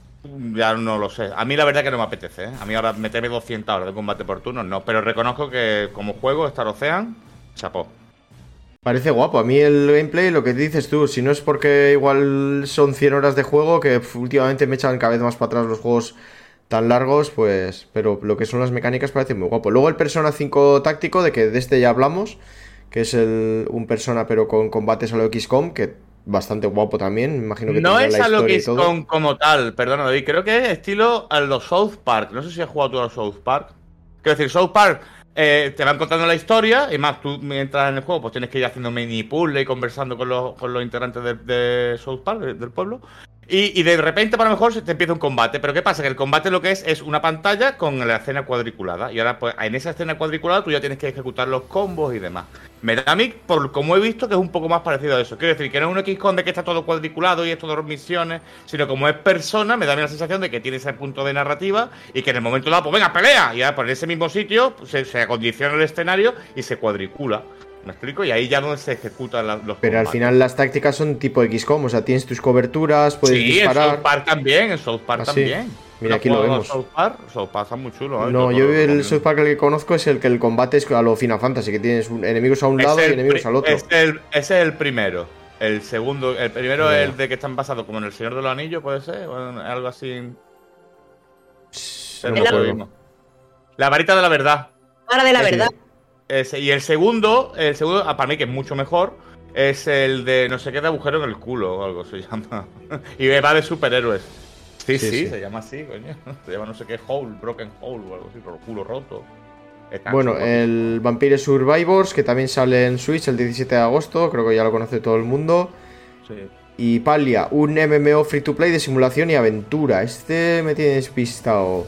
Ya no lo sé. A mí la verdad que no me apetece, ¿eh? A mí ahora meterme doscientas horas de combate por turnos, no. Pero reconozco que como juego Star Ocean, chapó. Parece guapo. A mí el gameplay, lo que dices tú, si no es porque igual son cien horas de juego, que pf, últimamente me echan cada vez más para atrás los juegos tan largos, pues... Pero lo que son las mecánicas parece muy guapo. Luego el Persona cinco táctico, de que de este ya hablamos, que es el, un Persona pero con combates a lo X COM, que bastante guapo también, me imagino que No tendrá es la a lo historia que y es todo. con, como tal, perdona, David, creo que es estilo a los South Park. No sé si has jugado tú a los South Park. Quiero decir, South Park eh, te van contando la historia, y más tú mientras en el juego pues tienes que ir haciendo mini puzzle y conversando con los, con los integrantes de, de South Park, de- del pueblo. Y, y de repente, para lo mejor, se te empieza un combate. Pero ¿qué pasa? Que el combate lo que es es una pantalla con la escena cuadriculada. Y ahora, pues, en esa escena cuadriculada tú ya tienes que ejecutar los combos y demás. Me da a mí, por como he visto, que es un poco más parecido a eso. Quiero decir, que no es un X COM de que está todo cuadriculado y es todo misiones, sino como es Persona, me da a mí la sensación de que tiene ese punto de narrativa y que en el momento dado, pues venga, pelea. Y ahora, por ese mismo sitio, pues, se, se acondiciona el escenario y se cuadricula. ¿Me explico? Y ahí ya donde se ejecutan la- los Pero al combates. final las tácticas son tipo X COM, o sea, tienes tus coberturas, puedes Sí, en disparar. South Park también, en South Park Ah, sí. también. Mira, ¿No aquí lo has jugado vemos. a South Park, South Park está muy chulo. ¿eh? No, te yo lo el recomiendo. South Park que conozco es el que el combate es a lo Final Fantasy, que tienes un- enemigos a un Es lado y el enemigos pri- al otro. Es el, ese es el primero. El segundo, el primero Ya. es el de que están basados como en el Señor de los Anillos, puede ser, o en algo así. No Pero me no acuerdo. lo mismo. La varita de la verdad. Ahora de la Ese. verdad. Ese. Y el segundo, el segundo, ah, para mí que es mucho mejor, es el de no sé qué de agujero en el culo o algo se llama. Y va de superhéroes. Sí, Sí, sí, sí. se llama así, coño. Se llama no sé qué hole, broken hole o algo así, pero culo roto. Está Bueno, súper el Vampire Survivors, que también sale en Switch el diecisiete de agosto, creo que ya lo conoce todo el mundo. Sí. Y Palia, un M M O free to play de simulación y aventura. Este me tiene despistado.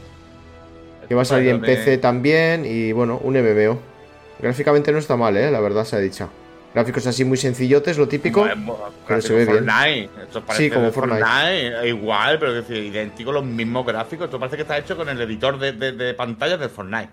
Que va a salir en Bueno, P C de- también y bueno, un M M O. Gráficamente no está mal, eh, la verdad se ha dicho. Gráficos así muy sencillotes, lo típico. Bueno, pero se gráfico ve bien. Fortnite. Esto parece Sí, como de Fortnite. Igual, pero es decir, idéntico, los mismos gráficos. Esto parece que está hecho con el editor de, de, de pantallas de Fortnite.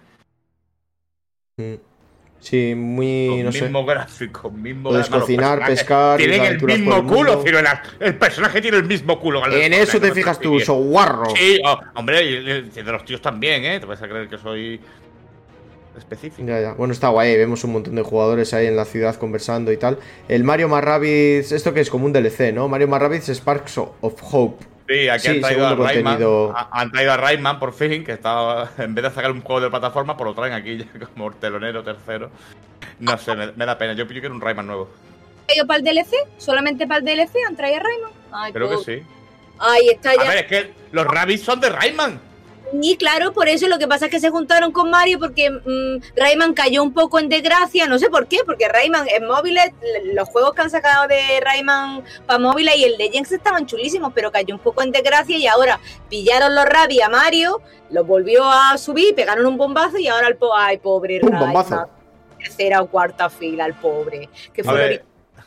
Mm. Sí, muy, Los no sé. mismos gráficos, mismos Puedes los cocinar, personajes pescar, ir Tienen de el aventuras mismo por el culo, mundo. Ciruela. El personaje tiene el mismo culo. que el En de eso Fortnite, te no me fijas tú, fastidies. soguarro. Sí, oh, hombre, y el de los tíos también, ¿eh? Te vas a creer que soy específico. Ya, ya. Bueno, está guay, vemos un montón de jugadores ahí en la ciudad conversando y tal. El Mario más Rabbids, esto que es como un D L C, ¿no? Mario más Rabbids Sparks of Hope. Sí, aquí Sí, han traído a segundo Rayman. contenido. ha- Han traído a Rayman por fin, que estaba. En vez de sacar un juego de plataforma, pues lo traen aquí ya como telonero tercero. No sé, me, me da pena. Yo, yo quiero un Rayman nuevo. ¿Han traído para el D L C? ¿Solamente para el D L C han traído a Rayman? Ay, Creo que pobre. sí. Ahí está A ya. ver, es que los Rabbids son de Rayman. Y claro, por eso lo que pasa es que se juntaron con Mario porque mm, Rayman cayó un poco en desgracia, no sé por qué, porque Rayman en móviles, l- los juegos que han sacado de Rayman para móviles y el Legends estaban chulísimos, pero cayó un poco en desgracia y ahora pillaron los Rabbids a Mario, los volvió a subir, pegaron un bombazo y ahora el po ay, pobre Un Rayman. bombazo. Tercera o cuarta fila, el pobre. Que A fue ver,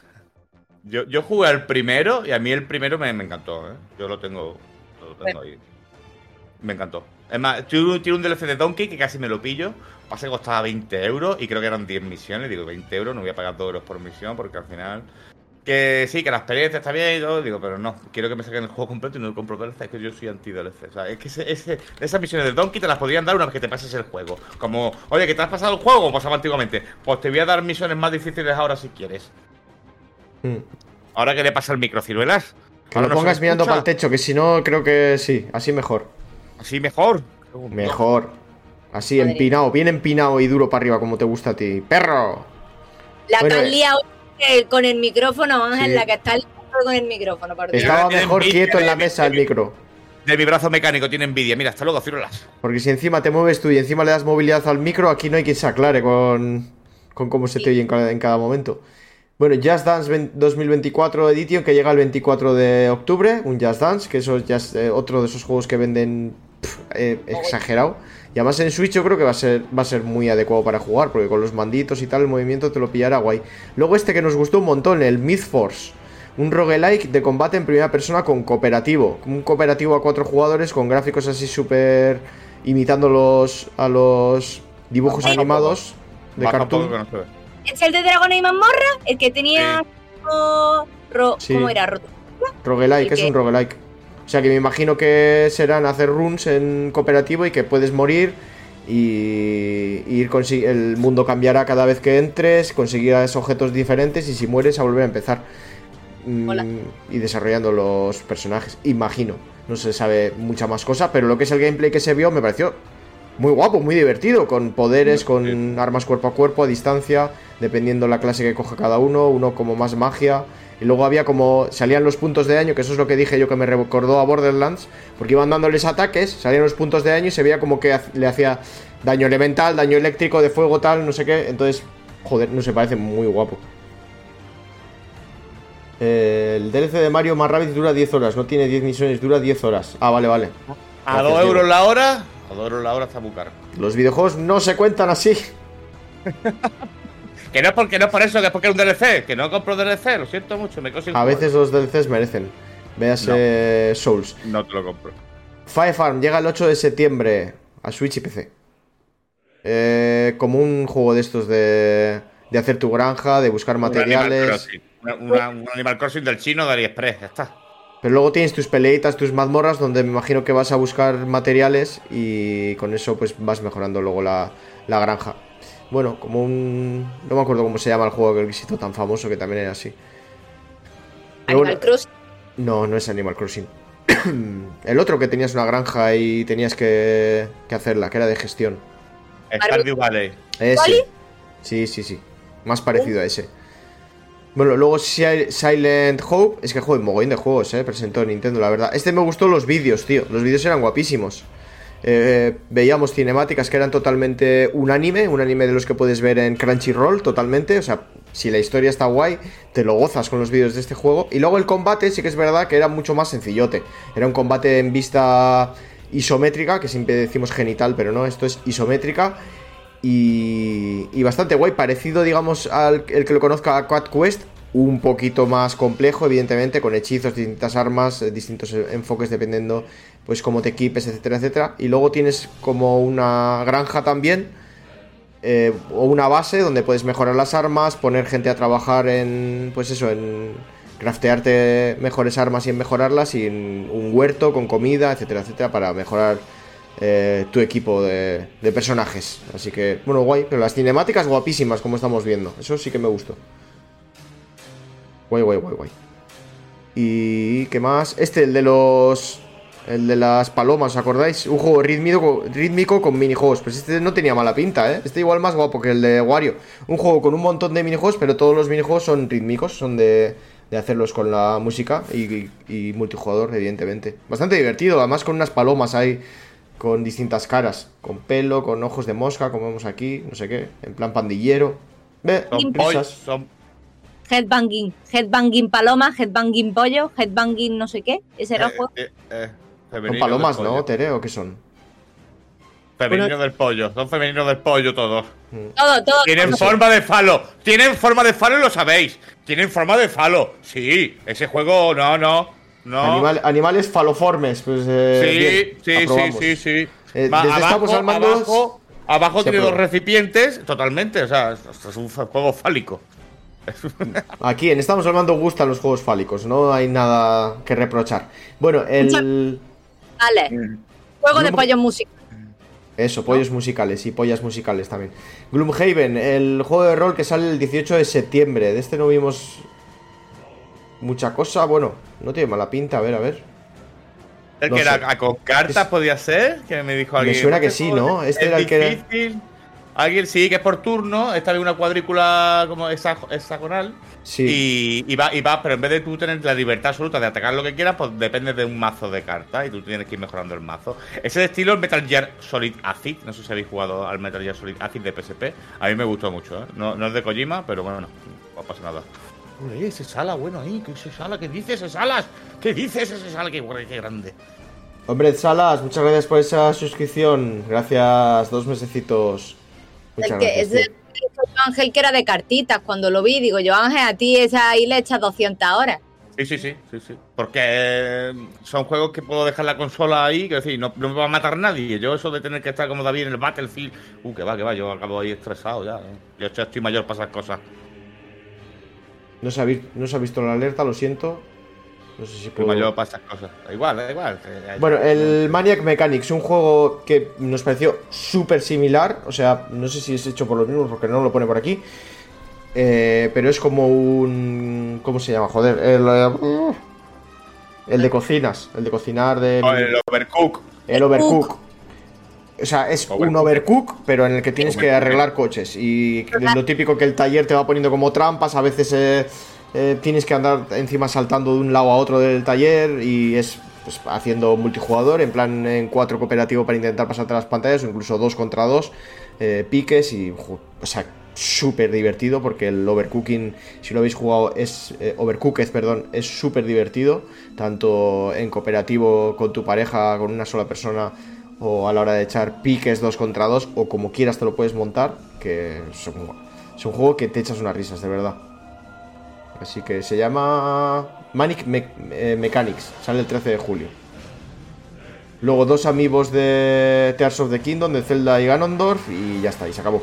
yo, yo jugué al primero y a mí el primero me, me encantó, ¿eh? Yo lo tengo, lo tengo ahí. Me encantó. Es más, tiene tiene un D L C de Donkey que casi me lo pillo. Pasa que costaba veinte euros y creo que eran diez misiones. Digo, veinte euros, no voy a pagar dos euros por misión porque al final... Que sí, que la experiencia está bien y todo. Digo, pero no, quiero que me saquen el juego completo y no compro D L C. Es que yo soy anti-D L C. O sea, es que ese, ese- esas misiones de Donkey te las podrían dar una vez que te pases el juego. Como, oye, que te has pasado el juego, como pasaba antiguamente. Pues te voy a dar misiones más difíciles ahora si quieres. Mm. Ahora que le pasa el micro, ciruelas. Que Ahora lo no se pongas me mirando escucha. para el techo, que si no, creo que sí, así mejor. Así mejor. Mejor. Así, Madre empinado, bien empinado y duro para arriba, como te gusta a ti. ¡Perro! La Bueno, que eh. han liado eh, con el micrófono, Ángel, Sí. la que está liando con el micrófono, por Dios. Estaba tiene mejor envidia quieto en la de- mesa el micro. De mi brazo mecánico tiene envidia. Mira, hasta luego, ciruelas. Porque si encima te mueves tú y encima le das movilidad al micro, aquí no hay quien se aclare con, con cómo se te oye en cada, en cada momento. Bueno, Just Dance veinte dos mil veinticuatro Edition, que llega el veinticuatro de octubre. Un Just Dance, que eso ya es eh, otro de esos juegos que venden pff, eh, exagerado. Y además en Switch yo creo que va a ser va a ser muy adecuado para jugar, porque con los manditos y tal, el movimiento te lo pillará guay. Luego este que nos gustó un montón, el Myth Force. Un roguelike de combate en primera persona con cooperativo. Un cooperativo a cuatro jugadores con gráficos así súper... imitando los, a los dibujos Baja un animados de Baja un poco cartoon. que no se ve. Es el de Dragon y Mazmorra, el que tenía... oh, ro- Sí. ¿Cómo era? Ro- Roguelike, ¿Y es qué? un roguelike. O sea que me imagino que serán hacer runs en cooperativo y que puedes morir Y, y ir consi- el mundo cambiará cada vez que entres, conseguirás objetos diferentes y si mueres a volver a empezar. Mm, Hola. y desarrollando los personajes, imagino. No se sabe mucha más cosa, pero lo que es el gameplay que se vio me pareció muy guapo, muy divertido, con poderes, con armas cuerpo a cuerpo, a distancia, dependiendo la clase que coja cada uno, uno como más magia. Y luego había como, salían los puntos de daño, que eso es lo que dije yo que me recordó a Borderlands, porque iban dándoles ataques, salían los puntos de daño y se veía como que le hacía daño elemental, daño eléctrico, de fuego, tal, no sé qué. Entonces, joder, no se parece muy guapo. Eh, el D L C de Mario más Rabbids dura diez horas, no tiene diez misiones, dura diez horas. Ah, vale, vale. A Gracias, dos euros Diego. la hora, a dos euros la hora está muy caro. Los videojuegos no se cuentan así. Que no es porque no es por eso, que es porque es un D L C. Que no compro D L C, lo siento mucho, me quedo sin A jugar. veces los D L Cs merecen. Véase Souls. No te lo compro. Fire Farm llega el ocho de septiembre a Switch y P C. Eh, como un juego de estos de, de hacer tu granja, de buscar Un Animal materiales. Crossing. Una- una- un Animal Crossing del chino de AliExpress, ya está. Pero luego tienes tus peleitas, tus mazmorras, donde me imagino que vas a buscar materiales y con eso pues vas mejorando luego la, la granja. Bueno, como un... No me acuerdo cómo se llama el juego que hizo tan famoso, que también era así. Pero Animal bueno, Crossing. no, no es Animal Crossing. El otro que tenías una granja y tenías que, que hacerla, que era de gestión. Stardew Valley. Ese. ¿Vale? Sí, sí, sí. Más parecido a ese. Bueno, luego Si- Silent Hope. Es que juego mogollón de juegos, eh. Presentó Nintendo, la verdad. Este me gustó los vídeos, tío. Los vídeos eran guapísimos. Eh, veíamos cinemáticas que eran totalmente un anime. Un anime de los que puedes ver en Crunchyroll, totalmente. O sea, si la historia está guay, te lo gozas con los vídeos de este juego. Y luego el combate, sí que es verdad que era mucho más sencillote. Era un combate en vista isométrica, que siempre decimos genital, pero no, esto es isométrica. Y, y bastante guay, parecido, digamos, al el que lo conozca a Quad Quest. Un poquito más complejo, evidentemente, con hechizos, distintas armas, eh, distintos enfoques dependiendo, pues, cómo te equipes, etcétera, etcétera. Y luego tienes como una granja también, eh, o una base donde puedes mejorar las armas, poner gente a trabajar en, pues eso, en craftearte mejores armas y en mejorarlas, y en un huerto con comida, etcétera, etcétera, para mejorar eh, tu equipo de, de personajes. Así que, bueno, guay. Pero las cinemáticas guapísimas, como estamos viendo. Eso sí que me gustó. Guay, guay, guay, guay. ¿Y qué más? Este, el de los... El de las palomas, ¿os acordáis? Un juego rítmico, rítmico con minijuegos. Pues este no tenía mala pinta, ¿eh? Este igual más guapo que el de Wario. Un juego con un montón de minijuegos, pero todos los minijuegos son rítmicos. Son de, de hacerlos con la música y, y, y multijugador, evidentemente. Bastante divertido, además con unas palomas ahí con distintas caras. Con pelo, con ojos de mosca, como vemos aquí, no sé qué. En plan pandillero. Ve, Son risas. pollos, son... Headbanging. Headbanging paloma, headbanging pollo, headbanging no sé qué. Ese era el eh, juego. eh, eh, Son femenino palomas, del ¿no, pollo. Tere? ¿O qué son? Femenino del pollo, son femeninos del pollo todos. Todo, todo. Tienen todo. forma de falo, tienen forma de falo y lo sabéis. Tienen forma de falo, sí. Ese juego, no, no, no. Animal- animales faloformes, pues eh, sí, bien, sí, aprobamos. sí, sí, sí. Eh, Va, desde abajo, Estamos al Mando abajo, abajo se tiene dos aprueba. recipientes, totalmente. O sea, esto es un fa- juego fálico. Aquí en Estamos al Mando gustan los juegos fálicos, no hay nada que reprochar. Bueno, el... Vale. Juego de No- pollo música. Eso, pollos musicales y pollas musicales también. Gloomhaven, el juego de rol que sale el dieciocho de septiembre. De este no vimos mucha cosa, bueno, no tiene mala pinta, a ver, a ver. El No que sé. era a con cartas Es- podía ser, que me dijo alguien. suena que "Este sí, juego ¿no? Este es era el que era- difícil". Alguien sí, que es por turno. Esta es una cuadrícula como hexag- hexagonal. Sí. Y, y va, y va, pero en vez de tú tener la libertad absoluta de atacar lo que quieras, pues depende de un mazo de cartas y tú tienes que ir mejorando el mazo. Ese estilo es Metal Gear Solid Acid. No sé si habéis jugado al Metal Gear Solid Acid de P S P. A mí me gustó mucho, ¿eh? No, no es de Kojima, pero bueno, no pasa nada. Uy, ese sala, bueno, ahí, ¿qué ese sala? ¿Qué dices, ese salas? ¿Qué dices, ese sala? Qué, qué grande. Hombre, Salas, muchas gracias por esa suscripción. Gracias, dos mesecitos. Muchas El que, gracias. ese, tío. ese Ángel que era de cartitas. Cuando lo vi, digo yo, Ángel, a ti esa ahí le echas doscientas horas. Sí, sí, sí, sí, sí. Porque eh, son juegos que puedo dejar la consola ahí, que decir, no, no me va a matar nadie. Yo eso de tener que estar como David en el Battlefield, uh, que va, que va, yo acabo ahí estresado ya. ¿eh? Yo estoy, estoy mayor para esas cosas. No se, ha vi- no se ha visto la alerta, lo siento. No sé si Pero puedo... yo para estas cosas. Da igual, da igual. Bueno, el Maniac Mechanics, un juego que nos pareció súper similar. O sea, no sé si es hecho por los mismos porque no lo pone por aquí. Eh, pero es como un... ¿Cómo se llama? Joder, el... Uh, el de cocinas. El de cocinar de... Oh, el Overcook. El Overcook. O sea, es Overcook. un Overcook, pero en el que tienes que arreglar coches. Y lo típico que el taller te va poniendo como trampas. A veces eh, eh, tienes que andar encima saltando de un lado a otro del taller. Y es pues, haciendo multijugador, en plan en cuatro cooperativo para intentar pasarte las pantallas. O incluso dos contra dos, eh, piques y... O sea, súper divertido porque el Overcooking, si lo habéis jugado, es eh, Overcooked, perdón, es súper divertido, tanto en cooperativo con tu pareja, con una sola persona, o a la hora de echar piques dos contra dos, o como quieras te lo puedes montar, que es un, es un juego que te echas unas risas, de verdad. Así que se llama Manic Me- eh, Mechanics, sale el trece de julio. Luego dos amigos de Tears of the Kingdom, de Zelda y Ganondorf, y ya está, y se acabó.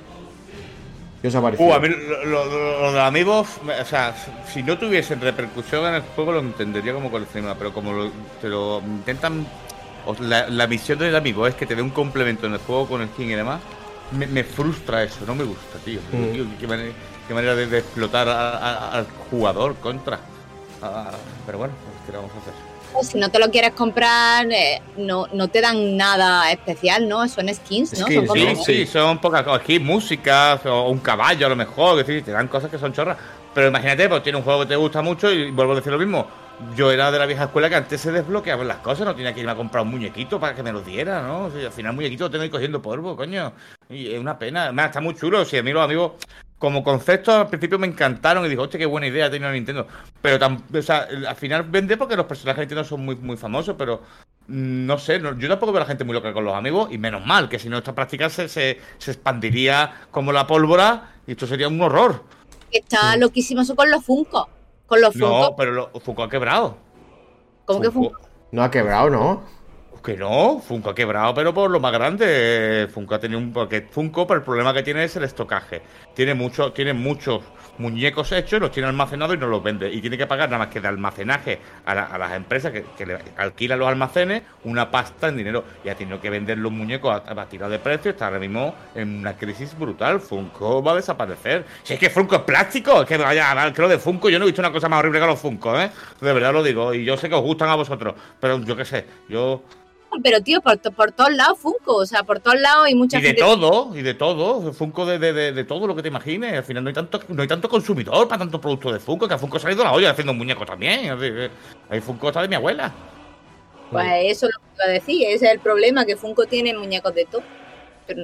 ¿Qué os ha parecido? Uh, a mí lo, lo, lo, lo de amigos, o sea, si no tuviesen repercusión en el juego lo entendería como coleccionista, pero como lo, te lo intentan, o la, la misión del amigo es que te dé un complemento en el juego con el King y demás, me, me frustra eso, no me gusta, tío. Mm. Tío, qué manera, qué manera de, de explotar a, a, al jugador contra. Ah, pero bueno, pues, ¿qué le vamos a hacer? O si no te lo quieres comprar, eh, no, no te dan nada especial, ¿no? Son skins, ¿no? Skins, son Sí, cosas- sí, son pocas cosas. Aquí música, o un caballo a lo mejor, que sí, te dan cosas que son chorras. Pero imagínate, pues tiene un juego que te gusta mucho y vuelvo a decir lo mismo. Yo era de la vieja escuela que antes se desbloqueaban las cosas, no tenía que irme a comprar un muñequito para que me lo diera, ¿no? O sea, al final el muñequito lo tengo ahí cogiendo polvo, coño. Y es una pena. Además, está muy chulo. Si a mí los amigos, como concepto, al principio me encantaron y digo, hostia, qué buena idea ha tenido Nintendo. Pero tam- o sea, al final vende porque los personajes de Nintendo son muy, muy famosos, pero mm, no sé, no- yo tampoco veo a la gente muy loca con los amigos, y menos mal, que si no esta práctica se, se, se expandiría como la pólvora y esto sería un horror. Está loquísimo eso con los Funko. Con los No, Funko. pero lo, Funko ha quebrado. ¿Cómo que Funko? No ha quebrado, ¿no? Que no, Funko ha quebrado, pero por lo más grande. Funko ha tenido un. Porque Funko, pero el problema que tiene es el estocaje. Tiene mucho, tiene muchos muñecos hechos, los tiene almacenados y no los vende. Y tiene que pagar nada más que de almacenaje a, la- a las empresas que, que le alquilan los almacenes una pasta en dinero. Y ha tenido que vender los muñecos a, a tirar de precio. Está ahora mismo en una crisis brutal. Funko va a desaparecer. Si es que Funko es plástico, es que vaya, creo de Funko. Yo no he visto una cosa más horrible que los Funko, ¿eh? De verdad lo digo. Y yo sé que os gustan a vosotros, pero yo qué sé, yo. Pero, tío, por, to- por todos lados Funko. O sea, por todos lados hay mucha Y de gente. todo, y de todo, Funko de, de, de, de todo lo que te imagines. Al final no hay tanto, no hay tanto consumidor para tanto producto de Funko, que a Funko se ha ido la olla haciendo un muñeco también. Así que hay Funko está de mi abuela. Pues eso es lo que iba a decir. Ese es el problema, que Funko tiene muñecos de todo. Pero,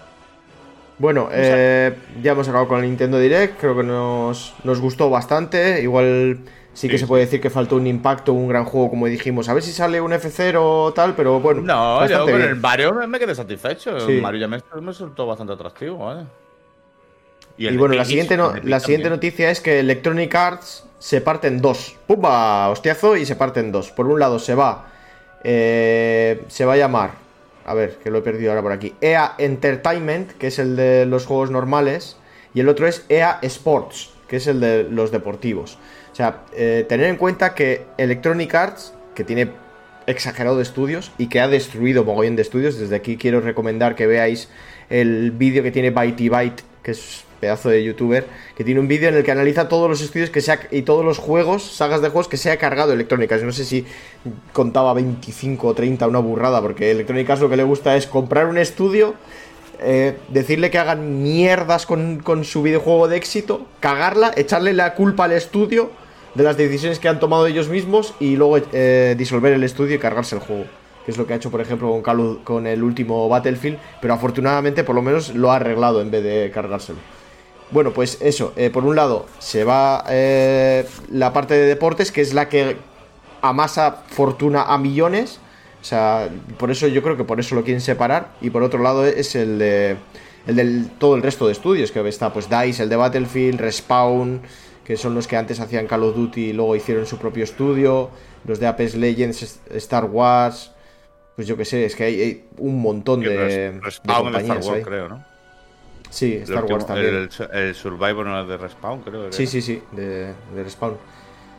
Bueno, eh, ya hemos acabado con el Nintendo Direct. Creo que nos, nos gustó bastante. Igual sí que Sí, se sí. puede decir que faltó un impacto, un gran juego, como dijimos. A ver si sale un F cero o tal, pero bueno. No, yo bastante con bien. el Mario me, me quedé satisfecho. Sí. El Mario ya me, me resultó bastante atractivo, ¿vale? Y, el de bueno, la Peach, siguiente, no- el de Peach la siguiente también. noticia es que Electronic Arts se parte en dos. ¡Pumba! Hostiazo, y se parte en dos. Por un lado se va. eh, se va a llamar. A ver, que lo he perdido ahora por aquí. E A Entertainment, que es el de los juegos normales. Y el otro es E A Sports, que es el de los deportivos. O sea, eh, tener en cuenta que Electronic Arts, que tiene exagerado de estudios y que ha destruido mogollón de estudios. Desde aquí quiero recomendar que veáis el vídeo que tiene Byte Byte, que es pedazo de youtuber, que tiene un vídeo en el que analiza todos los estudios que se ha, y todos los juegos, sagas de juegos que se ha cargado Electronic Arts. No sé si contaba veinticinco o treinta, una burrada, porque Electronic Arts lo que le gusta es comprar un estudio, eh, decirle que hagan mierdas con, con su videojuego de éxito, cagarla, echarle la culpa al estudio de las decisiones que han tomado ellos mismos y luego eh, disolver el estudio y cargarse el juego, que es lo que ha hecho por ejemplo con, Call of- con el último Battlefield, pero afortunadamente por lo menos lo ha arreglado en vez de cargárselo. Bueno, pues eso, eh, por un lado se va eh, la parte de deportes, que es la que amasa fortuna a millones. O sea, por eso yo creo que por eso lo quieren separar. Y por otro lado es el de el del todo el resto de estudios, que está pues DICE, el de Battlefield, Respawn, que son los que antes hacían Call of Duty y luego hicieron su propio estudio, los de Apex Legends, Star Wars, pues yo que sé, es que hay, hay un montón Y de, Res- de Respawn en Star compañías Wars, ahí. creo, ¿no? Sí, El Star último- Wars también. El, el Survivor no es de Respawn, creo. que Sí, era. sí, sí, de, de Respawn.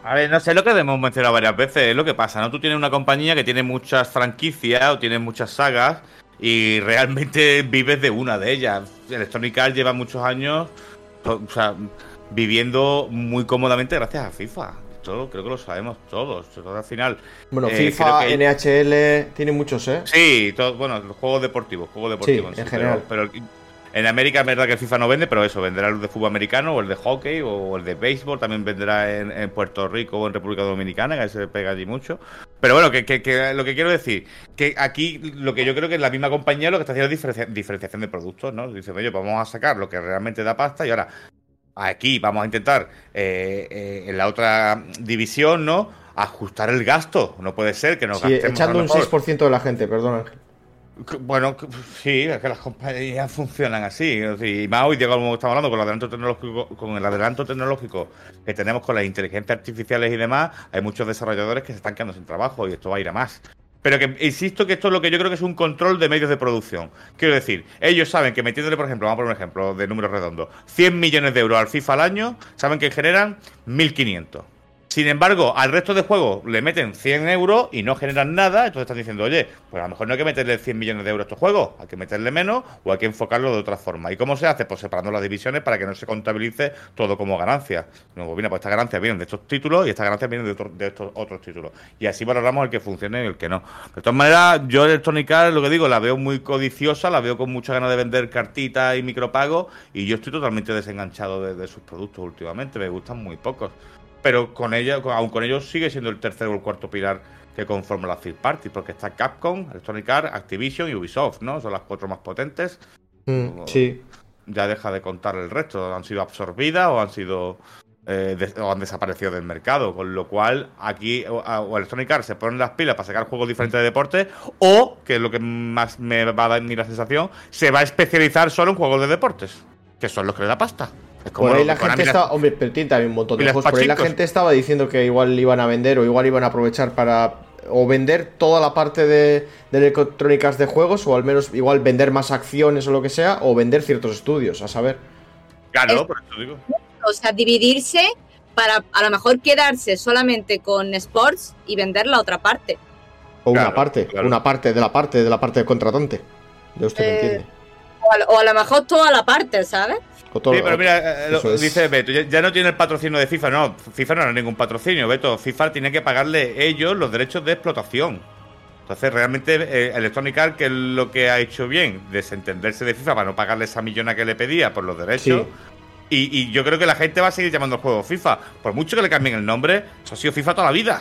A ver, no sé, lo que hemos mencionado varias veces es lo que pasa, ¿no? Tú tienes una compañía que tiene muchas franquicias o tiene muchas sagas y realmente vives de una de ellas. Electronic Arts lleva muchos años, o sea, viviendo muy cómodamente gracias a FIFA. Esto creo que lo sabemos todos. Todo al final. Bueno, eh, FIFA, que... N H L, tiene muchos, ¿eh? Sí, todo, bueno, los juegos deportivos, juegos deportivos Sí, en sí, general. Pero, pero en América es verdad que el FIFA no vende, pero eso, venderá el de fútbol americano o el de hockey o el de béisbol, también venderá en, en Puerto Rico o en República Dominicana, que se pega allí mucho. Pero bueno, que, que, que lo que quiero decir, que aquí lo que yo creo que es la misma compañía lo que está haciendo es diferencia, diferenciación de productos, ¿no? Dice, oye, pues vamos a sacar lo que realmente da pasta y ahora aquí vamos a intentar eh, eh, en la otra división, ¿no? Ajustar el gasto. No puede ser que nos Sí, gastemos echando a lo un mejor... seis por ciento de la gente, perdón, Ángel. Bueno, sí, es que las compañías funcionan así. Y más hoy día, como estamos hablando, con el adelanto tecnológico, con el adelanto tecnológico que tenemos con las inteligencias artificiales y demás, hay muchos desarrolladores que se están quedando sin trabajo y esto va a ir a más. Pero que insisto que esto es lo que yo creo que es un control de medios de producción. Quiero decir, ellos saben que metiéndole, por ejemplo, vamos a poner un ejemplo de números redondos, cien millones de euros al FIFA al año, saben que generan mil quinientos. Sin embargo, al resto de juegos le meten cien euros y no generan nada, entonces están diciendo, oye, pues a lo mejor no hay que meterle cien millones de euros a estos juegos, hay que meterle menos o hay que enfocarlo de otra forma. ¿Y cómo se hace? Pues separando las divisiones para que no se contabilice todo como ganancia. Luego, mira, pues estas ganancias vienen de estos títulos y estas ganancias vienen de, otro, de estos otros títulos. Y así valoramos el que funcione y el que no. De todas maneras, yo Electronic Arts, lo que digo, la veo muy codiciosa, la veo con mucha ganas de vender cartitas y micropagos y yo estoy totalmente desenganchado de, de sus productos últimamente, me gustan muy pocos. Pero con ella, aun con ellos, sigue siendo el tercer o el cuarto pilar que conforma la third party, porque está Capcom, Electronic Arts, Activision y Ubisoft, ¿no? Son las cuatro más potentes. Mm, sí. Ya deja de contar el resto. Han sido absorbidas o han sido eh, de, o han desaparecido del mercado. Con lo cual, aquí o, o Electronic Arts se ponen las pilas para sacar juegos diferentes de deporte, o, que es lo que más me va a dar ni la sensación, se va a especializar solo en juegos de deportes, que son los que le da pasta. Es como Por ahí lo, la gente está, hombre, pero tiene también un montón de juegos. Por ahí la gente estaba diciendo que igual iban a vender o igual iban a aprovechar para o vender toda la parte de, de electrónicas de juegos o al menos igual vender más acciones o lo que sea o vender ciertos estudios, a saber. Claro, es, por eso digo. O sea, dividirse para a lo mejor quedarse solamente con sports y vender la otra parte. O claro, una parte, claro. una parte de la parte de la parte del contratante. Ya usted Eh, me entiende. O a, o a lo mejor toda la parte, ¿sabes? O todo- Sí, pero mira, eh, lo, eso es. dice Beto, ya, ya no tiene el patrocinio de FIFA. No, FIFA no era ningún patrocinio, Beto. FIFA tiene que pagarle ellos los derechos de explotación. Entonces, realmente, eh, Electronic Arts, que es lo que ha hecho bien, desentenderse de FIFA para no pagarle esa millona que le pedía por los derechos. Sí. Y, y yo creo que la gente va a seguir llamando al juego FIFA. Por mucho que le cambien el nombre, eso ha sido FIFA toda la vida.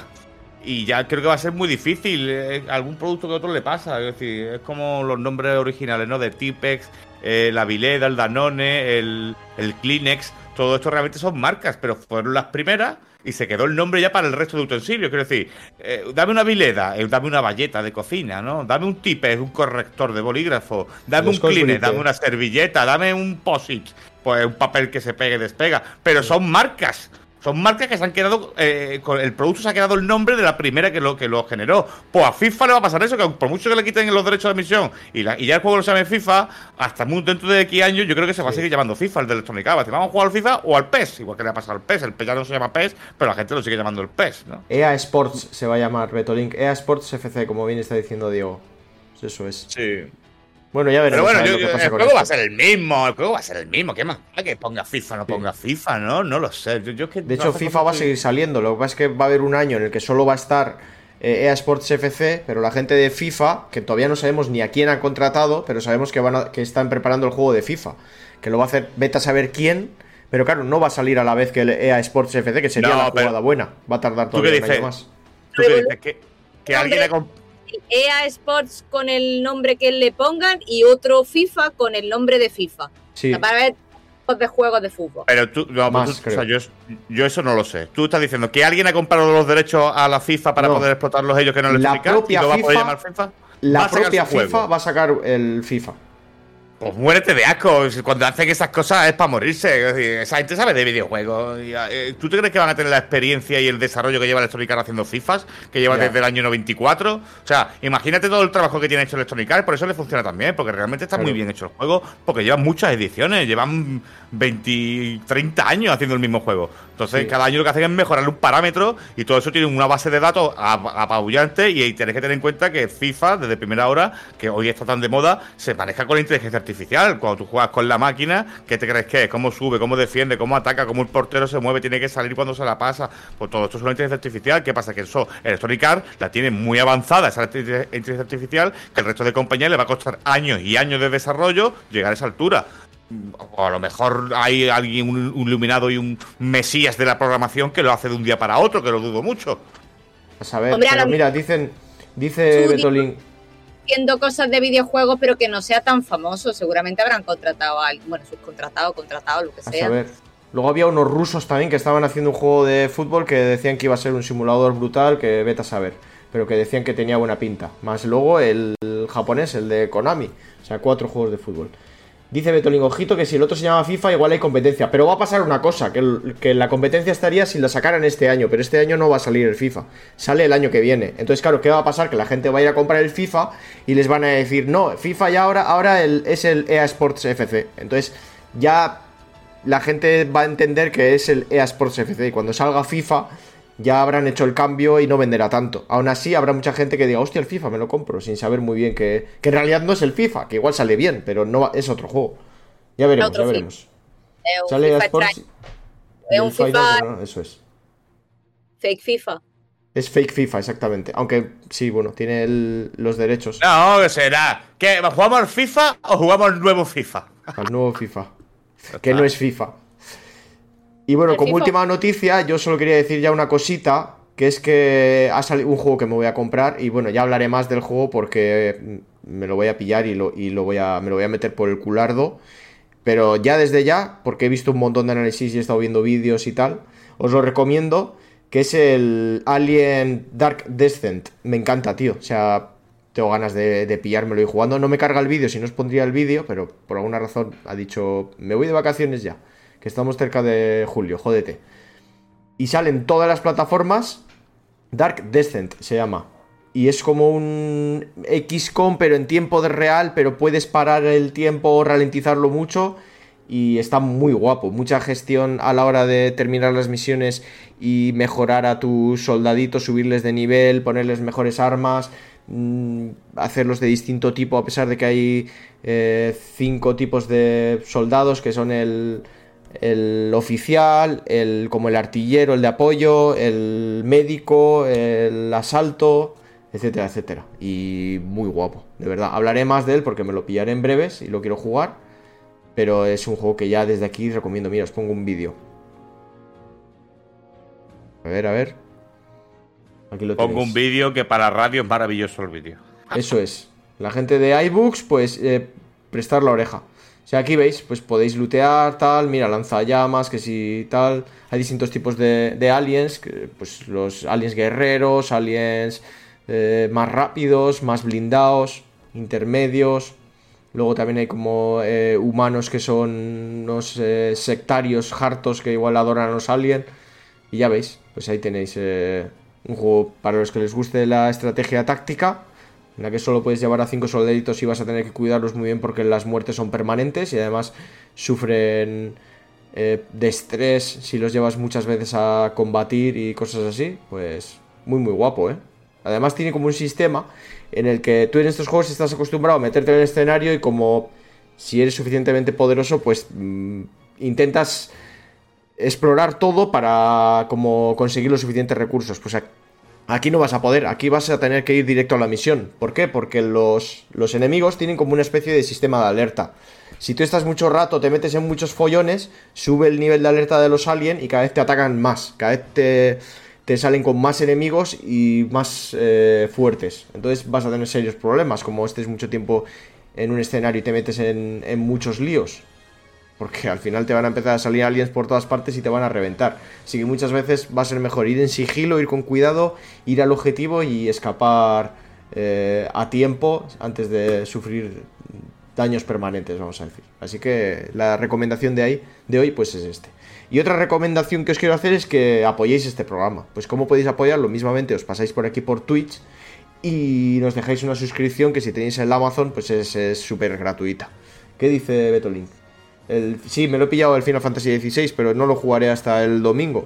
Y ya creo que va a ser muy difícil. Eh, algún producto que a otro le pasa. Es decir, es como los nombres originales, ¿no? De Tipex, eh, la Vileda, el Danone, el, el Kleenex. Todo esto realmente son marcas, pero fueron las primeras y se quedó el nombre ya para el resto de utensilios. Quiero decir, eh, dame una Vileda, eh, dame una bayeta de cocina, ¿no? Dame un Tipex, un corrector de bolígrafo. Dame Los un Kleenex, Cosbrite. dame una servilleta, dame un Posit. Pues un papel que se pegue y despega. Pero son marcas. Son marcas que se han quedado, eh, con el producto se ha quedado el nombre de la primera que lo que lo generó. Pues a FIFA le va a pasar eso, que por mucho que le quiten los derechos de emisión y, la, y ya el juego lo llame FIFA, hasta muy dentro de X años yo creo que se va a seguir llamando FIFA, el de Electronic Arts. Vamos a jugar al FIFA o al P E S, igual que le ha pasado al P E S. El P E S ya no se llama P E S, pero la gente lo sigue llamando el P E S, ¿no? E A Sports se va a llamar, Betolink. E A Sports F C, como bien está diciendo Diego. Eso es. Sí. Bueno, ya Pero veremos bueno, a ver yo, lo que yo- pasa el con juego va a esto. ser el mismo, el juego va a ser el mismo. ¿Qué más da que ponga FIFA o no ponga FIFA, no? No lo sé. Yo, yo es que De hecho, todas FIFA estas va a cosas seguir saliendo. Lo que pasa es que va a haber un año en el que solo va a estar eh, E A Sports F C, pero la gente de FIFA, que todavía no sabemos ni a quién han contratado, pero sabemos que van a- que están preparando el juego de FIFA, que lo va a hacer, vete a saber quién, pero claro, no va a salir a la vez que el E A Sports F C, que sería No, la jugada pero- buena. Va a tardar ¿Tú qué todavía un dices? año más. ¿Tú qué dices? Que, que alguien ha comp- E A Sports con el nombre que le pongan y otro FIFA con el nombre de FIFA. Sí. O sea, para ver tipos de juegos de fútbol. Pero tú, no, Más, tú- o sea, creo. yo, yo eso no lo sé. Tú estás diciendo que alguien ha comprado los derechos a la FIFA para No. poder explotarlos ellos que no les La explican, propia y lo va a poder FIFA- llamar FIFA. Va La a sacar propia su juego. FIFA va a sacar el FIFA. Pues muérete de asco. Cuando hacen esas cosas es para morirse. Es decir, esa gente sabe de videojuegos. Y, eh, ¿Tú te crees que van a tener la experiencia y el desarrollo que lleva Electronic Arts haciendo FIFAs? Que lleva yeah. desde el año noventa y cuatro. O sea, imagínate todo el trabajo que tiene hecho Electronic Arts. Por eso le funciona tan bien. Porque realmente está claro. muy bien hecho el juego. Porque llevan muchas ediciones. Llevan veinte, treinta años haciendo el mismo juego. Entonces, sí. cada año lo que hacen es mejorarle un parámetro. Y todo eso tiene una base de datos apabullante. Y tenés que tener en cuenta que FIFA, desde primera hora, que hoy está tan de moda, se maneja con la inteligencia artificial. Cuando tú juegas con la máquina, ¿qué te crees que es? ¿Cómo sube? ¿Cómo defiende? ¿Cómo ataca? ¿Cómo el portero se mueve? ¿Tiene que salir cuando se la pasa? Pues todo esto es una inteligencia artificial. ¿Qué pasa? Que eso Electronic Arts la tiene muy avanzada, esa inteligencia artificial, que el resto de compañías le va a costar años y años de desarrollo llegar a esa altura. O a lo mejor hay alguien, un, un iluminado y un mesías de la programación que lo hace de un día para otro, que lo dudo mucho. A saber, Hombre, pero mira, dicen, dice Betolín... haciendo cosas de videojuegos, pero que no sea tan famoso. Seguramente habrán contratado a alguien, bueno, subcontratado, contratado, lo que sea. A saber. Luego había unos rusos también que estaban haciendo un juego de fútbol que decían que iba a ser un simulador brutal, que vete a saber, pero que decían que tenía buena pinta. Más luego el japonés, el de Konami, o sea, cuatro juegos de fútbol. Dice Betolín, ojito, que si el otro se llama FIFA igual hay competencia. Pero va a pasar una cosa, que, el, que la competencia estaría si la sacaran este año. Pero este año no va a salir el FIFA, sale el año que viene. Entonces, claro, ¿qué va a pasar? Que la gente va a ir a comprar el FIFA y les van a decir, no, FIFA ya ahora, ahora el, es el E A Sports F C. Entonces ya la gente va a entender que es el E A Sports F C. Y cuando salga FIFA ya habrán hecho el cambio y no venderá tanto. Aún así habrá mucha gente que diga, hostia, el FIFA me lo compro, sin saber muy bien que, que en realidad no es el FIFA, que igual sale bien, pero no es otro juego. Ya veremos, ya veremos. Es un sale FIFA Sports es un FIFA, no, eso es. Fake FIFA. Es fake FIFA, exactamente. Aunque sí, bueno, tiene el, los derechos. No, ¿qué será? ¿Qué? ¿Jugamos al FIFA o jugamos al nuevo FIFA? Al nuevo FIFA. Que no es FIFA. Y bueno, como FIFA? última noticia, yo solo quería decir ya una cosita, que es que ha salido un juego que me voy a comprar. Y bueno, ya hablaré más del juego porque me lo voy a pillar y, lo, y lo voy a, me lo voy a meter por el culardo. Pero ya desde ya, porque he visto un montón de análisis y he estado viendo vídeos y tal, os lo recomiendo, que es el Alien Dark Descent. Me encanta, tío. O sea, tengo ganas de, de pillármelo y jugando. No me carga el vídeo, si no os pondría el vídeo, pero por alguna razón ha dicho, me voy de vacaciones ya, que estamos cerca de julio, jódete. Y salen todas las plataformas. Dark Descent se llama. Y es como un equis com, pero en tiempo de real, pero puedes parar el tiempo o ralentizarlo mucho. Y está muy guapo. Mucha gestión a la hora de terminar las misiones y mejorar a tus soldaditos, subirles de nivel, ponerles mejores armas, mmm, hacerlos de distinto tipo, a pesar de que hay eh, cinco tipos de soldados, que son el... el oficial, el como el artillero, el de apoyo, el médico, el asalto, etcétera, etcétera. Y muy guapo, de verdad. Hablaré más de él porque me lo pillaré en breves y lo quiero jugar. Pero es un juego que ya desde aquí recomiendo. Mira, os pongo un vídeo. A ver, a ver. Aquí lo tenéis. Pongo un vídeo que para radio es maravilloso el vídeo. Eso es. La gente de iBooks, pues eh, prestar la oreja. O sea, aquí veis, pues podéis lootear, tal, mira, lanzallamas, que si tal. Hay distintos tipos de, de aliens, que, pues los aliens guerreros, aliens eh, más rápidos, más blindados, intermedios. Luego también hay como eh, humanos que son unos eh, sectarios hartos que igual adoran a los aliens. Y ya veis, pues ahí tenéis eh, un juego para los que les guste la estrategia táctica, en la que solo puedes llevar a cinco soldaditos y vas a tener que cuidarlos muy bien porque las muertes son permanentes y además sufren eh, de estrés si los llevas muchas veces a combatir y cosas así. Pues muy muy guapo, ¿eh? Además tiene como un sistema en el que tú en estos juegos estás acostumbrado a meterte en el escenario y como si eres suficientemente poderoso, pues mmm, intentas explorar todo para como conseguir los suficientes recursos. Pues aquí no vas a poder, aquí vas a tener que ir directo a la misión. ¿Por qué? Porque los, los enemigos tienen como una especie de sistema de alerta. Si tú estás mucho rato, te metes en muchos follones, sube el nivel de alerta de los aliens y cada vez te atacan más. Cada vez te, te salen con más enemigos y más eh, fuertes. Entonces vas a tener serios problemas, como estés mucho tiempo en un escenario y te metes en, en muchos líos. Porque al final te van a empezar a salir aliens por todas partes y te van a reventar. Así que muchas veces va a ser mejor ir en sigilo, ir con cuidado, ir al objetivo y escapar eh, a tiempo antes de sufrir daños permanentes, vamos a decir. Así que la recomendación de ahí de hoy pues es este. Y otra recomendación que os quiero hacer es que apoyéis este programa. Pues ¿cómo podéis apoyarlo? Mismamente os pasáis por aquí por Twitch y nos dejáis una suscripción que si tenéis el Amazon pues es súper gratuita. ¿Qué dice Betolink? El, sí, me lo he pillado el Final Fantasy dieciséis, pero no lo jugaré hasta el domingo.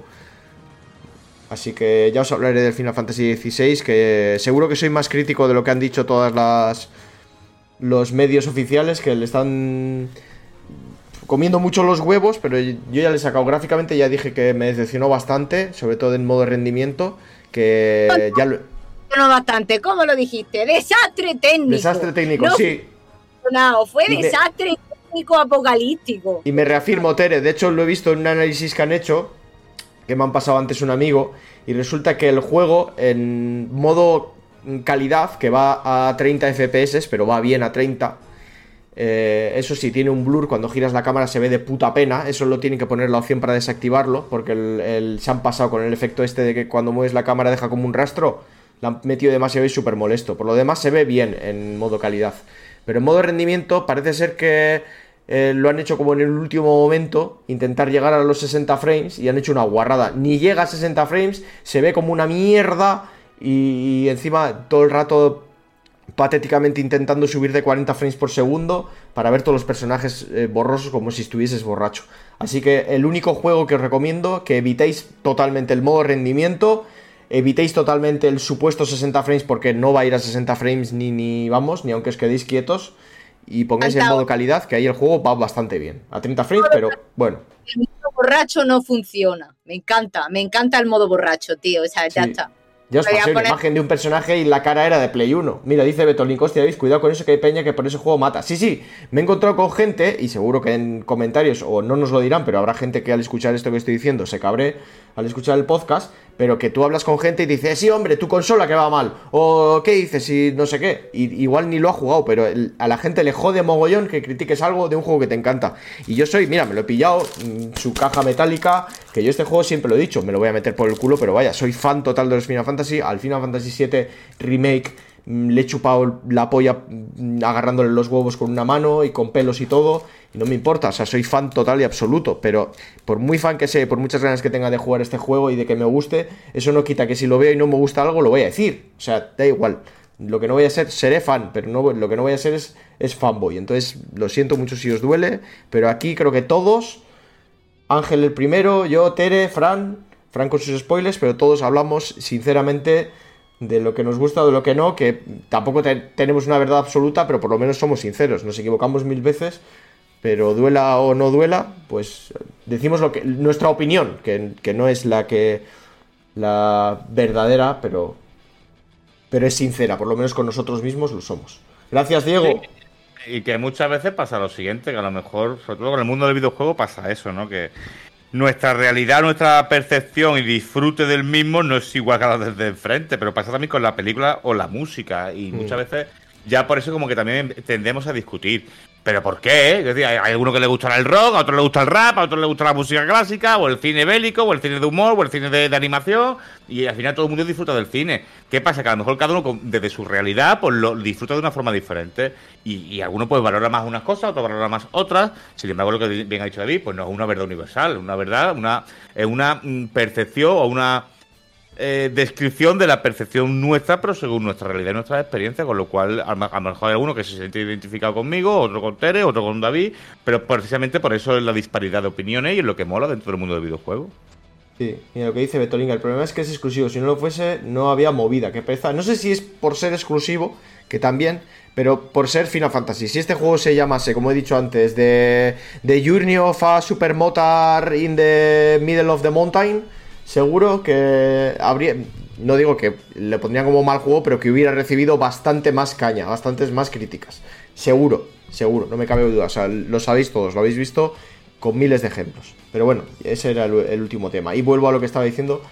Así que ya os hablaré del Final Fantasy dieciséis, que seguro que soy más crítico de lo que han dicho todas las los medios oficiales, que le están comiendo mucho los huevos, pero yo ya le he sacado gráficamente, ya dije que me decepcionó bastante, sobre todo en modo rendimiento, que ya lo... No bastante, ¿cómo lo dijiste? Desastre técnico. Desastre técnico, no, sí. No, fue y desastre me... técnico apocalíptico. Y me reafirmo, Tere, de hecho lo he visto en un análisis que han hecho, que me han pasado antes un amigo, y resulta que el juego en modo calidad, que va a treinta F P S, pero va bien a treinta, eh, eso sí, tiene un blur, cuando giras la cámara se ve de puta pena, eso lo tienen que poner la opción para desactivarlo, porque el, el, se han pasado con el efecto este de que cuando mueves la cámara deja como un rastro, la han metido demasiado y es súper molesto. Por lo demás se ve bien en modo calidad, pero en modo rendimiento parece ser que eh, lo han hecho como en el último momento, intentar llegar a los sesenta frames, y han hecho una guarrada, ni llega a sesenta frames, se ve como una mierda, y, y encima todo el rato patéticamente intentando subir de cuarenta frames por segundo para ver todos los personajes eh, borrosos como si estuvieses borracho. Así que el único juego que os recomiendo, que evitéis totalmente el modo rendimiento, evitéis totalmente el supuesto sesenta frames, porque no va a ir a sesenta frames ni, ni vamos, ni aunque os quedéis quietos, y pongáis el modo calidad, que ahí el juego va bastante bien, a treinta frames, pero bueno. El modo borracho no funciona, me encanta, me encanta el modo borracho, tío, o sea, ya sí. está. Ya os pasé una imagen de un personaje y la cara era de Play uno. Mira, dice Betolink, hostia, ¿veis? Cuidado con eso, que hay peña que por ese juego mata. Sí, sí, me he encontrado con gente, y seguro que en comentarios, o no nos lo dirán, pero habrá gente que al escuchar esto que estoy diciendo se cabre al escuchar el podcast, pero que tú hablas con gente y dices, sí, hombre, tu consola que va mal, o ¿qué dices? Y no sé qué. Y, igual ni lo ha jugado, pero el, a la gente le jode mogollón que critiques algo de un juego que te encanta. Y yo soy, mira, me lo he pillado, mmm, su caja metálica, que yo este juego siempre lo he dicho, me lo voy a meter por el culo, pero vaya, soy fan total de los Final Fantasy. Al Final Fantasy siete Remake mmm, le he chupado la polla mmm, agarrándole los huevos con una mano y con pelos y todo, y no me importa, o sea, soy fan total y absoluto, pero por muy fan que sea, por muchas ganas que tenga de jugar este juego y de que me guste, eso no quita que si lo veo y no me gusta algo, lo voy a decir, o sea, da igual. Lo que no voy a ser, seré fan, pero no, lo que no voy a ser es, es fanboy. Entonces, lo siento mucho si os duele, pero aquí creo que todos, Ángel el primero, yo, Tere, Fran, Fran con sus spoilers, pero todos hablamos sinceramente de lo que nos gusta o de lo que no, que tampoco te, tenemos una verdad absoluta, pero por lo menos somos sinceros. Nos equivocamos mil veces, pero duela o no duela, pues decimos lo que nuestra opinión, que, que no es la que la verdadera, pero... pero es sincera, por lo menos con nosotros mismos lo somos. Gracias, Diego. Sí, y que muchas veces pasa lo siguiente, que a lo mejor, sobre todo con el mundo del videojuego, pasa eso, ¿no? Que nuestra realidad, nuestra percepción y disfrute del mismo no es igual que la desde enfrente, pero pasa también con la película o la música, y mm. muchas veces ya por eso como que también tendemos a discutir. ¿Pero por qué? Es decir, hay alguno que le gusta el rock, a otro le gusta el rap, a otro le gusta la música clásica, o el cine bélico, o el cine de humor, o el cine de, de animación, y al final todo el mundo disfruta del cine. ¿Qué pasa? Que a lo mejor cada uno, desde su realidad, pues lo disfruta de una forma diferente, y, y alguno pues valora más unas cosas, otro valora más otras. Sin embargo, lo que bien ha dicho David, pues no es una verdad universal, una verdad, una es una percepción o una... Eh, descripción de la percepción nuestra, pero según nuestra realidad y nuestra experiencia, con lo cual a lo mejor hay alguno que se siente identificado conmigo, otro con Tere, otro con David, pero precisamente por eso es la disparidad de opiniones y es lo que mola dentro del mundo del videojuego. Sí, y lo que dice Betolink, el problema es que es exclusivo, si no lo fuese no había movida, que pesa. No sé si es por ser exclusivo, que también, pero por ser Final Fantasy. Si este juego se llamase, como he dicho antes, de The Journey of a Supermotor in the Middle of the Mountain, seguro que habría, no digo que le pondrían como mal juego, pero que hubiera recibido bastante más caña, bastantes más críticas. Seguro, seguro, no me cabe duda. O sea, lo sabéis todos, lo habéis visto con miles de ejemplos. Pero bueno, ese era el, el último tema. Y vuelvo a lo que estaba diciendo,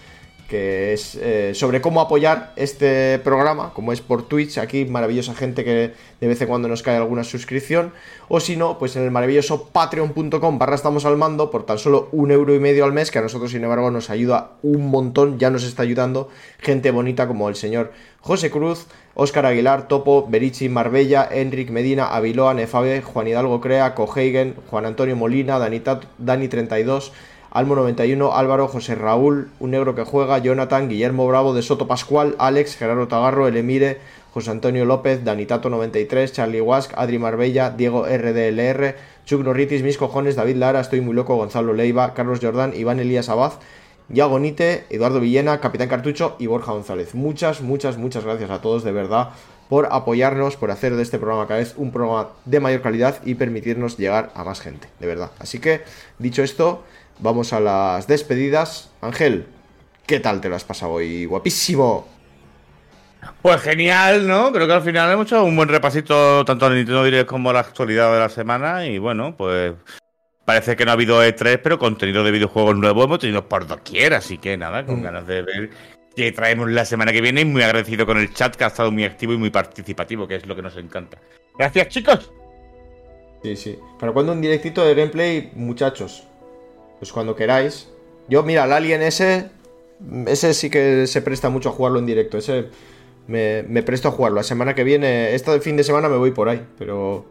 que es eh, sobre cómo apoyar este programa, como es por Twitch, aquí maravillosa gente que de vez en cuando nos cae alguna suscripción, o si no, pues en el maravilloso patreon punto com barra estamos al mando, por tan solo un euro y medio al mes, que a nosotros sin embargo nos ayuda un montón, ya nos está ayudando gente bonita como el señor José Cruz, Óscar Aguilar, Topo, Berichi, Marbella, Enric Medina, Aviloa, Nefabe, Juan Hidalgo Crea, Coheigen, Juan Antonio Molina, Dani, Dani treinta y dos, Almo noventa y uno, Álvaro, José Raúl, Un Negro que Juega, Jonathan, Guillermo Bravo, De Soto Pascual, Alex, Gerardo Tagarro, El Emire, José Antonio López, Danitato noventa y tres, Charlie Wask, Adri Marbella, Diego R D L R, Chuck Norritis, Mis Cojones, David Lara, Estoy Muy Loco, Gonzalo Leiva, Carlos Jordán, Iván Elías Abad, Yago Nite, Eduardo Villena, Capitán Cartucho y Borja González. Muchas, muchas, muchas gracias a todos de verdad por apoyarnos, por hacer de este programa cada vez un programa de mayor calidad y permitirnos llegar a más gente, de verdad. Así que, dicho esto, vamos a las despedidas. Ángel, ¿qué tal te lo has pasado hoy? Guapísimo. Pues genial, ¿no? Creo que al final hemos hecho un buen repasito tanto a Nintendo Direct como a la actualidad de la semana. Y bueno, pues parece que no ha habido E tres, pero contenido de videojuegos nuevo hemos tenido por doquier. Así que nada, con mm. ganas de ver qué traemos la semana que viene. Y muy agradecido con el chat, que ha estado muy activo y muy participativo, que es lo que nos encanta. Gracias, chicos. Sí, sí. ¿Para cuándo un directito de gameplay, muchachos? Pues cuando queráis. Yo, mira, el Alien ese, ese sí que se presta mucho a jugarlo en directo. Ese me, me presto a jugarlo. La semana que viene, este fin de semana me voy por ahí. Pero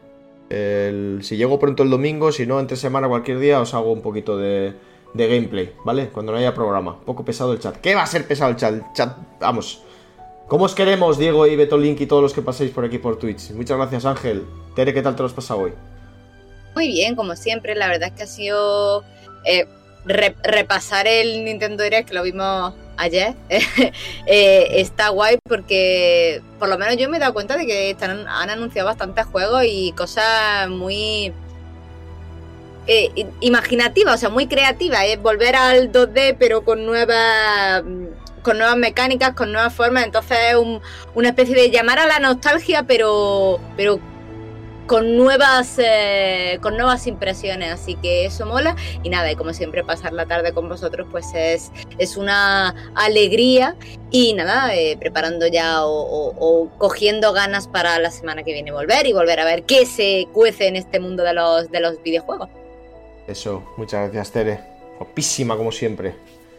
el, si llego pronto el domingo, si no, entre semana, cualquier día, os hago un poquito de, de gameplay, ¿vale? Cuando no haya programa. Un poco pesado el chat. ¿Qué va a ser pesado el chat? El chat, vamos. ¿Cómo os queremos, Diego y Betolink y todos los que paséis por aquí por Twitch? Muchas gracias, Ángel. Tere, ¿qué tal te lo has pasado hoy? Muy bien, como siempre, la verdad es que ha sido eh, re, repasar el Nintendo Direct, que lo vimos ayer, eh, está guay porque por lo menos yo me he dado cuenta de que están, han anunciado bastantes juegos y cosas muy eh, imaginativas, o sea, muy creativas, es volver al dos D pero con nuevas... con nuevas mecánicas, con nuevas formas, entonces es un, una especie de llamar a la nostalgia, pero pero con nuevas eh, con nuevas impresiones, así que eso mola. Y nada, y como siempre pasar la tarde con vosotros pues es, es una alegría. Y nada, eh, preparando ya o, o, o cogiendo ganas para la semana que viene volver y volver a ver qué se cuece en este mundo de los, de los videojuegos. Eso, muchas gracias, Tere. Guapísima como siempre.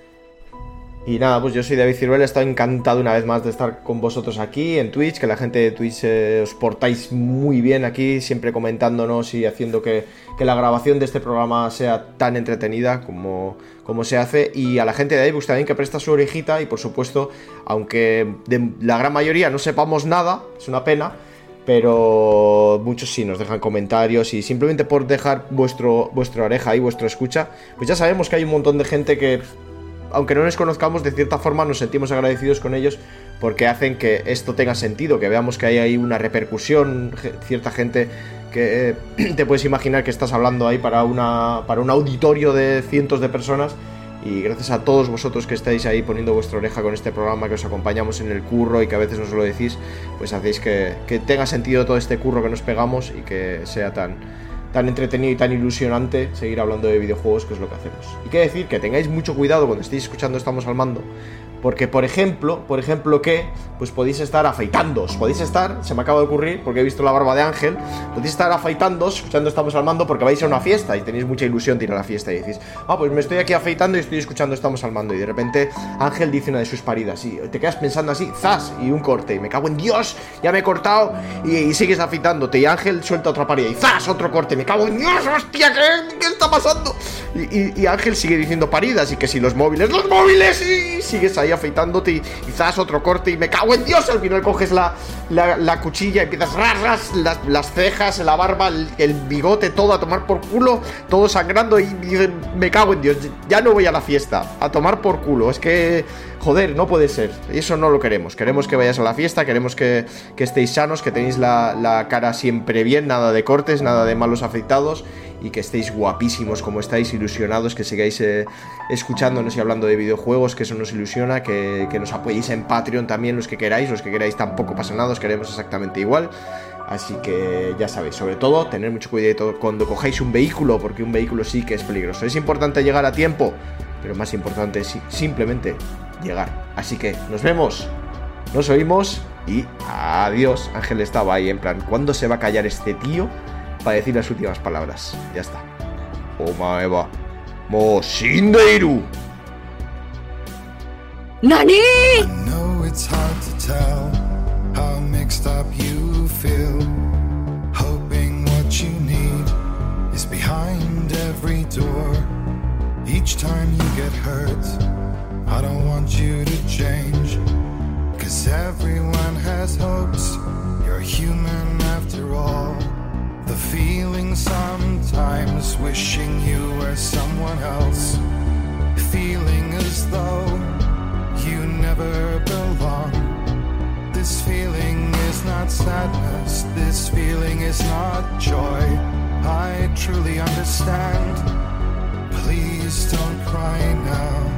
Y nada, pues yo soy David Ciruel, he estado encantado una vez más de estar con vosotros aquí en Twitch, que la gente de Twitch eh, os portáis muy bien aquí, siempre comentándonos y haciendo que, que la grabación de este programa sea tan entretenida como, como se hace. Y a la gente de iVoox también, que presta su orejita y por supuesto, aunque de la gran mayoría no sepamos nada, es una pena, pero muchos sí nos dejan comentarios y simplemente por dejar vuestro, vuestra oreja y vuestra escucha, pues ya sabemos que hay un montón de gente que, aunque no les conozcamos, de cierta forma nos sentimos agradecidos con ellos porque hacen que esto tenga sentido, que veamos que hay ahí una repercusión, cierta gente que eh, te puedes imaginar que estás hablando ahí para, una, para un auditorio de cientos de personas. Y gracias a todos vosotros que estáis ahí poniendo vuestra oreja con este programa, que os acompañamos en el curro y que a veces nos lo decís, pues hacéis que, que tenga sentido todo este curro que nos pegamos y que sea tan... tan entretenido y tan ilusionante seguir hablando de videojuegos, que es lo que hacemos. Y qué decir, que tengáis mucho cuidado cuando estéis escuchando Estamos al Mando, porque por ejemplo, por ejemplo que, pues podéis estar afeitándoos, podéis estar, se me acaba de ocurrir, porque he visto la barba de Ángel, podéis estar afeitándoos escuchando Estamos al Mando porque vais a una fiesta y tenéis mucha ilusión de ir a la fiesta y decís, ah, pues me estoy aquí afeitando y estoy escuchando Estamos al Mando, y de repente Ángel dice una de sus paridas y te quedas pensando así, zas, y un corte, y me cago en Dios, ya me he cortado, y, y sigues afeitándote, y Ángel suelta otra parida y zas, otro corte, me cago en Dios, hostia, ¿qué, qué está pasando? Y, y, y Ángel sigue diciendo paridas y que si los móviles, los móviles, y sigues ahí afeitándote y quizás otro corte y me cago en Dios, al final coges la, la, la cuchilla y empiezas ras, ras, las, las cejas, la barba, el, el bigote, todo a tomar por culo, todo sangrando y, y me cago en Dios, ya no voy a la fiesta, a tomar por culo, es que joder, no puede ser, eso no lo queremos, queremos que vayas a la fiesta, queremos que, que estéis sanos, que tenéis la, la cara siempre bien, nada de cortes, nada de malos afeitados y que estéis guapísimos como estáis, ilusionados, que sigáis eh, escuchándonos y hablando de videojuegos, que eso nos ilusiona, que, que nos apoyéis en Patreon también, los que queráis, los que queráis tampoco pasa nada, os queremos exactamente igual. Así que ya sabéis, sobre todo, tener mucho cuidado cuando cojáis un vehículo, porque un vehículo sí que es peligroso. ¿Es importante llegar a tiempo? pero más importante es simplemente llegar. Así que nos vemos, nos oímos y adiós. Ángel estaba ahí en plan, ¿cuándo se va a callar este tío para decir las últimas palabras? Ya está. Omaeva Mosindeiru. ¡Nani! I know it's hard to tell how mixed up you feel, hoping what you need is behind every door. Each time you get hurt, I don't want you to change, 'cause everyone has hopes, you're human after all. The feeling sometimes wishing you were someone else, feeling as though you never belong. This feeling is not sadness, this feeling is not joy. I truly understand, please don't cry now.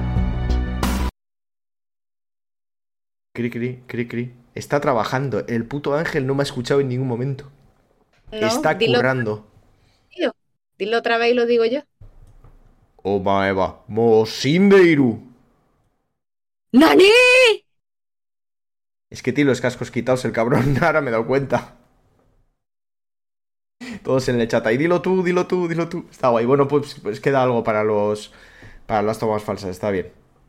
Cri, cri, cri, cri. Está trabajando. El puto Ángel no me ha escuchado en ningún momento. No, Está dilo, currando. tío. Dilo otra vez y lo digo yo. Omaeva Mosindeiru. ¡Nani! Es que tiene los cascos quitados el cabrón. Ahora me he dado cuenta. Todos en el chat ahí. Dilo tú, dilo tú, dilo tú. Está guay. Bueno, pues, pues queda algo para los para las tomas falsas. Está bien.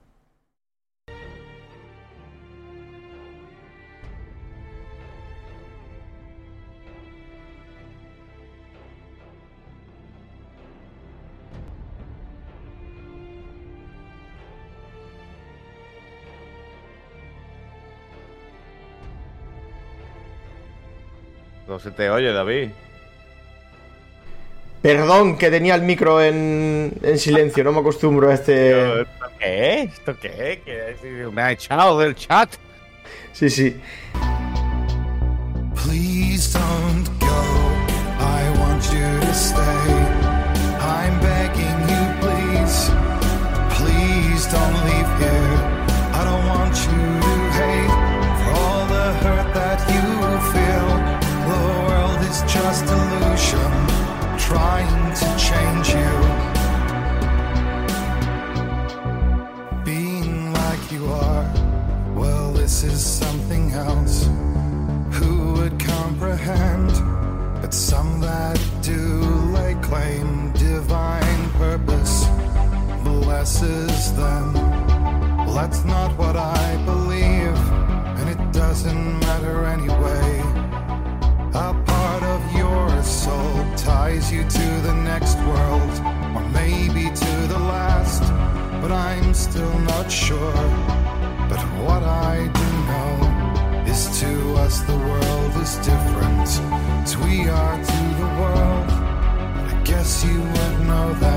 No se te oye, David. Perdón que tenía el micro en, en silencio. No me acostumbro a este... ¿Esto qué? ¿Esto qué? ¿Que me ha echado del chat? Sí, sí. Please don't go, I want you to stay. I'm begging you, please. Please don't leave here. I don't want you to hate for all the hurt that you feel. The world is just illusion, trying to change you. Being like you are, well, this is something else. Who would comprehend? But some that do lay claim divine purpose blesses them. Well, that's not what I believe, and it doesn't matter anyway. A part of your soul ties you to the next world, or maybe to the last, but I'm still not sure. But what I do know is to us the world is different, as we are to the world. I guess you would know that.